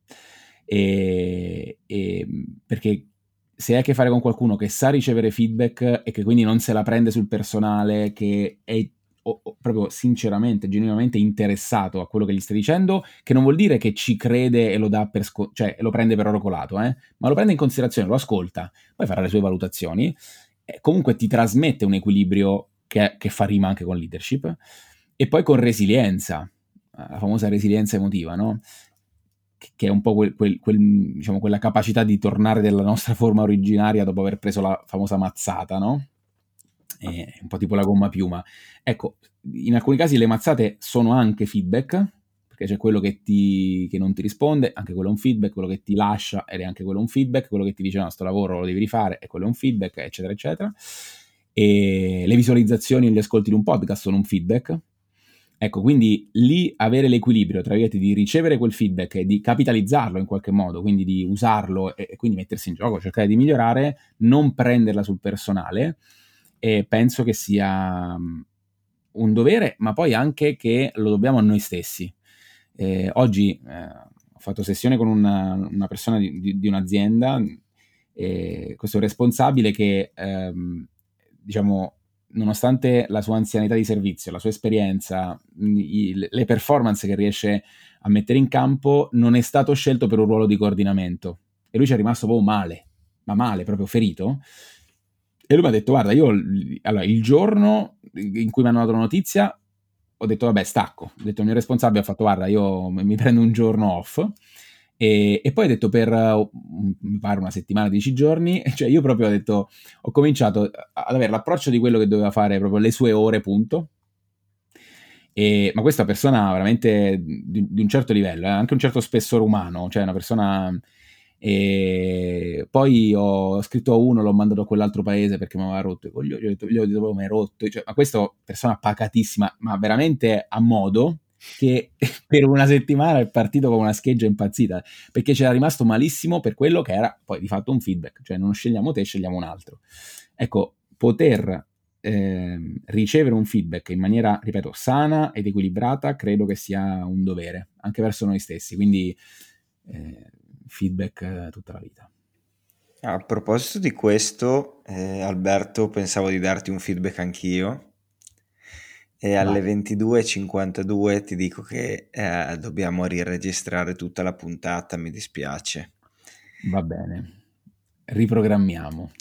e, e perché se hai a che fare con qualcuno che sa ricevere feedback e che quindi non se la prende sul personale, che è O, o proprio sinceramente, genuinamente interessato a quello che gli stai dicendo, che non vuol dire che ci crede e lo dà per sco- cioè lo prende per oro colato, eh? Ma lo prende in considerazione, lo ascolta, poi farà le sue valutazioni e comunque ti trasmette un equilibrio che, che fa rima anche con leadership e poi con resilienza, la famosa resilienza emotiva, no? Che è un po' quel, quel, quel, diciamo, quella capacità di tornare nella nostra forma originaria dopo aver preso la famosa mazzata, no? È un po' tipo la gomma piuma. Ecco, in alcuni casi le mazzate sono anche feedback, perché c'è quello che, ti, che non ti risponde, anche quello è un feedback, quello che ti lascia ed è anche quello un feedback, quello che ti dice no, sto lavoro lo devi rifare e quello è un feedback, eccetera, eccetera. E le visualizzazioni e gli ascolti di un podcast sono un feedback. Ecco, quindi lì avere l'equilibrio tra virgolette di ricevere quel feedback e di capitalizzarlo in qualche modo, quindi di usarlo e, e quindi mettersi in gioco, cercare di migliorare, non prenderla sul personale, e penso che sia un dovere, ma poi anche che lo dobbiamo a noi stessi. Eh, oggi eh, ho fatto sessione con una, una persona di, di, di un'azienda, eh, questo responsabile che, ehm, diciamo, nonostante la sua anzianità di servizio, la sua esperienza, i, le performance che riesce a mettere in campo, non è stato scelto per un ruolo di coordinamento. E lui ci è rimasto proprio male, ma male, proprio ferito. E lui mi ha detto, guarda, io allora, il giorno in cui mi hanno dato la notizia, ho detto, vabbè, stacco. Ho detto, il mio responsabile ha fatto, guarda, io mi prendo un giorno off. E, e poi ho detto per, uh, mi pare una settimana, dieci giorni, cioè io proprio ho detto, ho cominciato ad avere l'approccio di quello che doveva fare proprio le sue ore, punto. E, ma questa persona veramente di, di un certo livello, eh, anche un certo spessore umano, cioè una persona... E poi ho scritto a uno, l'ho mandato a quell'altro paese perché mi aveva rotto i coglioni, gli ho detto, gli ho detto mi hai rotto, cioè, ma questa persona pacatissima, ma veramente a modo, che per una settimana è partito con una scheggia impazzita, perché c'era rimasto malissimo per quello che era poi di fatto un feedback, cioè non scegliamo te, scegliamo un altro. Ecco, poter eh, ricevere un feedback in maniera, ripeto, sana ed equilibrata, credo che sia un dovere, anche verso noi stessi, quindi eh, feedback eh, tutta la vita. A proposito di questo, eh, Alberto, pensavo di darti un feedback anch'io. E alle Vai. ventidue e cinquantadue ti dico che eh, dobbiamo riregistrare tutta la puntata, mi dispiace. Va bene, riprogrammiamo.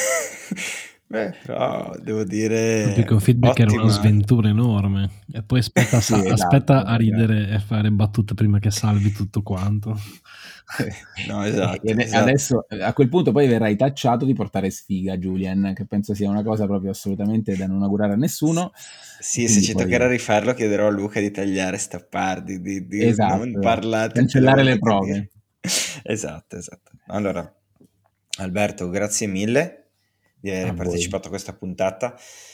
Beh, però devo dire, Più che un feedback era una ottima. sventura enorme. E poi aspetta, Sì, sa- esatto, aspetta a esatto. ridere e fare battute prima che salvi tutto quanto. No, E esatto, ade- esatto. adesso a quel punto poi verrai tacciato di portare sfiga, Julian, che penso sia una cosa proprio assolutamente da non augurare a nessuno. E Sì, se quindi ci poi toccherà rifarlo chiederò a Luca di tagliare sta parte, di, di non esatto, esatto. parlare tutte le Cancellare le volte che dici. prove. Esatto, esatto. Allora, Alberto, grazie mille di A aver voi. partecipato a questa puntata.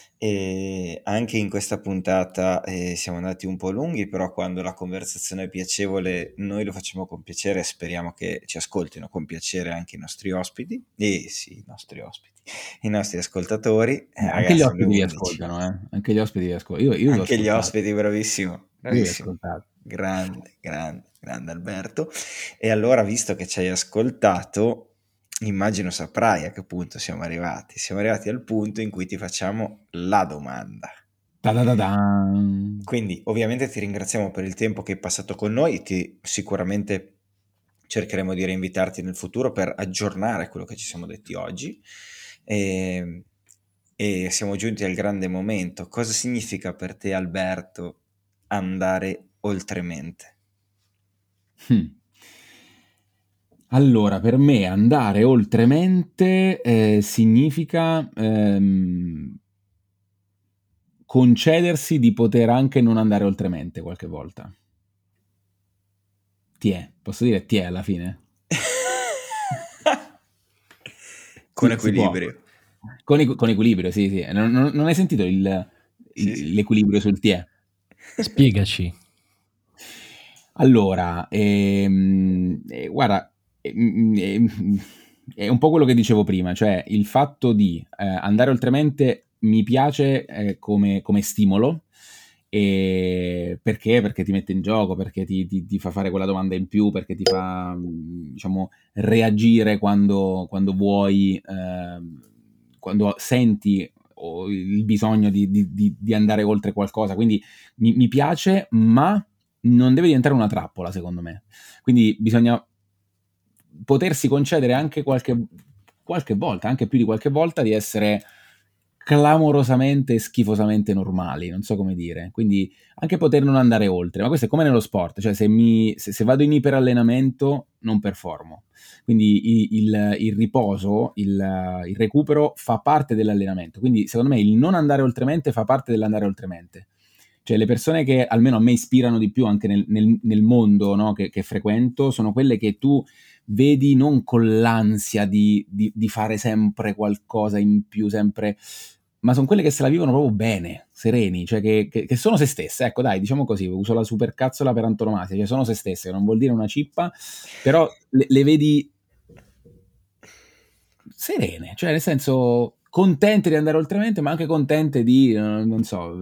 E anche in questa puntata eh, siamo andati un po' lunghi, però quando la conversazione è piacevole noi lo facciamo con piacere e speriamo che ci ascoltino con piacere anche i nostri ospiti. E sì, i nostri ospiti, i nostri ascoltatori. Eh, Eh, anche gli ragazzi, sono le ospiti vi undici. ascoltano, eh? Anche gli ospiti vi ascoltano. Io, io vi ho Anche gli ascoltato. ospiti, bravissimo, Io vi ho bravissimo. ascoltato. Grande, grande, grande Alberto. E allora, visto che ci hai ascoltato, immagino saprai a che punto siamo arrivati. Siamo arrivati al punto in cui ti facciamo la domanda. Ta-da-da-dan. Quindi, ovviamente ti ringraziamo per il tempo che hai passato con noi, ti sicuramente cercheremo di reinvitarti nel futuro per aggiornare quello che ci siamo detti oggi. E, e siamo giunti al grande momento. Cosa significa per te, Alberto, andare oltremente? Hmm. Allora, per me andare oltremente eh, significa ehm, concedersi di poter anche non andare oltremente qualche volta. Ti è, posso dire ti è alla fine? Con Si, si può. equilibrio. Con, equ- con equilibrio, sì, sì. Non, non- non hai sentito il- Sì, il- sì. l'equilibrio sul ti è? Spiegaci. Allora, ehm, eh, guarda, ehm, ehm, è un po' quello che dicevo prima, cioè il fatto di eh, andare oltremente mi piace eh, come, come stimolo, e perché? Perché ti mette in gioco, perché ti, ti- ti fa fare quella domanda in più, perché ti fa, mh, diciamo, reagire quando, quando vuoi, ehm, quando senti o il bisogno di, di- di- di andare oltre qualcosa. Quindi mi, mi piace, ma non deve diventare una trappola, secondo me. Quindi bisogna potersi concedere anche qualche, qualche volta, anche più di qualche volta, di essere clamorosamente e schifosamente normali, non so come dire. Quindi anche poter non andare oltre. Ma questo è come nello sport, cioè se, mi, se, se vado in iperallenamento non performo. Quindi il, il, il riposo, il, il recupero fa parte dell'allenamento. Quindi secondo me il non andare oltremente fa parte dell'andare oltremente. Cioè le persone che almeno a me ispirano di più anche nel, nel, nel mondo, no, che, che frequento, sono quelle che tu vedi non con l'ansia di, di, di fare sempre qualcosa in più, sempre, ma sono quelle che se la vivono proprio bene, sereni, cioè che, che, che sono se stesse, ecco dai, diciamo così, uso la supercazzola per antonomasia, cioè sono se stesse, non vuol dire una cippa, però le, le vedi serene, cioè nel senso contente di andare oltremente, ma anche contente di, eh, non so,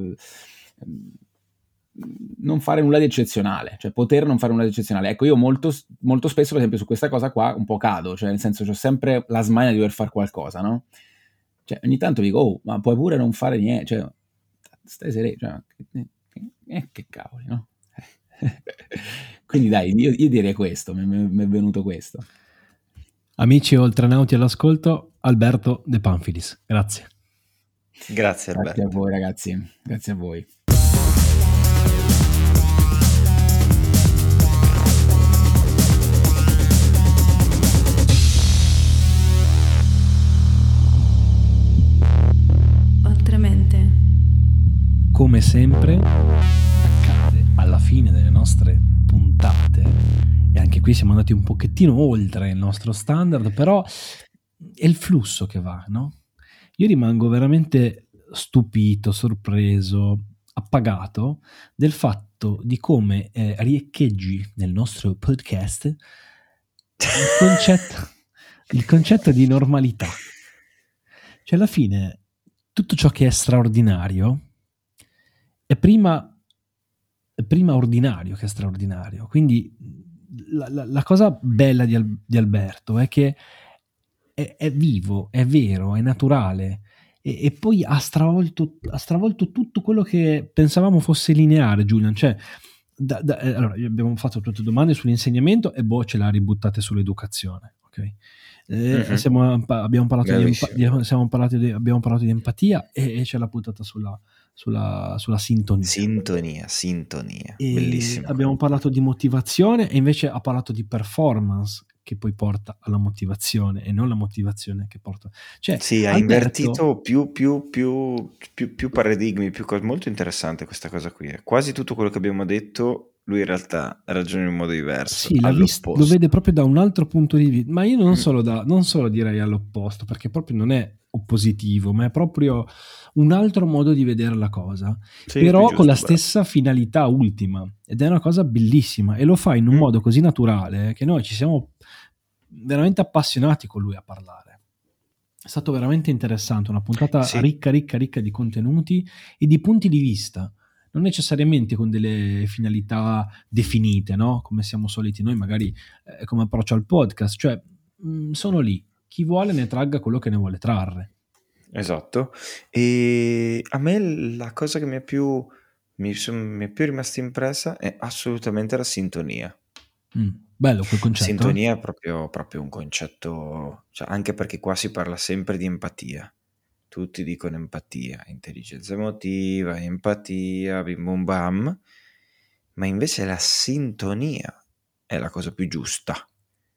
non fare nulla di eccezionale, cioè poter non fare nulla di eccezionale. Ecco, io molto, molto spesso, per esempio, su questa cosa qua un po' cado, cioè nel senso c'ho sempre la smania di dover fare qualcosa, no? Cioè ogni tanto dico, oh, ma puoi pure non fare niente, cioè stai sereno, cioè, eh, che cavoli, no? Quindi dai, io, io direi questo, mi, mi è venuto questo. Amici oltranauti all'ascolto, Alberto De Panfilis, grazie. Grazie Alberto. Grazie a voi ragazzi, grazie a voi. Oltremente. Come sempre accade alla fine delle nostre puntate, e anche qui siamo andati un pochettino oltre il nostro standard, però è il flusso che va, no? Io rimango veramente stupito, sorpreso, appagato del fatto di come eh, riecheggi nel nostro podcast il concetto, il concetto di normalità. Cioè alla fine tutto ciò che è straordinario è prima, è prima ordinario che straordinario. Quindi la, la, la cosa bella di, Al, di Alberto è che è, è vivo, è vero, è naturale, e, e poi ha stravolto, ha stravolto tutto quello che pensavamo fosse lineare, Julian. Cioè, da, da, allora, abbiamo fatto tutte domande sull'insegnamento e boh, ce l'ha ributtate sull'educazione, ok? Eh, mm-hmm. siamo, abbiamo, parlato di, empa- siamo parlato di, abbiamo parlato di empatia e, e ce l'ha buttata sulla, sulla, sulla sintonia. Sintonia, sintonia, e bellissimo. Abbiamo parlato di motivazione e invece ha parlato di performance, che poi porta alla motivazione e non la motivazione che porta. Cioè, sì, ha Alberto... invertito più, più, più, più, più paradigmi, più cose. Molto interessante questa cosa qui. Quasi tutto quello che abbiamo detto, lui in realtà ragiona in modo diverso. Sì, vist- lo vede proprio da un altro punto di vista, ma io non solo, da, non solo direi all'opposto, perché proprio non è oppositivo, ma è proprio un altro modo di vedere la cosa, sì, però giusto, con la stessa bravo. finalità ultima, ed è una cosa bellissima, e lo fa in un mm. modo così naturale che noi ci siamo veramente appassionati con lui a parlare. È stato veramente interessante, una puntata sì. ricca, ricca, ricca di contenuti e di punti di vista, non necessariamente con delle finalità definite, no? Come siamo soliti noi, magari eh, come approccio al podcast, cioè mh, sono lì, chi vuole ne tragga quello che ne vuole trarre. Esatto, e a me la cosa che mi è più, mi, son, mi è più rimasta impressa è assolutamente la sintonia. Mm, bello quel concetto. La sintonia è proprio, proprio un concetto, cioè, anche perché qua si parla sempre di empatia. Tutti dicono empatia, intelligenza emotiva, empatia, bim bum bam, ma invece la sintonia è la cosa più giusta.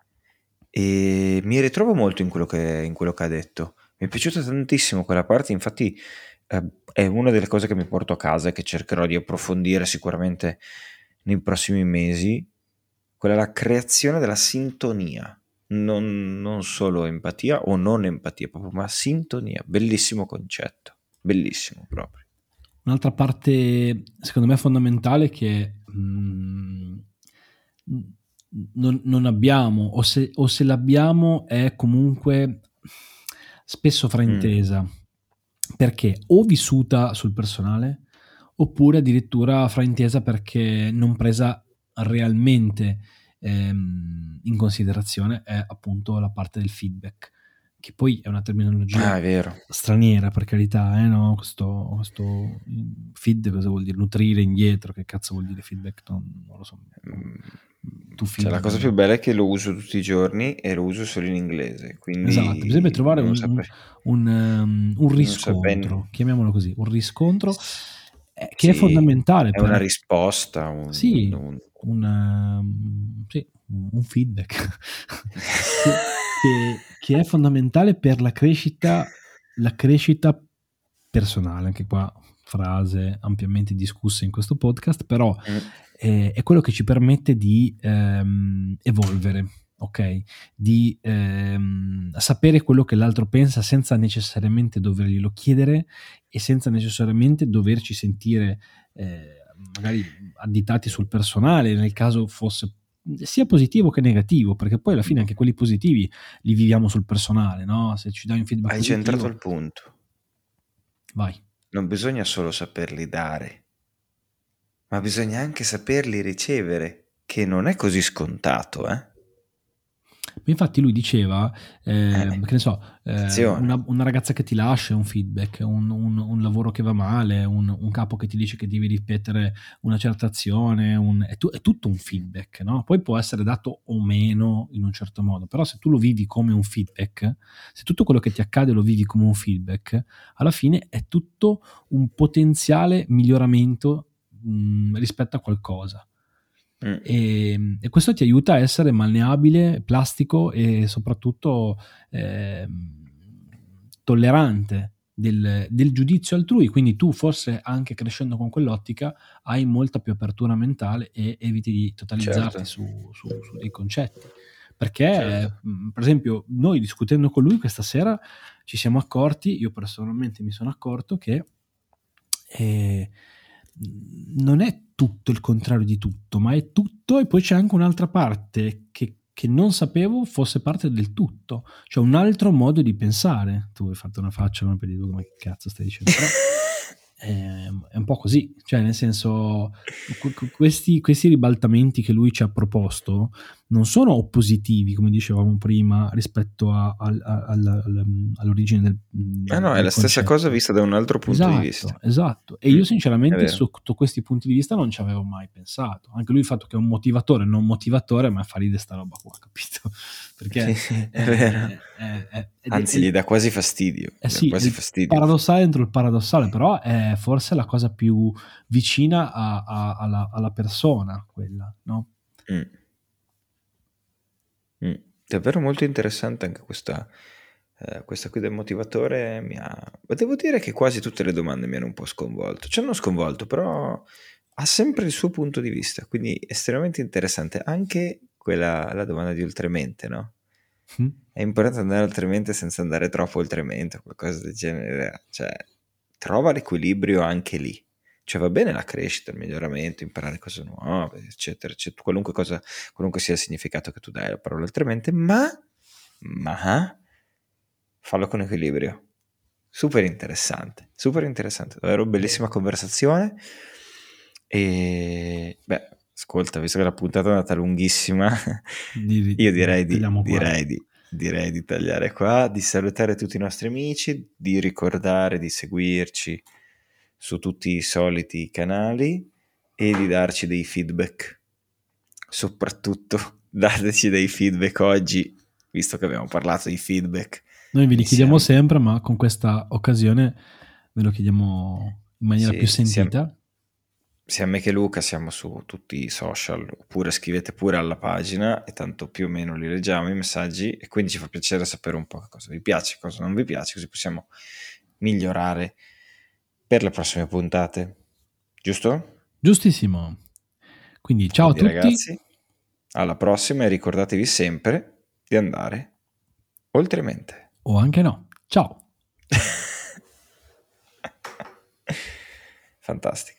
E mi ritrovo molto in quello che, in quello che ha detto. Mi è piaciuta tantissimo quella parte, infatti eh, è una delle cose che mi porto a casa e che cercherò di approfondire sicuramente nei prossimi mesi, quella è la creazione della sintonia. Non, non solo empatia o non empatia, proprio, ma sintonia. Bellissimo concetto, bellissimo proprio. Un'altra parte secondo me fondamentale che mh, non, non abbiamo, o se, o se l'abbiamo è comunque spesso fraintesa, mm. perché o vissuta sul personale oppure addirittura fraintesa perché non presa realmente in considerazione, è appunto la parte del feedback, che poi è una terminologia ah, è vero. straniera, per carità, eh, no? questo, questo feed cosa vuol dire? Nutrire indietro, che cazzo vuol dire feedback? Non, non lo so. Tu cioè, la cosa più bella è che lo uso tutti i giorni e lo uso solo in inglese, quindi esatto, bisogna trovare un, sapere... un, un, un riscontro, chiamiamolo così, un riscontro eh, che sì, è fondamentale. È per... una risposta, un, sì, un... Una, sì, un feedback che, che è fondamentale per la crescita, la crescita personale. Anche qua frase ampiamente discussa in questo podcast, però Mm. eh, è quello che ci permette di ehm, evolvere, ok? Di ehm, sapere quello che l'altro pensa senza necessariamente doverglielo chiedere e senza necessariamente doverci sentire eh, magari additati sul personale, nel caso fosse sia positivo che negativo, perché poi alla fine anche quelli positivi li viviamo sul personale, no? Se ci dai un feedback Hai positivo, centrato il punto. vai. Non bisogna solo saperli dare, ma bisogna anche saperli ricevere, che non è così scontato, eh? Infatti lui diceva, eh, Eh, che ne so, eh, attenzione. una, una ragazza che ti lascia un feedback, un, un- un lavoro che va male, un, un capo che ti dice che devi ripetere una certa azione, un- è, tu- è tutto un feedback, no? Poi può essere dato o meno in un certo modo, però se tu lo vivi come un feedback, se tutto quello che ti accade lo vivi come un feedback, alla fine è tutto un potenziale miglioramento mh, rispetto a qualcosa. Mm. E, e questo ti aiuta a essere malleabile, plastico e soprattutto eh, tollerante del, del giudizio altrui, quindi tu forse anche crescendo con quell'ottica hai molta più apertura mentale e eviti di totalizzarti Certo. su, su, su dei concetti, perché Certo. mh, per esempio noi discutendo con lui questa sera ci siamo accorti, io personalmente mi sono accorto che eh, non è tutto il contrario di tutto, ma è tutto e poi c'è anche un'altra parte che, che non sapevo fosse parte del tutto, cioè un altro modo di pensare. Tu hai fatto una faccia no, per dire ma che cazzo stai dicendo? Però è, è un po' così, cioè nel senso qu- questi, questi ribaltamenti che lui ci ha proposto non sono oppositivi, come dicevamo prima, rispetto a, al- al- al- all'origine del, Ah no, è del la stessa concetto. cosa vista da un altro punto Esatto, di vista. esatto. E Mm, io è sinceramente vero. sotto questi punti di vista non ci avevo mai pensato. Anche lui il fatto che è un motivatore, non motivatore, ma fa ridere sta roba qua, capito? Perché Sì, sì, è è, vero. è- è- ed è- Anzi, è- gli dà quasi fastidio. eh Gli dà sì, è quasi il fastidio. paradossale dentro il paradossale, però è forse la cosa più vicina a- a- alla, alla persona, quella, no? Mm. Mm. Davvero molto interessante anche questa, eh, questa qui del motivatore. Mi ha... Ma devo dire che quasi tutte le domande mi hanno un po' sconvolto. Cioè non sconvolto, però ha sempre il suo punto di vista, quindi estremamente interessante. Anche quella, la domanda di oltremente, no? Mm. È importante andare oltremente senza andare troppo oltremente, qualcosa del genere. Cioè, trova l'equilibrio anche lì. Cioè va bene la crescita, il miglioramento, imparare cose nuove, eccetera, eccetera. Qualunque cosa, qualunque sia il significato che tu dai alla parola altrimenti, ma, ma fallo con equilibrio. Super interessante, super interessante, davvero bellissima conversazione. E beh, ascolta, visto che la puntata è andata lunghissima, Di- io direi di, tagliamo qua. direi di direi di tagliare qua, di salutare tutti i nostri amici, di ricordare di seguirci su tutti i soliti canali e di darci dei feedback. Soprattutto dateci dei feedback oggi, visto che abbiamo parlato di feedback. Noi ve li insieme. chiediamo sempre, ma con questa occasione ve lo chiediamo in maniera Sì, più sì, sentita. sia me che Luca siamo su tutti i social, oppure scrivete pure alla pagina e tanto più o meno li leggiamo i messaggi e quindi ci fa piacere sapere un po' cosa vi piace, cosa non vi piace, così possiamo migliorare per le prossime puntate. Giusto? Giustissimo. Quindi ciao Quindi a tutti. ragazzi, alla prossima e ricordatevi sempre di andare oltremente. O anche no. Ciao. Fantastico.